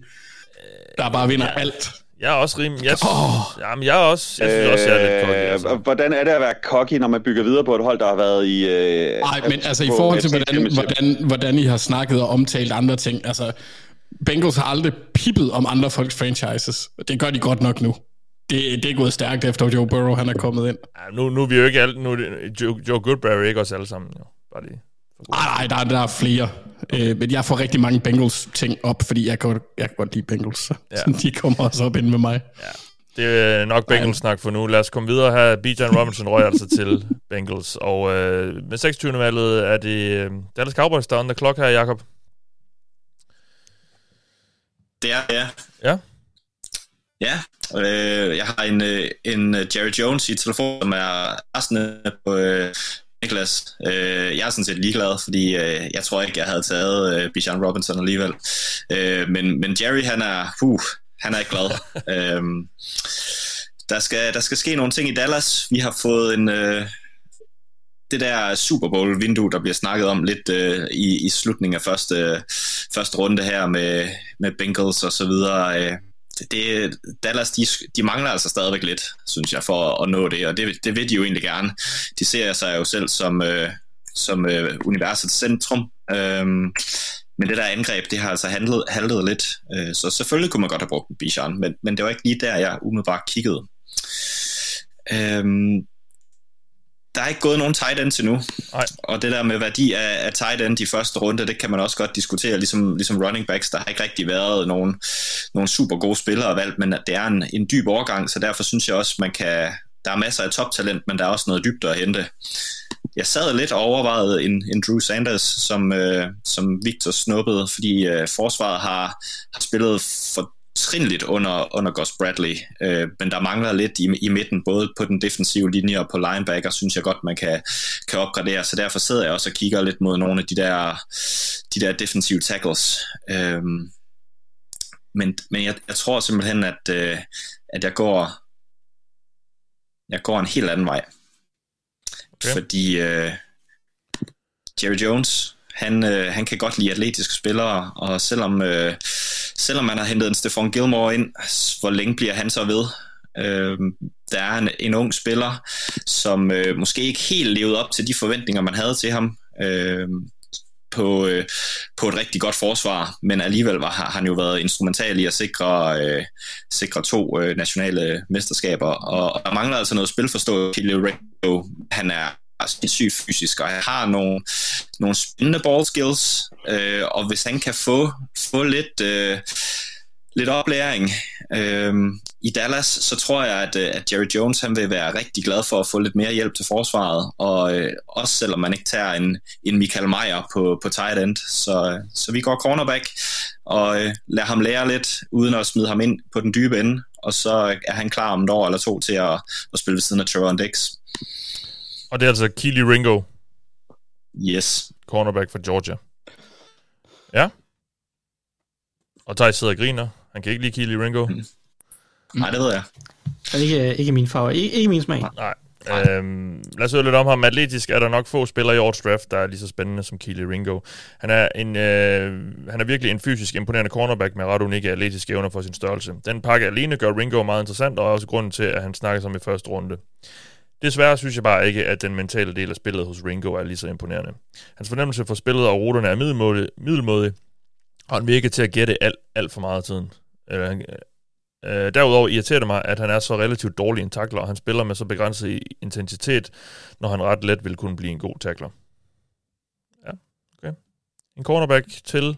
Der bare vinder ja. alt. Jeg er også rimelig... Jeg, oh. Jamen, jeg er også... Jeg synes øh, også, jeg er lidt cocky. Altså. Hvordan er det at være cocky, når man bygger videre på et hold, der har været i... Øh, Nej, men altså i forhold til, hvordan, hvordan, hvordan I har snakket og omtalt andre ting. Altså, Bengals har aldrig pippet om andre folks franchises. Det gør de godt nok nu. Det, det er gået stærkt efter Joe Burrow, han er kommet ind. Ja, nu, nu er vi jo ikke alle... Nu, Joe, Joe Goodberry ikke også alle sammen, jo. Bare lige... Nej, nej, der, der er flere. Øh, men jeg får rigtig mange Bengals-ting op, fordi jeg kan, jeg kan godt lide Bengals. Ja. Så de kommer også op ind med mig. Ja. Det er nok Bengals-snak for nu. Lad os komme videre her. Bijan Robinson røg altså til Bengals. Og øh, med seksogtyvende valget er det øh, Dallas Cowboys, der er on the clock her, Jacob. Det er, ja. Ja. Ja, øh, jeg har en, en Jerry Jones i telefon, som er restende på øh, Niklas. Øh, jeg er sådan set ligeglad, fordi øh, jeg tror ikke, jeg havde taget øh, Bijan Robinson alligevel. Øh, men, men Jerry, han er, uh, han er ikke glad. øh, der, skal, der skal ske nogle ting i Dallas. Vi har fået en... Øh, det der Super Bowl-vindue, der bliver snakket om lidt øh, i, i slutningen af første, første runde her med, med Bengals og så videre. Øh, Det, Dallas, de, de mangler altså stadigvæk lidt, synes jeg, for at nå det, og det, det vil de jo egentlig gerne. De ser sig jo selv som, øh, som øh, universets centrum, øhm, men det der angreb, det har altså handlet, handlet lidt, øh, så selvfølgelig kunne man godt have brugt Bijan, men, men det var ikke lige der, jeg umiddelbart kiggede. Øhm, der er ikke gået nogen tight end til nu. Nej. Og det der med værdi af, af tight end i første runde, det kan man også godt diskutere, ligesom, ligesom running backs. Der har ikke rigtig været nogen, nogen super gode spillere valgt, men det er en, en dyb overgang, så derfor synes jeg også, man kan, der er masser af toptalent, men der er også noget dybde at hente. Jeg sad lidt og overvejede en, en Drew Sanders, som, øh, som Victor snuppede, fordi øh, forsvaret har, har spillet for trinligt under, under Gus Bradley, øh, men der mangler lidt i, i midten, både på den defensive linje og på linebacker, synes jeg godt, man kan, kan opgradere, så derfor sidder jeg også og kigger lidt mod nogle af de der, de der defensive tackles. Øh, men men jeg, jeg tror simpelthen, at, øh, at jeg går jeg går en helt anden vej. Okay. Fordi øh, Jerry Jones, han, øh, han kan godt lide atletiske spillere, og selvom, øh, selvom man har hentet en Stephon Gilmore ind, hvor længe bliver han så ved? Øh, der er en, en ung spiller, som øh, måske ikke helt levede op til de forventninger, man havde til ham, øh, på, øh, på et rigtig godt forsvar, men alligevel var, har han jo været instrumental i at sikre, øh, sikre to øh, nationale mesterskaber, og, og der mangler altså noget spilforståelse. Keely Ringo, han er sygt fysisk, og han har nogle, nogle spændende ball skills, øh, og hvis han kan få, få lidt, øh, lidt oplæring øh, i Dallas, så tror jeg, at, at Jerry Jones han vil være rigtig glad for at få lidt mere hjælp til forsvaret, og øh, også selvom man ikke tager en, en Michael Mayer på, på tight end, så, så vi går cornerback og øh, lader ham lære lidt, uden at smide ham ind på den dybe ende, og så er han klar om et år eller to til at, at spille ved siden af Trevon Diggs. Og det er altså Keely Ringo. Yes. Cornerback for Georgia. Ja. Og Thijs sidder og griner. Han kan ikke lide Keely Ringo. Mm. Nej, det ved jeg. Ikke, ikke min farve. Ikke, ikke min smag. Nej. Øhm, lad os høre lidt om ham. Atletisk er der nok få spillere i årets draft, der er lige så spændende som Keely Ringo. Han er, en, øh, han er virkelig en fysisk imponerende cornerback med ret unikke atletiske evner for sin størrelse. Den pakke alene gør Ringo meget interessant, og er også grunden til, at han snakker som i første runde. Desværre synes jeg bare ikke, at den mentale del af spillet hos Ringo er lige så imponerende. Hans fornemmelse for spillet og ruterne er middelmådig, middelmådig og han virker til at gætte alt, alt for meget af tiden. Øh, øh, derudover irriterer det mig, at han er så relativt dårlig en tackler, og han spiller med så begrænset intensitet, når han ret let vil kunne blive en god tackler. Ja, okay. En cornerback til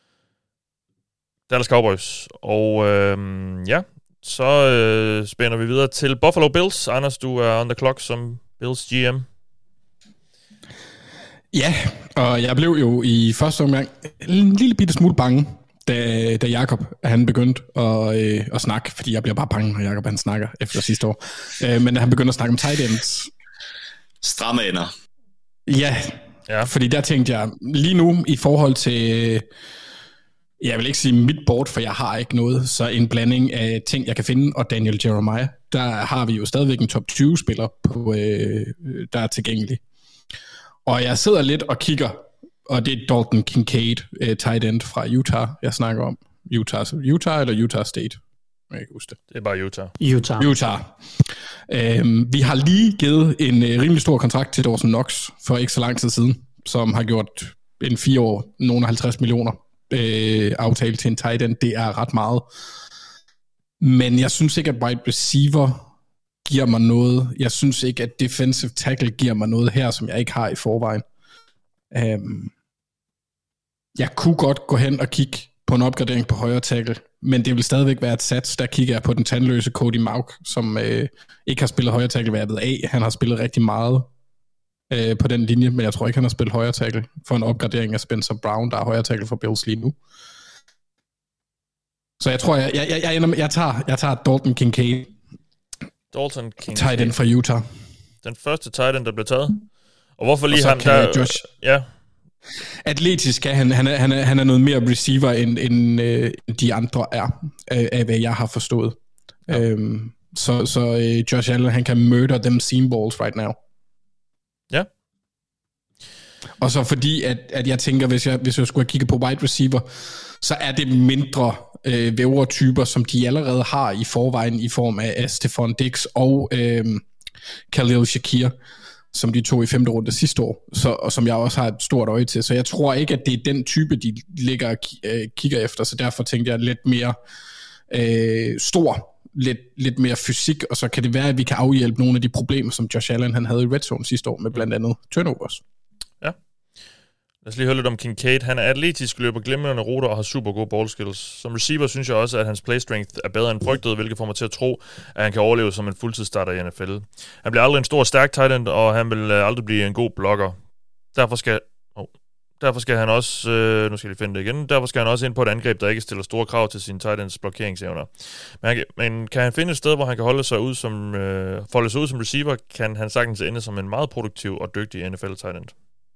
Dallas Cowboys. Og øh, ja, så øh, spænder vi videre til Buffalo Bills. Anders, du er on the clock som Bills G M. Ja, og jeg blev jo i første omgang en lille bitte smule bange, da, da Jakob han begyndte at, øh, at snakke, fordi jeg bliver bare bange, når Jakob han snakker efter sidste år. Øh, men han begyndte at snakke om tight ends. Stramme ender. Ja, ja, fordi der tænkte jeg lige nu i forhold til... Jeg vil ikke sige mit board, for jeg har ikke noget, så en blanding af ting, jeg kan finde, og Daniel Jeremiah, der har vi jo stadigvæk en top tyve spiller, på, øh, der er tilgængelig. Og jeg sidder lidt og kigger, og det er Dalton Kincaid, uh, tight end fra Utah, jeg snakker om. Utah, Utah eller Utah State? Jeg kan ikke huske det. Det er bare Utah. Utah. Utah. Uh, vi har lige givet en uh, rimelig stor kontrakt til Dawson Knox for ikke så lang tid siden, som har gjort en fire år, nogle halvtreds millioner uh, aftale til en tight end. Det er ret meget. Men jeg synes ikke, at wide receiver giver mig noget. Jeg synes ikke, at defensive tackle giver mig noget her, som jeg ikke har i forvejen. Um, jeg kunne godt gå hen og kigge på en opgradering på højre tackle, men det vil stadigvæk være et sats. Der kigger jeg på den tandløse Cody Mauch, som øh, ikke har spillet højre tackle, hvad jeg ved af. Han har spillet rigtig meget øh, på den linje, men jeg tror ikke, han har spillet højre tackle for en opgradering af Spencer Brown, der er højre tackle for Bills lige nu. Så jeg tror, jeg, jeg, jeg, jeg, ender med, jeg, tager, jeg tager Dalton Kincaid. Dalton Kincaid. Tight end fra Utah. Den første tight end, der blev taget. Og hvorfor lige ham der... Josh, ja. Atletisk er han, han er, han er, han er noget mere receiver, end, end øh, de andre er, øh, af hvad jeg har forstået. Ja. Øhm, så så øh, Josh Allen, han kan murder them seam balls right now. Ja. Og så fordi, at, at jeg tænker, hvis jeg, hvis jeg skulle have kigget på wide receiver, så er det mindre øh, vævertyper, som de allerede har i forvejen, i form af, af Stephon Diggs og øh, Khalil Shakir, som de tog i femte runde sidste år, så, og som jeg også har et stort øje til. Så jeg tror ikke, at det er den type, de ligger og k- øh, kigger efter, så derfor tænkte jeg lidt mere øh, stor lidt, lidt mere fysik, og så kan det være, at vi kan afhjælpe nogle af de problemer, som Josh Allen han havde i red zone sidste år, med blandt andet turnovers. Ja. Lad os lige høre lidt om Kincaid. Han er atletisk, løber glimrende ruter og har super gode ball skills. Som receiver synes jeg også, at hans play strength er bedre end frygtet, hvilket får mig til at tro, at han kan overleve som en fuldtidsstarter i N F L. Han bliver aldrig en stor, stærk tight end, og han vil aldrig blive en god blocker. Derfor skal, oh, derfor skal han også, øh, nu skal jeg finde det igen, derfor skal han også ind på et angreb, der ikke stiller store krav til sine tight ends blokeringsevner. Men, han, men kan han finde et sted, hvor han kan holde sig ud som, øh, folde sig ud som receiver, kan han sagtens ende som en meget produktiv og dygtig N F L tight end.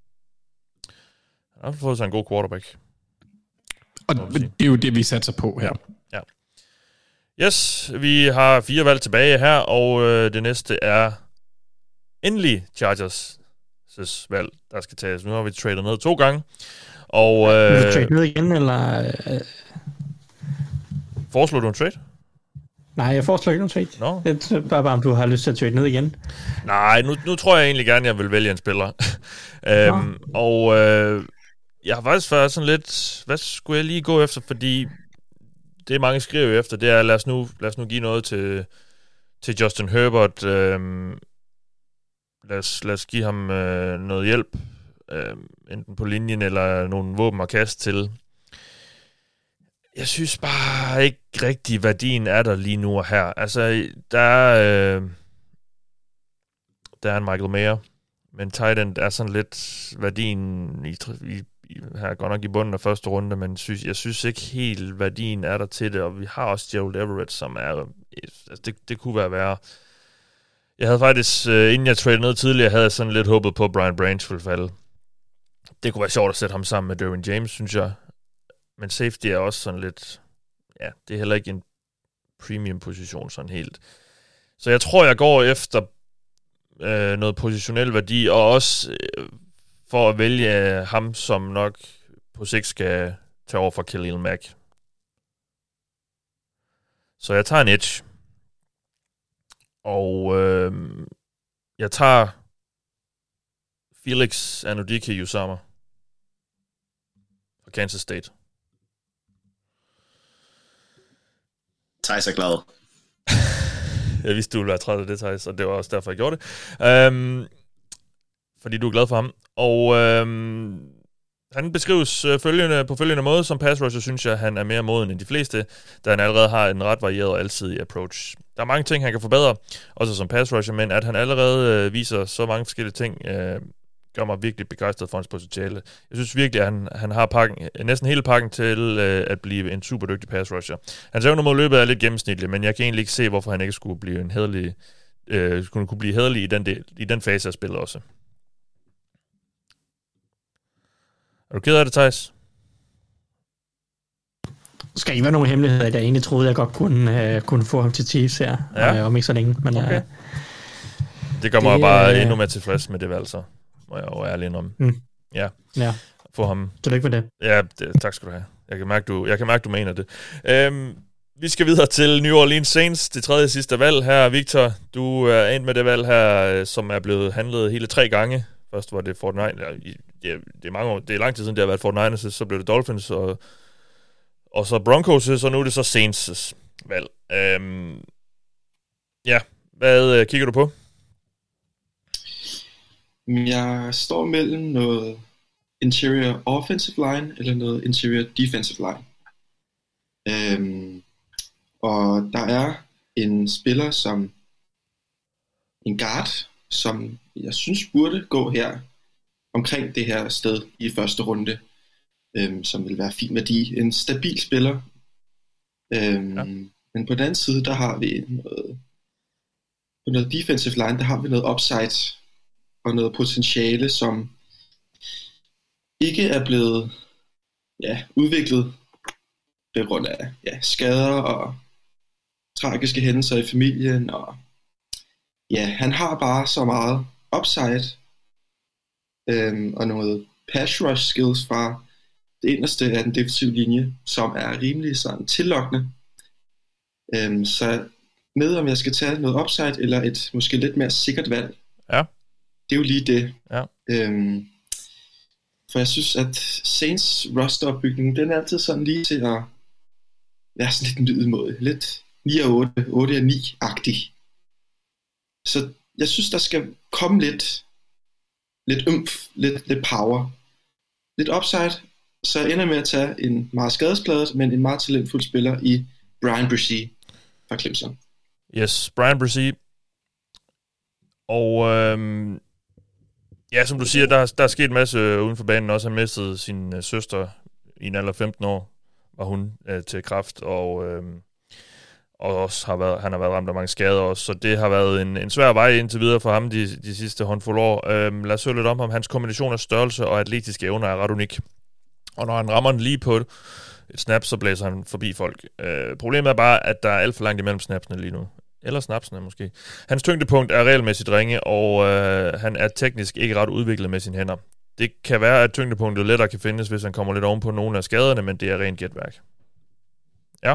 Han har fået sig en god quarterback. Og det er jo det, vi satser på her. Ja. Yes, vi har fire valg tilbage her, og øh, det næste er endelig Chargers' valg, der skal tages. Nu har vi tradet ned to gange. Og, øh, Vil du trade ned igen, eller... Øh... Foreslår du en trade? Nej, jeg foreslår ikke nogen trade. No. Det er bare, bare, om du har lyst til at trade ned igen. Nej, nu, nu tror jeg egentlig gerne, at jeg vil vælge en spiller. øhm, og øh, jeg har faktisk været sådan lidt... Hvad skulle jeg lige gå efter? Fordi det, mange skriver efter, det er, lad os nu, lad os nu give noget til, til Justin Herbert. Øhm, lad, os, lad os give ham øh, noget hjælp. Øh, enten på linjen, eller nogle våben at kaste til. Jeg synes bare ikke rigtig, værdien er der lige nu og her. Altså, der er, øh, der er en Michael Mayer, men tight end er sådan lidt værdien i, i, i, her godt nok i bunden af første runde, men synes, jeg synes ikke helt, værdien er der til det, og vi har også Gerald Everett, som er, altså det, det kunne være værre. Jeg havde faktisk, øh, inden jeg traded ned tidligere, havde jeg sådan lidt håbet på, at Brian Branch ville falde. Det kunne være sjovt at sætte ham sammen med Derwin James, synes jeg. Men safety er også sådan lidt... Ja, det er heller ikke en premium-position sådan helt. Så jeg tror, jeg går efter øh, noget positionel værdi, og også øh, for at vælge ham, som nok på sigt skal tage over for Khalil Mack. Så jeg tager en edge. Og øh, jeg tager Felix Anudike-Uzomah fra Kansas State. Thijs er glad. Jeg vidste, du ville være træt af det, Thijs, og det var også derfor, jeg gjorde det. Um, fordi du er glad for ham. Og um, han beskrives uh, følgende, på følgende måde. Som pass rusher synes jeg, han er mere moden end de fleste, da han allerede har en ret varieret og alsidig approach. Der er mange ting, han kan forbedre, også som pass rusher, men at han allerede uh, viser så mange forskellige ting, uh, gør mig virkelig begejstret for hans potentiale. Jeg synes virkelig, at han, han har pakken, næsten hele pakken til øh, at blive en super dygtig pass rusher. Hans evne mod løbet er lidt gennemsnitlig, men jeg kan egentlig ikke se, hvorfor han ikke skulle blive en hæderlig, øh, skulle kunne blive hæderlig i den, del, i den fase af spillet også. Er du ked af det, Thijs? Skal ikke være nogen hemmelighed, at jeg egentlig troede, at jeg godt kunne, øh, kunne få ham til Chiefs her, ja. øh, om ikke så længe. Men, okay. øh, det gør mig det, bare øh, endnu mere tilfreds med det valg, så må jeg jo ærlig om. Mm. Ja. Ja. Få ham. Tillykke med det. Ja, det, tak skal du have. Jeg kan mærke, du, jeg kan mærke, du mener det. Øhm, vi skal videre til New Orleans Saints, det tredje sidste valg her. Victor, du er endt med det valg her, som er blevet handlet hele tre gange. Først var det forty-nine. Det er, det er mange år, det er lang tid siden, det har været forty-niners, så blev det Dolphins, og, og så Broncos, og nu er det så Saints' valg. Øhm, ja, hvad kigger du på? Jeg står mellem noget interior offensive line eller noget interior defensive line. Øhm, og der er en spiller som en guard, som jeg synes burde gå her omkring det her sted i første runde, øhm, som vil være fin værdi. En stabil spiller. Øhm, ja. Men på den anden side, der har vi noget, på noget defensive line, der har vi noget upside og noget potentiale, som ikke er blevet ja, udviklet på grund af ja, skader og tragiske hændelser i familien. Og ja, han har bare så meget upside øhm, og noget pass rush skills fra det inderste af den defensive linje, som er rimelig sådan tillokkende. Øhm, så med om jeg skal tage noget upside eller et måske lidt mere sikkert valg, ja. Det er jo lige det. Ja. Øhm, for jeg synes, at Saints rosteropbygning, den er altid sådan lige til at være sådan lidt middelmådig, lidt ni og otte, otte og ni-agtig. Så jeg synes, der skal komme lidt, lidt umf, lidt, lidt power, lidt upside, så jeg ender med at tage en meget skadespladet, men en meget talentfuld spiller i Brian Bresee fra Clemson. Yes, Brian Bresee. Og øhm, ja, som du siger, der, der er sket en masse uden for banen. Også har mistet sin øh, søster i en alder femten år, var hun øh, til kræft, og, øhm, og også har været, han har været ramt af mange skader også, så det har været en, en svær vej indtil videre for ham de, de sidste håndfuld år. Øhm, lad os høre lidt om ham. Hans kombination af størrelse og atletiske evner er ret unik. Og når han rammer den lige på et, et snap, så blæser han forbi folk. Øh, problemet er bare, at der er alt for langt imellem snapsene lige nu. Eller snapsene måske. Hans tyngdepunkt er regelmæssigt ringe, og øh, han er teknisk ikke ret udviklet med sine hænder. Det kan være, at tyngdepunktet lettere kan findes, hvis han kommer lidt oven på nogle af skaderne, men det er rent gætværk. Ja.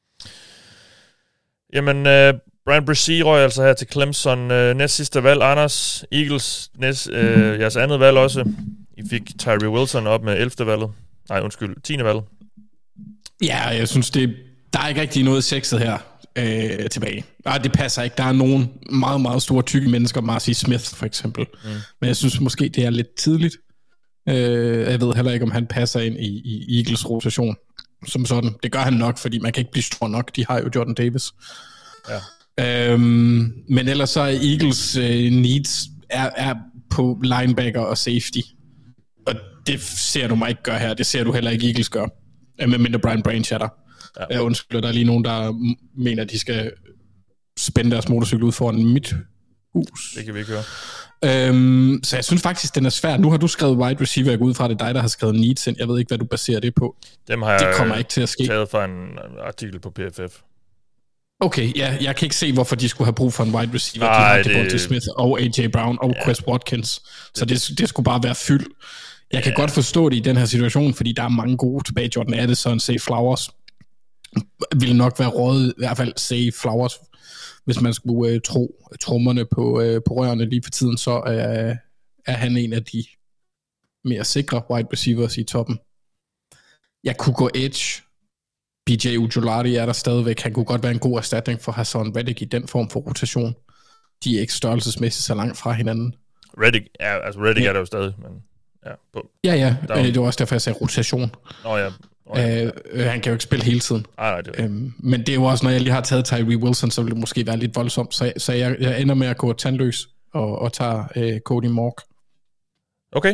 Jamen, øh, Brian Bresee røg altså her til Clemson. Øh, næst sidste valg, Anders. Eagles, næst, øh, jeres andet valg også. I fik Tyree Wilson op med ellevte valget. Nej, undskyld, tiende valget. Ja, jeg synes, det, der er ikke rigtig noget sexet her øh, tilbage. Nej, det passer ikke. Der er nogle meget, meget store, tykke mennesker, Marcy Smith for eksempel. Mm. Men jeg synes måske, det er lidt tidligt. Øh, jeg ved heller ikke, om han passer ind i, i Eagles rotation som sådan. Det gør han nok, fordi man kan ikke blive stor nok. De har jo Jordan Davis. Ja. Øhm, men ellers så er Eagles øh, needs er, er på linebacker og safety. Og det ser du mig ikke gøre her. Det ser du heller ikke Eagles gøre. Med mindre Brian Branch er der. Ja. Jeg undskylder, der er lige nogen, der mener, at de skal spænde deres motorcykel ud foran mit hus. Det kan vi ikke høre. Øhm, så jeg synes faktisk, den er svær. Nu har du skrevet wide receiver, jeg går ud fra, det er dig, der har skrevet needs ind. Jeg ved ikke, hvad du baserer det på. Dem har jeg det kommer ikke til at ske. taget fra en artikel på P F F. Okay, ja, jeg kan ikke se, hvorfor de skulle have brug for en wide receiver. Nej, de har det... Devontae Smith og A J Brown og ja. Chris Watkins. Så det, det skulle bare være fyld. Jeg kan ja. godt forstå det i den her situation, fordi der er mange gode tilbage. Jordan Addison, Zay Flowers ville nok være rådet, i hvert fald Zay Flowers, hvis man skulle uh, tro trommerne på, uh, på rørene lige for tiden, så uh, er han en af de mere sikre wide receivers i toppen. Jeg kunne gå edge. B J Ujulari er der stadigvæk. Han kunne godt være en god erstatning for Hassan Reddick i den form for rotation. De er ikke størrelsesmæssigt så langt fra hinanden. Reddick, ja, altså Reddick ja. er der jo stadig, men ja. På. Ja, ja, øh, det var også derfor, jeg sagde rotation. Nå ja. Nå, ja. Øh, øh, han kan jo ikke spille hele tiden. Ah, nej, det er øhm, men det er jo også, når jeg lige har taget Tyree Wilson, så vil det måske være lidt voldsomt. Så, så jeg, jeg ender med at gå tandløs og, og tager øh, Cody Mork. Okay.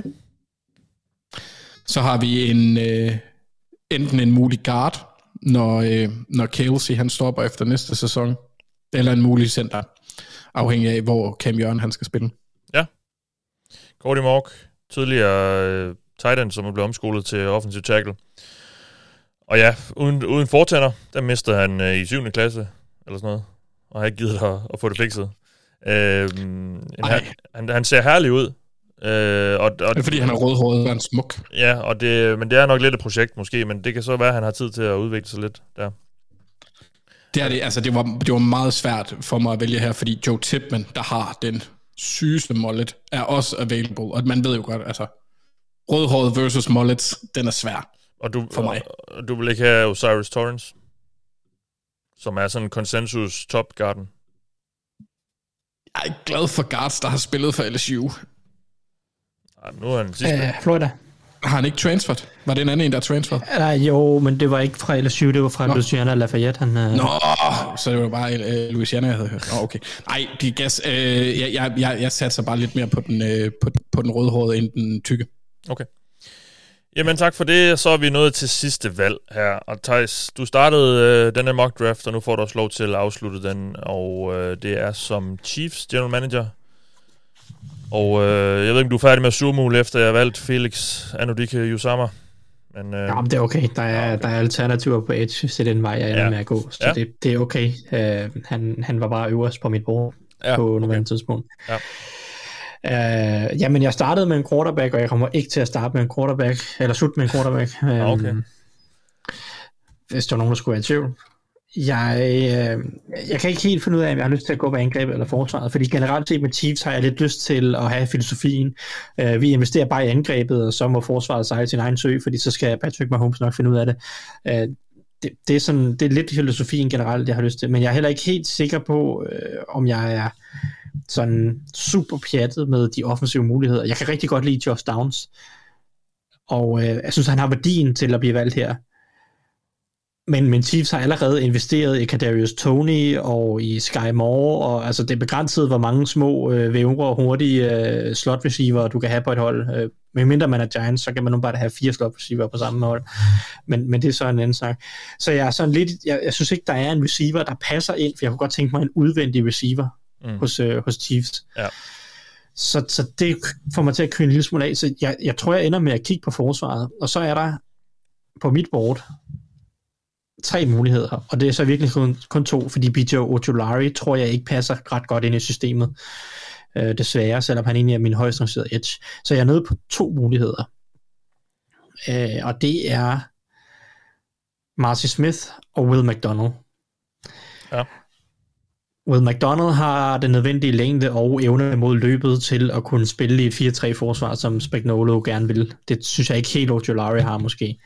Så har vi en øh, enten en mulig guard, når, øh, når Kelsey han stopper efter næste sæson, eller en mulig center, afhængig af, hvor Cam Jørgen han skal spille. Ja. Cody Mork, tidligere øh, tight end, som er blevet omskolet til offensive tackle. Og ja, uden, uden fortænder, der mistede han øh, i syvende klasse, eller sådan noget, og har ikke givet at, at få det fikset. Øh, han, han, han ser herlig ud. Øh, og, og, det er fordi, han er rødhåret og en smuk. Ja, og det, men det er nok lidt et projekt måske, men det kan så være, at han har tid til at udvikle sig lidt der. Det er det, altså det var, det var meget svært for mig at vælge her, fordi Joe Tipman, der har den sygeste mullet, er også available, og man ved jo godt, altså rødhåret versus mullets, den er svær og du, for mig. Og du vil ikke have Osiris Torrance, som er sådan en consensus top guarden? Jeg er ikke glad for guards, der har spillet for L S U. Ja, nu er han sidste. Æh, Florida. Har han ikke transferet? Var det en anden en, der er transferet? Nej, jo, men det var ikke fra L S U, det var fra Nå. Louisiana Lafayette. Han, uh... Nå, så det var bare uh, Louisiana, jeg havde hørt. Nå, okay. Nej, de gas, uh, jeg, jeg, jeg, jeg satser bare lidt mere på den, uh, på, på den rødhårede end den tykke. Okay. Jamen tak for det, så er vi nået til sidste valg her. Og Theis, du startede uh, denne mock draft, og nu får du også lov til at afslutte den, og uh, det er som Chiefs general manager. Og øh, jeg ved ikke, om du er færdig med at suge efter jeg har valgt Felix Anudike Usama. Men, øh, ja, men det er okay. Der er, okay. der er alternativer på Edge, så den vej, jeg ender ja. med at gå. Så ja. det, det er okay. Uh, han, han var bare øverst på mit bord ja, på okay. nuværende tidspunkt. Ja. Uh, jamen, jeg startede med en quarterback, og jeg kommer ikke til at starte med en quarterback, eller slutte med en quarterback. Um, okay. Hvis der var nogen, der skulle være i tvivl. Jeg, øh, jeg kan ikke helt finde ud af, om jeg har lyst til at gå på angrebet eller forsvaret, fordi generelt set med Chiefs har jeg lidt lyst til at have filosofien. Uh, vi investerer bare i angrebet, og så må forsvaret sejle sin egen sø, fordi så skal Patrick Mahomes nok finde ud af det. Uh, det, det, er sådan, det er lidt filosofien generelt, jeg har lyst til, men jeg er heller ikke helt sikker på, øh, om jeg er sådan super pjattet med de offensive muligheder. Jeg kan rigtig godt lide Josh Downs, og øh, jeg synes, han har værdien til at blive valgt her. Men, men Chiefs har allerede investeret i Kadarius Toney og i Sky Moore, og altså det er begrænset, hvor mange små, øh, vævre og hurtige øh, slot receiver du kan have på et hold. Øh, medmindre man er Giants, så kan man nu bare have fire slot receiver på samme hold. Men, men det er så en anden snak. Så jeg er sådan lidt, jeg, jeg synes ikke, der er en receiver, der passer ind, for jeg kunne godt tænke mig en udvendig receiver mm. hos, øh, hos Chiefs. Ja. Så, så det får mig til at køle en lille smule af. Så jeg, jeg tror, jeg ender med at kigge på forsvaret, og så er der på mit board tre muligheder, og det er så virkelig kun, kun to, fordi B J Ojulari tror jeg ikke passer ret godt ind i systemet, øh, desværre, selvom han egentlig er min højst rangerede edge. Så jeg er nede på to muligheder, øh, og det er Marcy Smith og Will McDonald. Ja. Will McDonald har den nødvendige længde og evne mod løbet til at kunne spille i et fire tre forsvar, som Spagnuolo gerne vil. Det synes jeg ikke helt Ojulari har måske.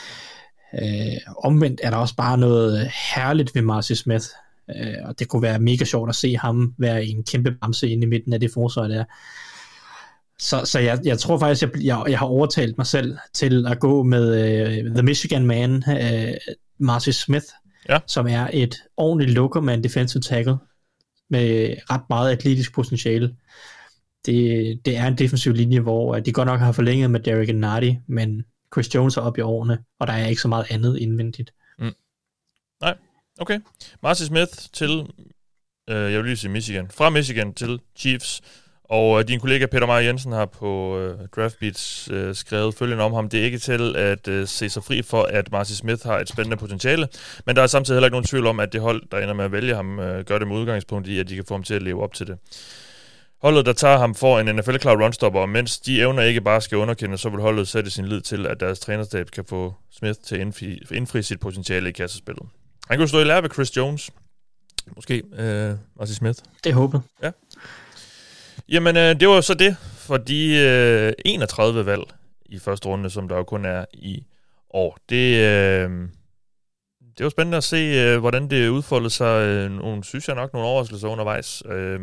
Øh, omvendt er der også bare noget herligt ved Marcy Smith, øh, og det kunne være mega sjovt at se ham være en kæmpe bamse inde i midten af det forsvar der. Så, så jeg, jeg tror faktisk, jeg, jeg, jeg har overtalt mig selv til at gå med uh, The Michigan Man, uh, Marcy Smith, ja. Som er et ordentligt looker-man defensive tackle med ret meget atletisk potentiale. Det, det er en defensiv linje, hvor de godt nok har forlænget med Derek Nnadi, men Chris Jones er oppe i årene, og der er ikke så meget andet indvendigt. Mm. Nej, okay. Marcy Smith til, øh, jeg vil lige sige Michigan, fra Michigan til Chiefs, og øh, din kollega Peter Meyer Jensen har på øh, DraftBeats øh, skrevet følgende om ham. Det er ikke til at øh, se sig fri for, at Marcy Smith har et spændende potentiale, men der er samtidig heller ikke nogen tvivl om, at det hold, der ender med at vælge ham, øh, gør det med udgangspunkt i, at de kan få ham til at leve op til det. Holdet, der tager ham for en N F L-klar runstopper, og mens de evner ikke bare skal underkende, så vil holdet sætte sin lid til, at deres trænerstab kan få Smith til at indfri, indfri sit potentiale i kassespillet. Han kunne stå i lære ved Chris Jones. Måske øh, Marcy Smith. Det håber. Ja. Jamen, øh, det var så det for de øh, enogtredive valg i første runde, som der jo kun er i år. Det, øh, det var spændende at se, øh, hvordan det udfoldede sig. Øh, nogle, synes jeg nok, nogle overraskelser undervejs. Øh,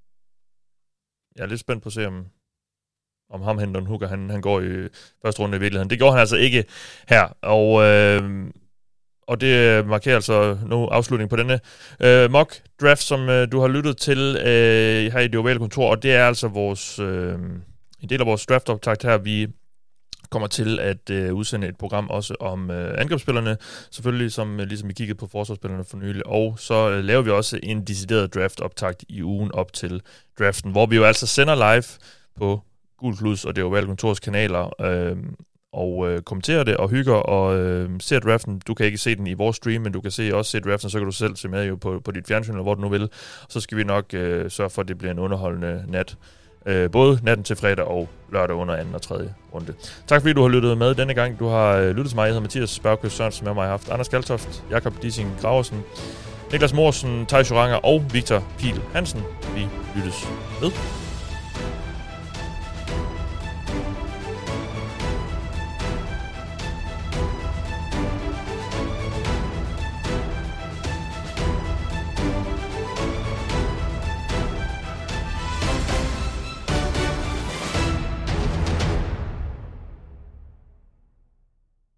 Jeg er lidt spændt på at se, om, om ham, Hendon Hooker, han, han går i første runde i virkeligheden. Det gjorde han altså ikke her. Og, øh, og det markerer altså nu afslutning på denne øh, mock draft, som øh, du har lyttet til øh, her i det ovale kontor. Og det er altså vores, øh, en del af vores draft-optakt her. Vi kommer til at øh, udsende et program også om øh, angrebsspillerne, selvfølgelig, som øh, ligesom vi kiggede på forsvarsspillerne for nylig, og så øh, laver vi også en decideret draft-optakt i ugen op til draften, hvor vi jo altså sender live på Gul Plus og det ovale kontors kanaler, øh, og øh, kommenterer det og hygger og øh, ser draften. Du kan ikke se den i vores stream, men du kan se, også se draften, så kan du selv se med jo på, på dit fjernsyn, eller hvor du nu vil. Og så skal vi nok øh, sørge for, at det bliver en underholdende nat. Øh, både natten til fredag og lørdag under anden og tredje runde. Tak fordi du har lyttet med denne gang. Du har øh, lyttet til mig. Jeg hedder Mathias Bergkøs Sørensen, med mig har haft Anders Kaltoft, Jakob Dissing Graversen, Niklas Morsen, Thijs Joranger og Victor Pihl Hansen. Vi lyttes ved.